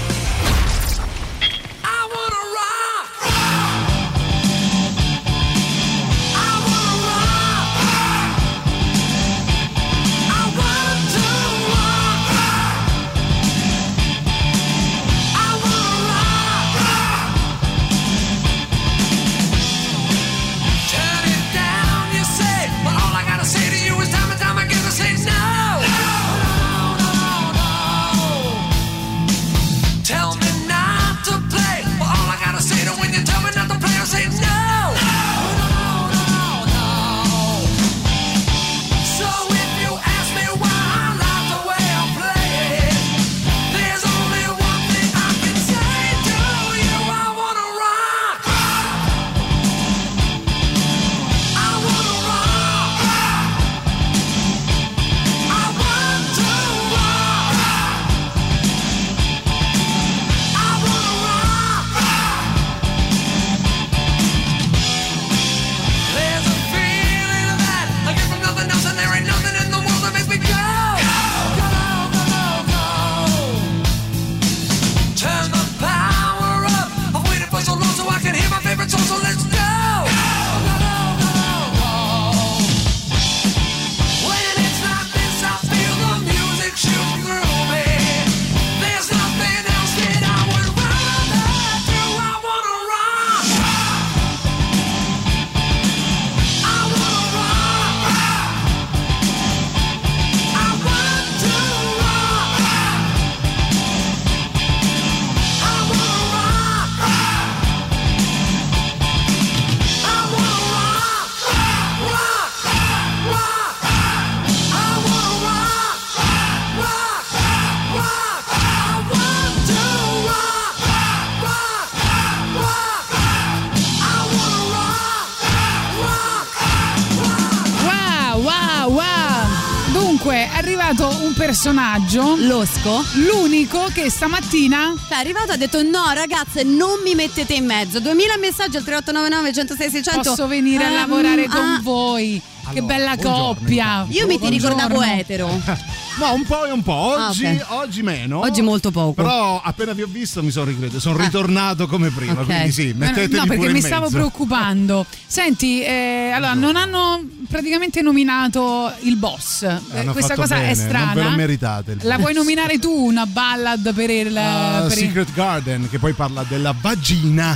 È arrivato un personaggio, Losco, l'unico che stamattina è arrivato e ha detto no ragazze non mi mettete in mezzo, duemila messaggi al tre otto nove nove uno zero sei sei zero zero. posso venire a um, lavorare ah. con voi. Che bella coppia. Io mi ti ricordavo etero. No, un po' e un po'. Oggi, Ah, ok. oggi meno. Oggi molto poco. Però appena vi ho visto mi sono ricreduto, sono ritornato come prima. Ok. Quindi sì, mettetemi no, perché pure mi in stavo mezzo. preoccupando. Senti, eh, allora non hanno praticamente nominato il boss. Eh, Hanno Questa fatto cosa bene, è strana. Non ve lo meritate. il La boss. puoi nominare tu una ballad per il, Uh, per il- Secret Garden, che poi parla della vagina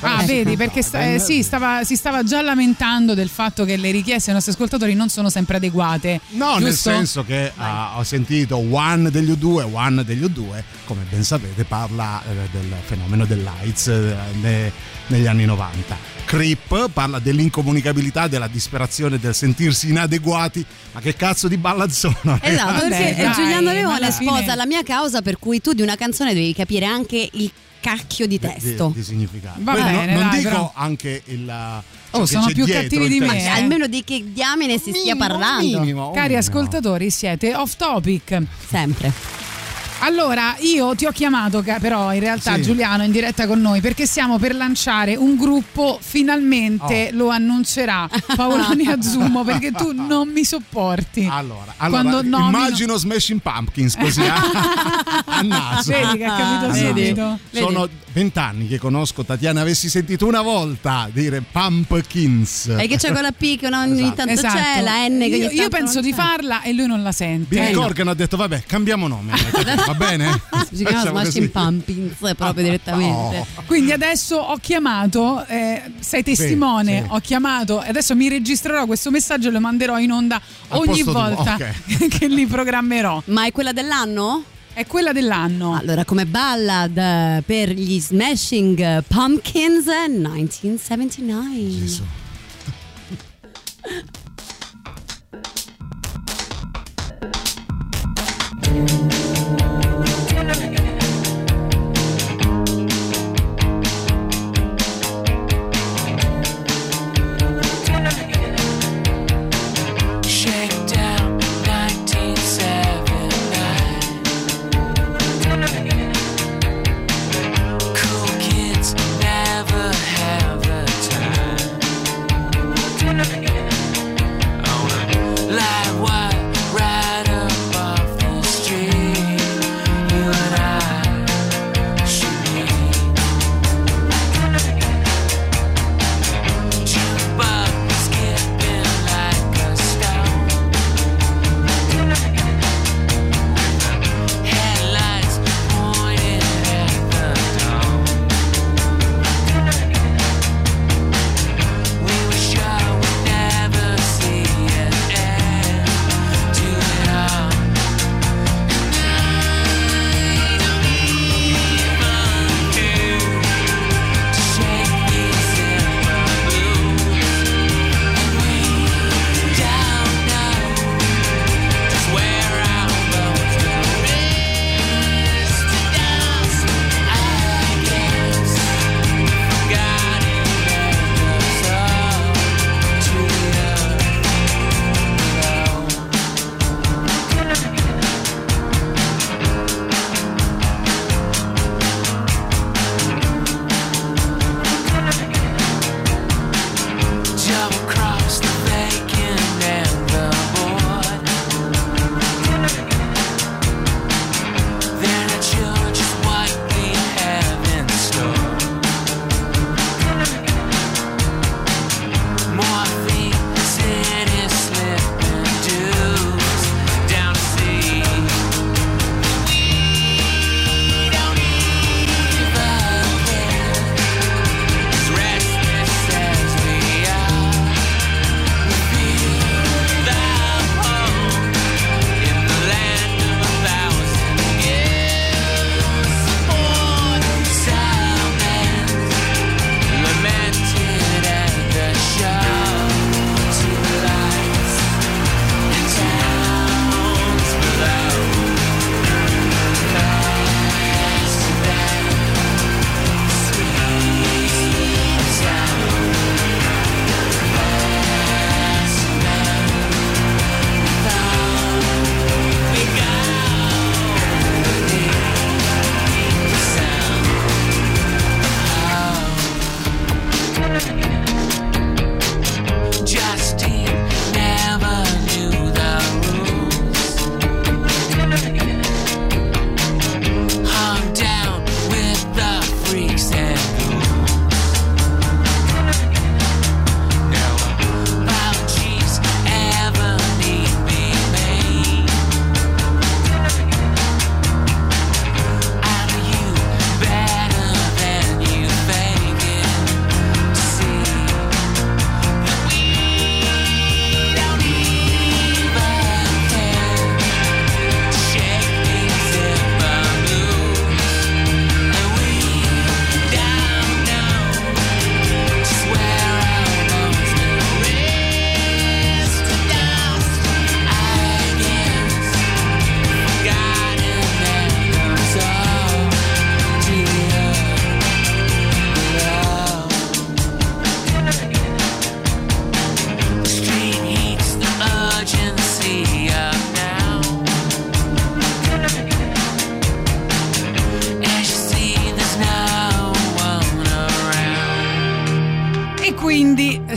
Ah, vedi, perché sta, eh, sì, stava, si stava già lamentando del fatto che le richieste dei nostri ascoltatori non sono sempre adeguate. No, giusto? nel senso che uh, ho sentito One degli U due, One degli U due, come ben sapete, parla eh, del fenomeno dell'AIDS eh, ne, negli anni novanta. Creep parla dell'incomunicabilità, della disperazione, del sentirsi inadeguati. Ma che cazzo di ballad sono? Esatto, perché dai, Giuliano Leone fine... sposa la mia causa, per cui tu di una canzone devi capire anche il cacchio di testo. Di, di significato. Va Poi bene, no, non dai, dico però... anche il... Oh, che sono c'è più dietro cattivi il di me. testo. Eh? Almeno di che diamine si stia parlando. Minimo, Cari minimo. ascoltatori, siete off topic. Sempre. Allora, io ti ho chiamato, però in realtà Sì. Giuliano in diretta con noi perché stiamo per lanciare un gruppo, finalmente Oh. lo annuncerà Paoloni Azzumo, perché tu non mi sopporti. Allora, allora Quando nomino- immagino Smashing Pumpkins così a, a naso. Vedi che ha capito Ah, subito. Sono vent'anni che conosco Tatiana, avessi sentito una volta dire Pumpkins. E che c'è con la P che ogni Esatto. tanto Esatto. c'è, la N che ogni io, tanto io penso non di c'è. farla e lui non la sente. Billy Eh, Corgan ha detto vabbè, cambiamo nome. Va bene? Si chiama Facciamo Smashing così. Pumpkins proprio direttamente. Oh. Quindi adesso ho chiamato, eh, sei testimone, Sì, sì. ho chiamato, adesso mi registrerò questo messaggio e lo manderò in onda Al ogni posto tuo, volta ok. che li programmerò. Ma è quella dell'anno? È quella dell'anno. Allora, come ballad eh, per gli Smashing Pumpkins millenovecentosettantanove. Gesù. Shakedown nineteen seventy-nine. Cool kids never have the time.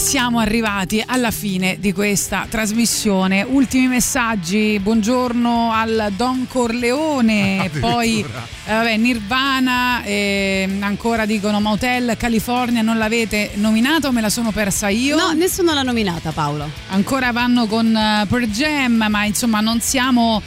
siamo arrivati alla fine di questa trasmissione. Ultimi messaggi. Buongiorno al Don Corleone, poi eh, vabbè, Nirvana, eh, ancora dicono Motel California, non l'avete nominato o me la sono persa io? No, nessuno l'ha nominata, Paolo. Ancora vanno con uh, Pearl Jam, ma insomma non siamo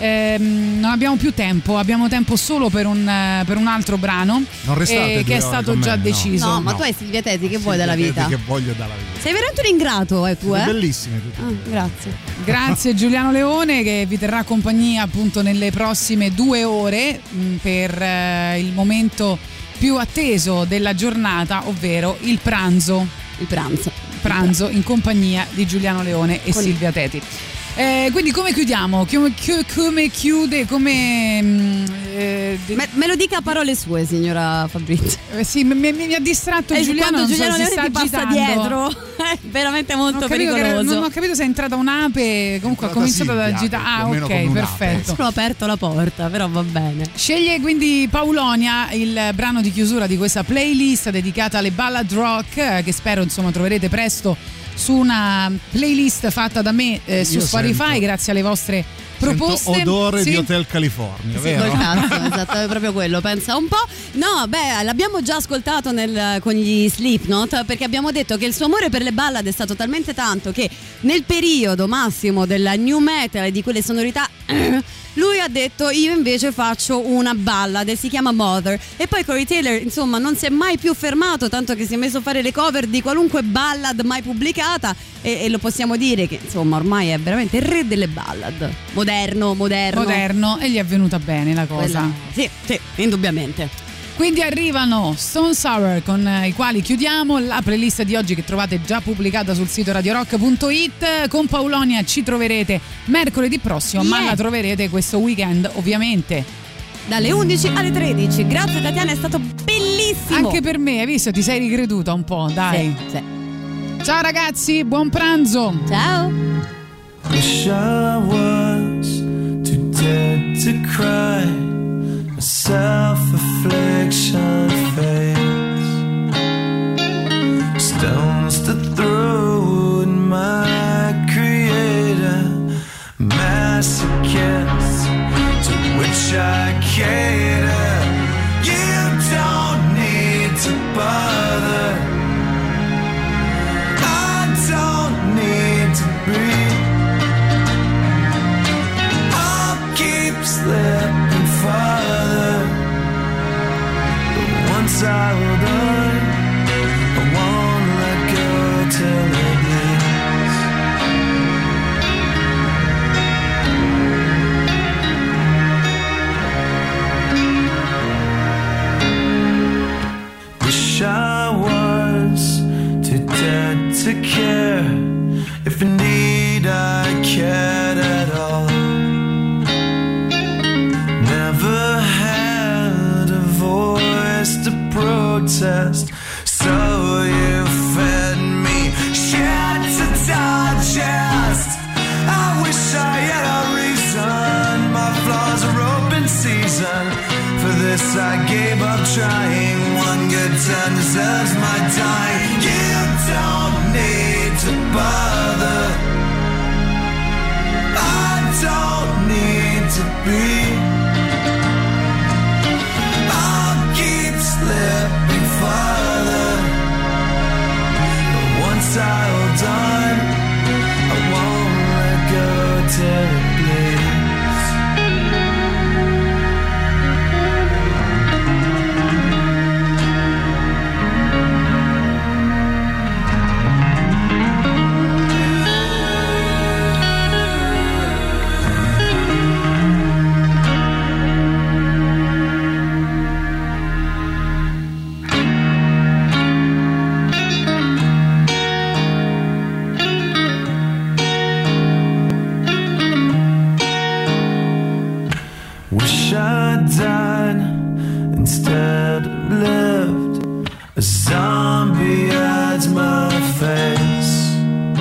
ehm, non abbiamo più tempo, abbiamo tempo solo per un, uh, per un altro brano non restate eh, che è stato già me, deciso. No, ma no. tu hai Silvia Teti, che vuoi Silvia dalla vita? Teti, che voglio dalla vita. Sei veramente un ingrato, eh, tu, eh? Bellissime tutte. Ah, grazie. Grazie Giuliano Leone, che vi terrà compagnia appunto nelle prossime due ore mh, per eh, il momento più atteso della giornata, ovvero il pranzo. Il pranzo. Pranzo in compagnia di Giuliano Leone e Con... Silvia Teti. Eh, quindi come chiudiamo? Come, come chiude? Come mh, eh, me, me lo dica a parole sue, signora Fabrizio. Eh, sì, mi, mi, mi ha distratto eh, Giuliano. Quando Giuliano so, Leone sta ti passa agitando. dietro, è veramente molto pericoloso. Era, non ho capito se è entrata un'ape. Comunque ha cominciato ad agitare. Ah, ok, perfetto. Ho aperto la porta, però va bene. Sceglie quindi Paulonia il brano di chiusura di questa playlist dedicata alle ballad rock, che spero insomma troverete presto su una playlist fatta da me eh, su Io Spotify, sento, grazie alle vostre proposte. Sento odore sì. di Hotel California, sì, vero? Col cazzo, esatto, è proprio quello, pensa un po'. No, beh, l'abbiamo già ascoltato nel, con gli Slipknot, perché abbiamo detto che il suo amore per le ballad è stato talmente tanto che nel periodo massimo della new metal e di quelle sonorità lui ha detto io invece faccio una ballad e si chiama Mother, e poi Corey Taylor insomma non si è mai più fermato, tanto che si è messo a fare le cover di qualunque ballad mai pubblicata e, e lo possiamo dire che insomma ormai è veramente il re delle ballad, moderno, moderno moderno, e gli è venuta bene la cosa. Quella, sì, sì, indubbiamente. Quindi arrivano Stone Sour, con i quali chiudiamo la playlist di oggi, che trovate già pubblicata sul sito radio rock punto it. Con Paulonia ci troverete mercoledì prossimo, yeah. ma la troverete questo weekend ovviamente dalle undici alle tredici. Grazie Tatiana, è stato bellissimo. Anche per me, hai visto? Ti sei ricreduta un po', dai. Sì, sì. Ciao ragazzi, buon pranzo. Ciao. Wish I was too dead to cry. Self-affliction fades. Stones to throw at my creator. Masochist to which I cater. You don't need to bother. I don't need to breathe. I'll keep slipping farther. But once I hold on, I won't let go till it bleeds. Wish I was too dead to care, if indeed I cared at all. Never had a voice to protest, so you fed me shit to digest. I wish I had a reason, my flaws are open season. For this I gave up trying, one good turn deserves my time. You don't need to bother, I don't need to be. Slipping farther, but once I hold on, I won't let go till it bleeds. Wish I died instead of lived. A zombie hides my face,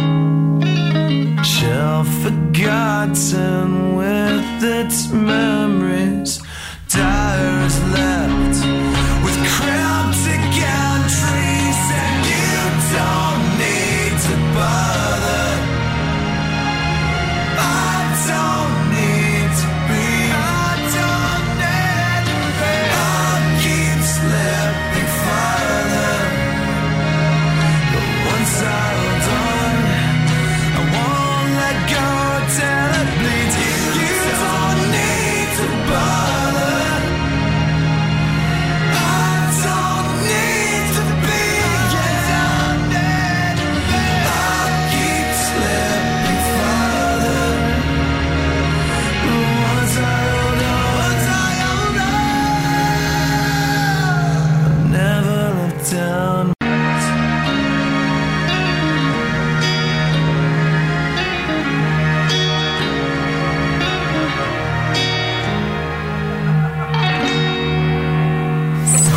shell forgotten with its memories. Dire is left with cryptic entries, and you don't need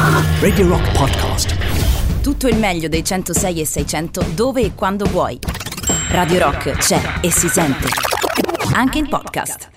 Radio Rock Podcast. Tutto il meglio dei centosei e seicento dove e quando vuoi. Radio Rock c'è e si sente. Anche in podcast.